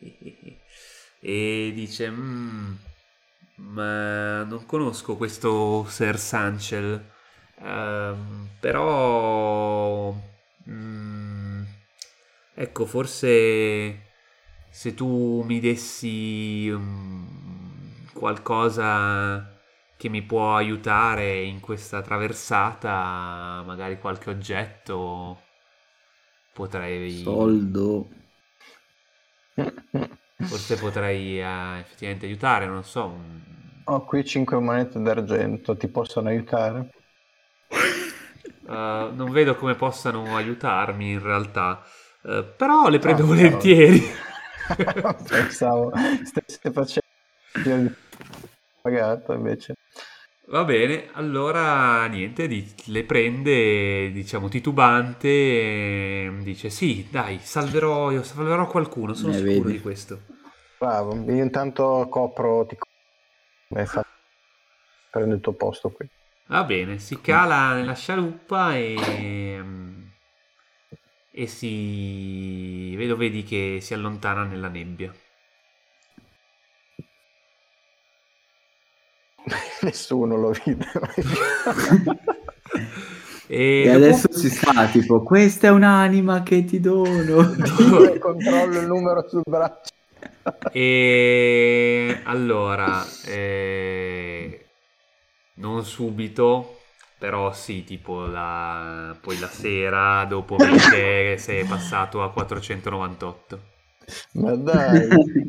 e dice "Mm, ma non conosco questo Ser Sanchel, ehm, però mm, ecco, forse se tu mi dessi mm, qualcosa che mi può aiutare in questa traversata, magari qualche oggetto, potrei... Soldo. Forse potrei eh, effettivamente aiutare, non so. un- Ho qui cinque monete d'argento, ti possono aiutare? eh, non vedo come possano aiutarmi in realtà, eh, però le prendo Ah, volentieri. Pensavo stesse facendo di pagato invece. Va bene, allora niente, di- le prende, diciamo, titubante e dice sì, dai, salverò, io salverò qualcuno, sono Ne sicuro vedi. di questo. Bravo, io intanto copro, ti copro, e fa- prendo il tuo posto qui. Va bene, si cala nella scialuppa e, e si... lo vedi che si allontana nella nebbia. Nessuno lo vide. E, E dopo- adesso si sa, tipo, questa è un'anima che ti dono. Io controllo il numero sul braccio. E allora, eh, non subito, però sì, tipo la, poi la sera, dopo vedi che sei passato a quattrocentonovantotto. Ma dai,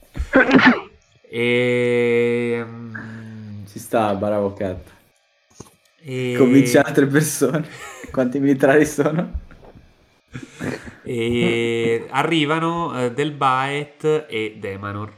E, mm, Ci sta, bravo Cat. e- Convinci altre persone. Quanti militari sono? e arrivano eh, Del Baet e Demanor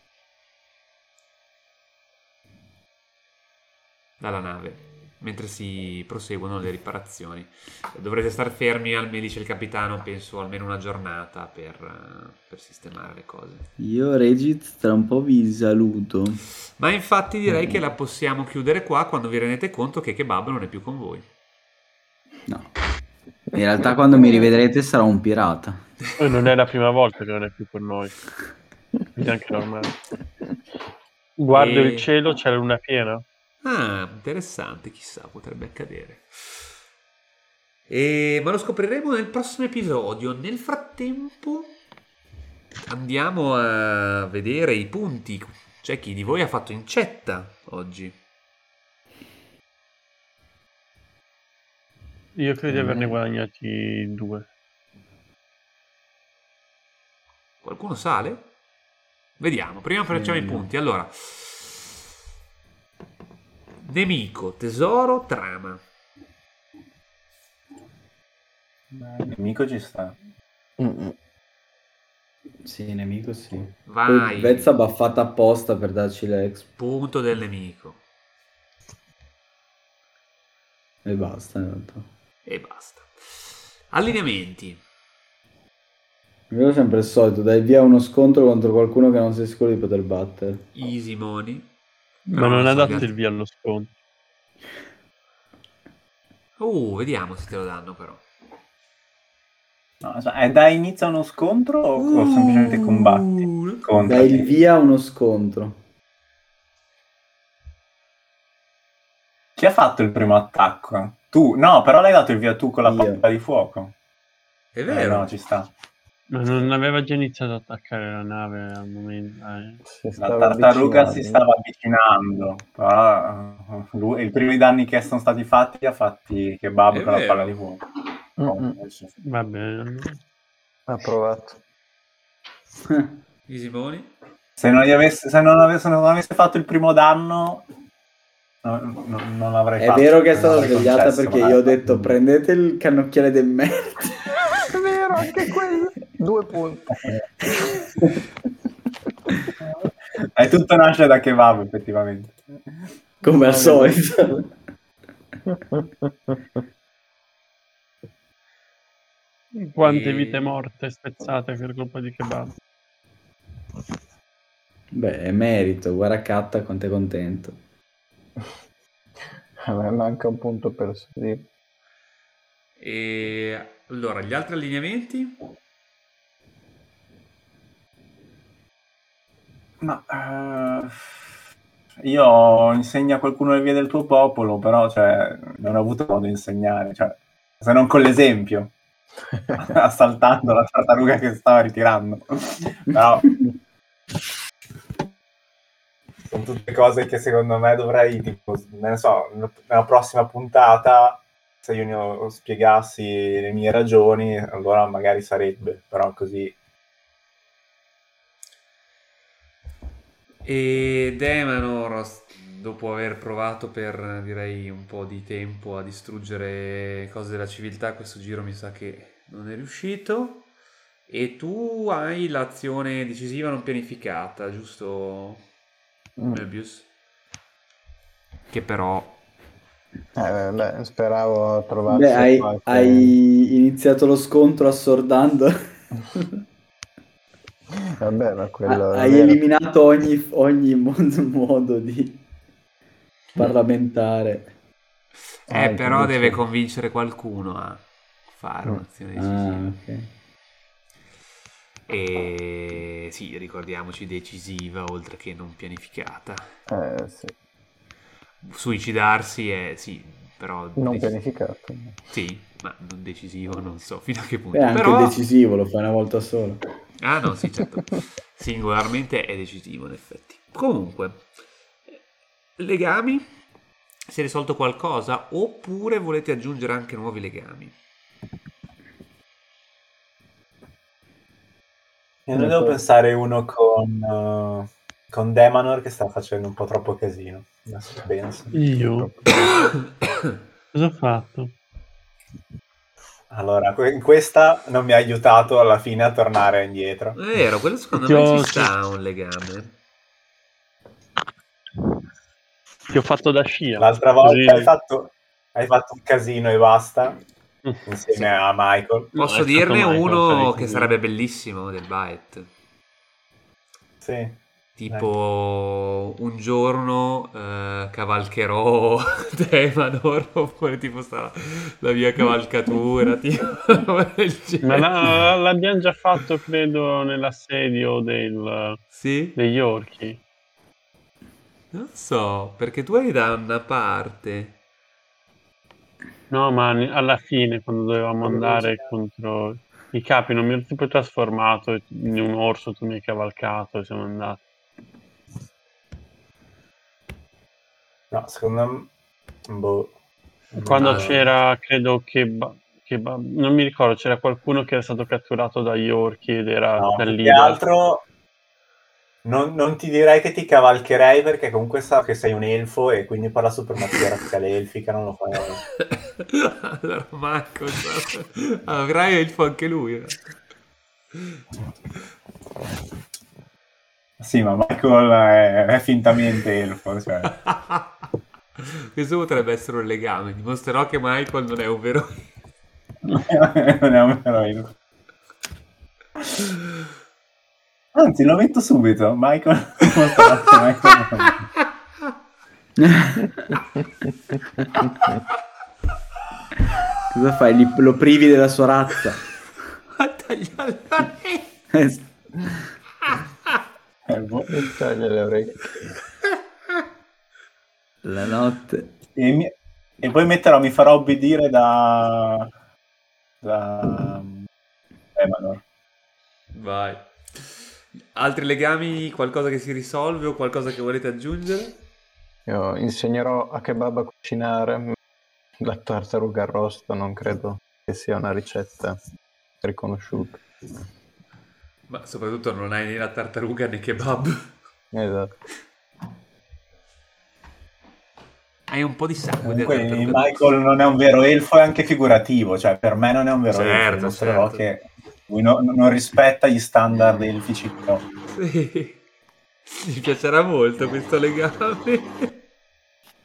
dalla nave mentre si proseguono le riparazioni. Dovrete star fermi, almeno dice il capitano, penso almeno una giornata per, eh, per sistemare le cose. Io, Regit, tra un po' vi saluto. Ma infatti direi che la possiamo chiudere qua quando vi rendete conto che Kebab non è più con voi. No. In realtà quando mi rivedrete sarò un pirata. E non è la prima volta che non è più con noi. Quindi è anche normale. Guardo E- il cielo, c'è la luna piena. Ah, interessante, chissà, potrebbe accadere. E... ma lo scopriremo nel prossimo episodio. Nel frattempo andiamo a vedere i punti. C'è chi di voi ha fatto incetta oggi? Io credo di averne guadagnati due. Qualcuno sale? Vediamo, prima facciamo i punti. Allora, nemico, tesoro, trama. Il nemico ci sta. Mm-mm. Sì, nemico sì. Vai. Poi Vezza baffata apposta per darci l'ex. Punto del nemico. E basta in realtà. E basta. Allineamenti. Io vedo sempre il solito, dai via uno scontro contro qualcuno che non sei sicuro di poter battere. Easy money. Ma Però non so ha gli dato altri- il via allo scontro. Uh, vediamo se te lo danno però. No, cioè, è da inizio a uno scontro o, o semplicemente combatti? Uh, Contro Dai il via uno scontro. Chi ha fatto il primo attacco? Tu? No, però l'hai dato il via tu con la Io. palla di fuoco. È Eh, vero. no, ci sta. Ma non aveva già iniziato ad attaccare la nave al momento. Eh. Si La stava tartaruga si avvicinando. stava avvicinando. Però, eh, lui, i primi danni che sono stati fatti li ha fatti Kebab È con la vero. palla di fuoco. Mm-mm. Va bene. Ha provato. Easy money. Se non, gli avesse, se non avesse, non avesse fatto il primo danno, no, no, non l'avrei È fatto. vero che è non stata l'avrei svegliata concesso, perché ma- io ho detto prendete il cannocchiale del merda. È vero, anche quello. Due punti. È tutto nasce da Kebab, effettivamente. come al solito. Quante E- vite morte spezzate per colpa di kebab. Beh, è merito, guarda Catta quanto è contento. A me manca un punto per salire. E allora, gli altri allineamenti? Ma eh, io insegno a qualcuno le vie del tuo popolo, però cioè, non ho avuto modo di insegnare, cioè, se non con l'esempio, assaltando la tartaruga che stava ritirando. Però sono tutte cose che secondo me dovrei, tipo, ne ne so, nella prossima puntata, se io ne ho- spiegassi le mie ragioni, allora magari sarebbe, però così. E Demanor, s- dopo aver provato per direi un po' di tempo a distruggere cose della civiltà, questo giro mi sa che non è riuscito. E tu hai l'azione decisiva non pianificata, giusto, Mm. Möbius? Che però... Eh, beh, speravo trovassi Beh, hai, qualche... hai iniziato lo scontro assordando. Vabbè, ma quello Ha- è hai vero. eliminato ogni, ogni mo- modo di parlamentare. Eh, Ah, però dici- deve convincere qualcuno a fare Mm. un'azione decisiva. Ah, ok. E sì, ricordiamoci decisiva oltre che non pianificata. Eh, sì. Suicidarsi è sì, però Non dec- pianificato. sì, ma non decisivo non so fino a che punto. Beh, anche Però decisivo, lo fai una volta sola. ah no, sì, certo. Singolarmente è decisivo in effetti. Comunque, legami, si è risolto qualcosa oppure volete aggiungere anche nuovi legami? Io ne devo pensare uno con, eh, con Demanor che sta facendo un po' troppo casino. Adesso ci penso. Io? Cosa ho fatto? Allora, que- in questa non mi ha aiutato alla fine a tornare indietro. È vero, quello secondo Ti me ho- ci sta un legame. Ti ho fatto da scia. L'altra volta Così- hai fatto, hai fatto un casino e basta, Mm. insieme Sì. a Michael. No, Posso è dirne stato Michael a fare uno i che casini. sarebbe bellissimo del Byte. Sì. Tipo un giorno eh, cavalcherò Demanor oppure tipo sta la mia cavalcatura tipo roba del Ma genere. la- l'abbiamo già fatto, credo, nell'assedio del, Sì? degli orchi. Non so, perché tu eri da una parte. No, ma ne- alla fine, quando dovevamo andare contro i capi, non mi ero tipo trasformato in un orso, tu mi hai cavalcato e siamo andati. No, secondo me... Boh. Quando Ah, c'era, credo che, ba- che ba- non mi ricordo, c'era qualcuno che era stato catturato dagli orchi ed era No, dal più che leader. altro non, non ti direi che ti cavalcherei perché comunque so che sei un elfo e quindi per la supremazia razziale elfica non lo fai. allora Marco sa- avrai il fo anche lui. eh. Sì, ma Michael è, è fintamente elfo, cioè. Questo potrebbe essere un legame. Dimostrerò che Michael non è un vero. non è un vero elfo. Anzi, lo metto subito. Michael dimostrerà che Michael non è. Cosa fai? Li- lo privi della sua razza. A tagliare la Eh, Eh, boh. E toglie le orecchie. La notte. E, mi- e poi metterò, mi farò obbedire da da Emanor. Vai. Altri legami, qualcosa che si risolve o qualcosa che volete aggiungere? Io insegnerò a Kebab a cucinare la tartaruga arrosto, non credo che sia una ricetta riconosciuta. Ma soprattutto non hai né la tartaruga né kebab. Esatto. Hai un po' di sangue della Comunque tartaruga. Michael non è un vero elfo, è anche figurativo, cioè per me non è un vero Certo, elfo, dimostrerò certo. che lui no- non rispetta gli standard elfici che ho. Sì. Mi piacerà molto questo legame.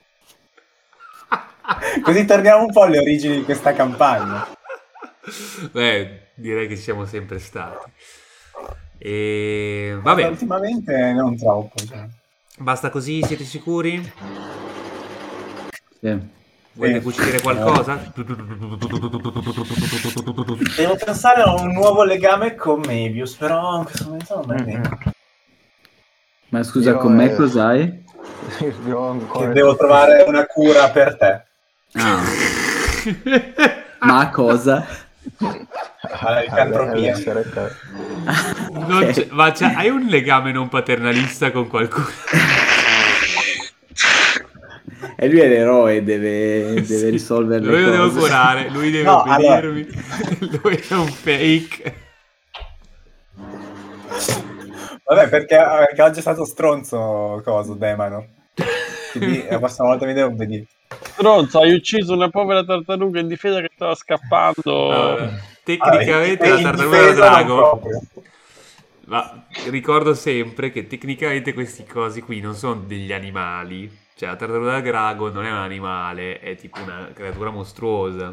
Così torniamo un po' alle origini di questa campagna. Beh, direi che ci siamo sempre stati. E vabbè, ultimamente non troppo. Cioè. Basta così, siete sicuri? Sì. Volete Sì. cucire qualcosa? Devo pensare a un nuovo legame con Mebius, però in questo momento non me ne viene. Ma scusa, Io, con me eh, cos'hai? Io ho ancora Che devo trovare una cura per te. Ah. Ma a cosa? Ah, licantropia. essere te. Non c'è- ma c'è- hai un legame non paternalista con qualcuno? E lui è l'eroe, deve, deve Sì. risolvere Lui le lo devo cose. curare, lui deve No, obbedirmi. Lui è un fake. Vabbè, perché, perché oggi è stato stronzo coso, Demanor. Quindi la prossima volta mi devo obbedire. Stronzo, hai ucciso una povera tartaruga in difesa che stava scappando. Allora, tecnicamente Ah, la in tartaruga da difesa non drago. proprio. Ma ricordo sempre che tecnicamente questi cosi qui non sono degli animali. Cioè, la tartaruga da drago non è un animale, è tipo una creatura mostruosa.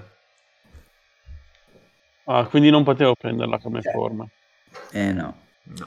Ah, quindi non potevo prenderla come Cioè. forma. Eh no. No.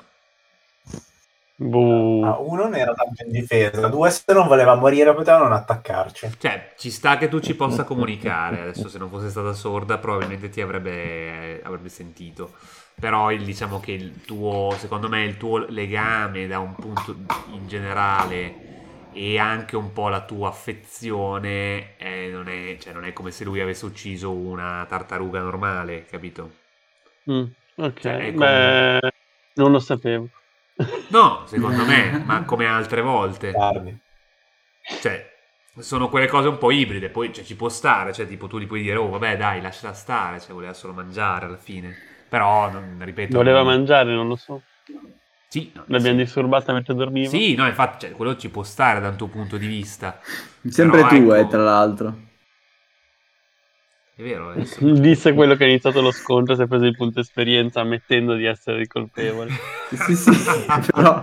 Boh. Ah, uno non era tanto in difesa, due se non voleva morire poteva non attaccarci. Cioè, ci sta che tu ci possa comunicare. Adesso, se non fosse stata sorda, probabilmente ti avrebbe, avrebbe sentito. Però il, diciamo che il tuo, secondo me, il tuo legame da un punto in generale e anche un po' la tua affezione eh, non è, cioè, non è come se lui avesse ucciso una tartaruga normale, capito? Mm, ok, Cioè, è beh, non lo sapevo. No, secondo me, ma come altre volte. Guardi. Cioè, sono quelle cose un po' ibride, poi cioè, ci può stare, cioè tipo tu gli puoi dire, oh vabbè dai, lasciala stare, cioè voleva solo mangiare alla fine. Però, non, ripeto... Voleva non... mangiare, non lo so. Sì, no, L'abbiamo sì. disturbata mentre dormiva. Sì, no, infatti, cioè, quello ci può stare dal tuo punto di vista. Sempre Però, tu, ecco, eh, tra l'altro. È vero, eh, sì. Disse quello che ha iniziato lo scontro, si è preso il punto esperienza ammettendo di essere il colpevole. Sì, sì, però...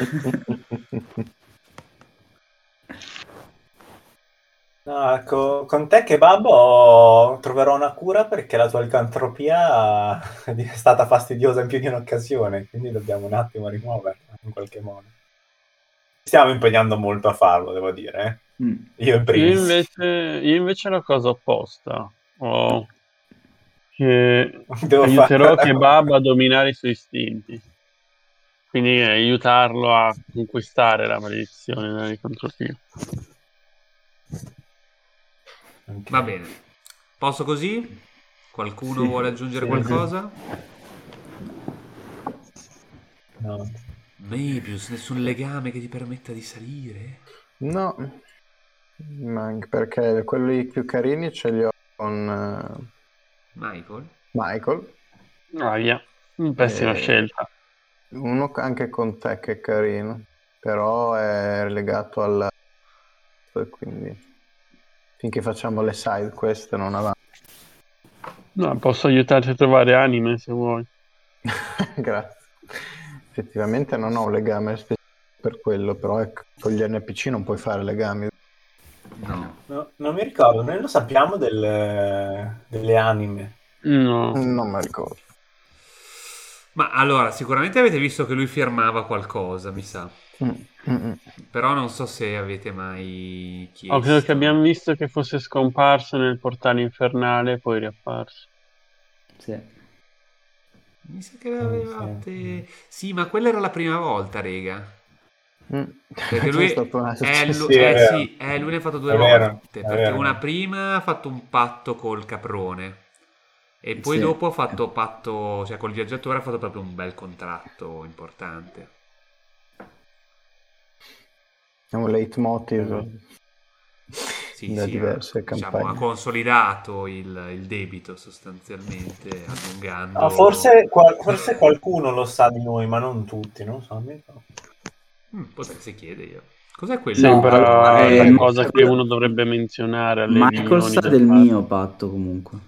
No, ecco, con te che babbo troverò una cura perché la tua licantropia è stata fastidiosa in più di un'occasione, quindi dobbiamo un attimo rimuoverla in qualche modo. Stiamo impegnando molto a farlo, devo dire. Eh? Mm. Io in Io primis. invece, io invece la cosa opposta. Ho che Devo aiuterò fare- Kebab a dominare i suoi istinti. Quindi eh, aiutarlo a conquistare la maledizione della licantropia. Va bene. Posso così? Qualcuno Sì. vuole aggiungere Sì, qualcosa? No. Mebius, nessun legame che ti permetta di salire? No, ma anche perché quelli più carini ce li ho con eh, Michael? Michael. Aia, pessima Eh, scelta. Uno anche con te che è carino, però è legato al... e quindi finché facciamo le side quest non avanti. No, posso aiutarti a trovare anime se vuoi. Grazie. Effettivamente non ho un legame specifico per quello, però ecco, con gli N P C non puoi fare legami. No. No, non mi ricordo, noi lo sappiamo delle, delle anime. No. Non mi ricordo. Ma allora, sicuramente avete visto che lui firmava qualcosa, mi sa. Mm, mm, mm. Però non so se avete mai chiesto. Oh, credo che abbiamo visto che fosse scomparso nel portale infernale e poi riapparso. Sì. Mi sa che l'avevate... Sì, ma quella era la prima volta, rega. Mm. Perché C'è lui... stata una Eh, lu- Sì, è eh, vero. sì, eh, lui ne ha fatto due È vero, volte. è Perché vero. una prima ha fatto un patto col caprone. E poi Sì. dopo ha fatto patto... Cioè, col viaggiatore ha fatto proprio un bel contratto importante. È un leitmotiv Sì, da sì, diverse ha, diciamo, campagne. ha consolidato il, il debito sostanzialmente, allungando... Ah, forse, qual- forse qualcuno lo sa di noi, ma non tutti, non so. mi ricordo. Mm, potrei chiede io. Cos'è quello? Sembra allora, la eh, cosa che quello- uno dovrebbe menzionare alle Michael riunioni sa del del padre. mio patto comunque.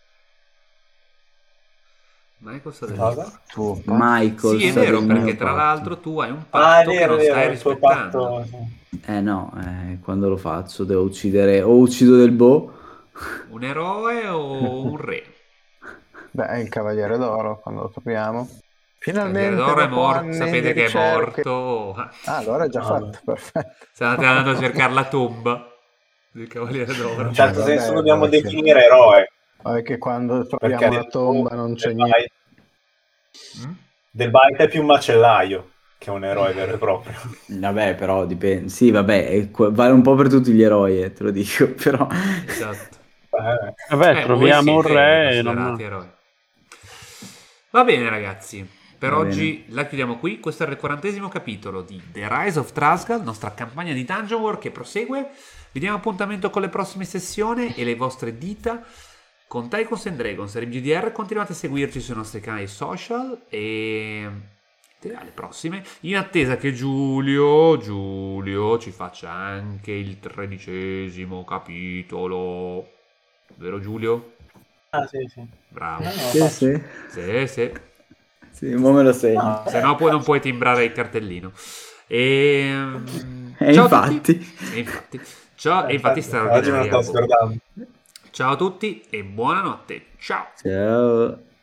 Michael sa del Cosa? patto. Tuo patto? Michael Sì, è sa vero, del perché mio tra patto. l'altro tu hai un Ah, è patto che vero, non è vero, stai il tuo rispettando. patto. Eh no, eh, quando lo faccio devo uccidere o uccido del boh Un eroe o un re? Beh, è il Cavaliere d'Oro, quando lo troviamo. Il Finalmente, Cavaliere d'Oro è dopo morto, anni sapete di che è ricerche- morto. Ah, allora è già Vabbè. fatto, perfetto. State andando a cercare la tomba del Cavaliere d'Oro. In un certo vabbè, senso dobbiamo perché- definire eroe. È che quando Per troviamo la carità, tomba non c'è del niente. Bite- Mm? Del Bite è più un macellaio che un eroe vero e proprio. Vabbè, però dipende. Sì, vabbè, è que- vale un po' per tutti gli eroi, eh, te lo dico, però... Esatto. Eh, Vabbè, Eh, troviamo un voi siete re e considerati non... eroi. Va bene ragazzi, per Va oggi la chiudiamo qui. Questo era il quarantesimo capitolo di The Rise of Trasgal, nostra campagna di Dungeon World che prosegue. Vi diamo appuntamento con le prossime sessioni e le vostre dita con Tycoons and Dragons, R G D R. Continuate a seguirci sui nostri canali social e alle prossime, in attesa che Giulio Giulio ci faccia anche il tredicesimo capitolo, vero Giulio? Ah, sì, sì. Bravo. No, no, Sì, faccio. sì. Sì, sì. Sì, mo me lo segno. No, Se no poi non puoi timbrare il cartellino. E, E ciao a infatti. tutti. E infatti. Ciao, e infatti Oggi me lo straordinaria. sto scordando. Ciao a tutti e buonanotte. Ciao. Ciao.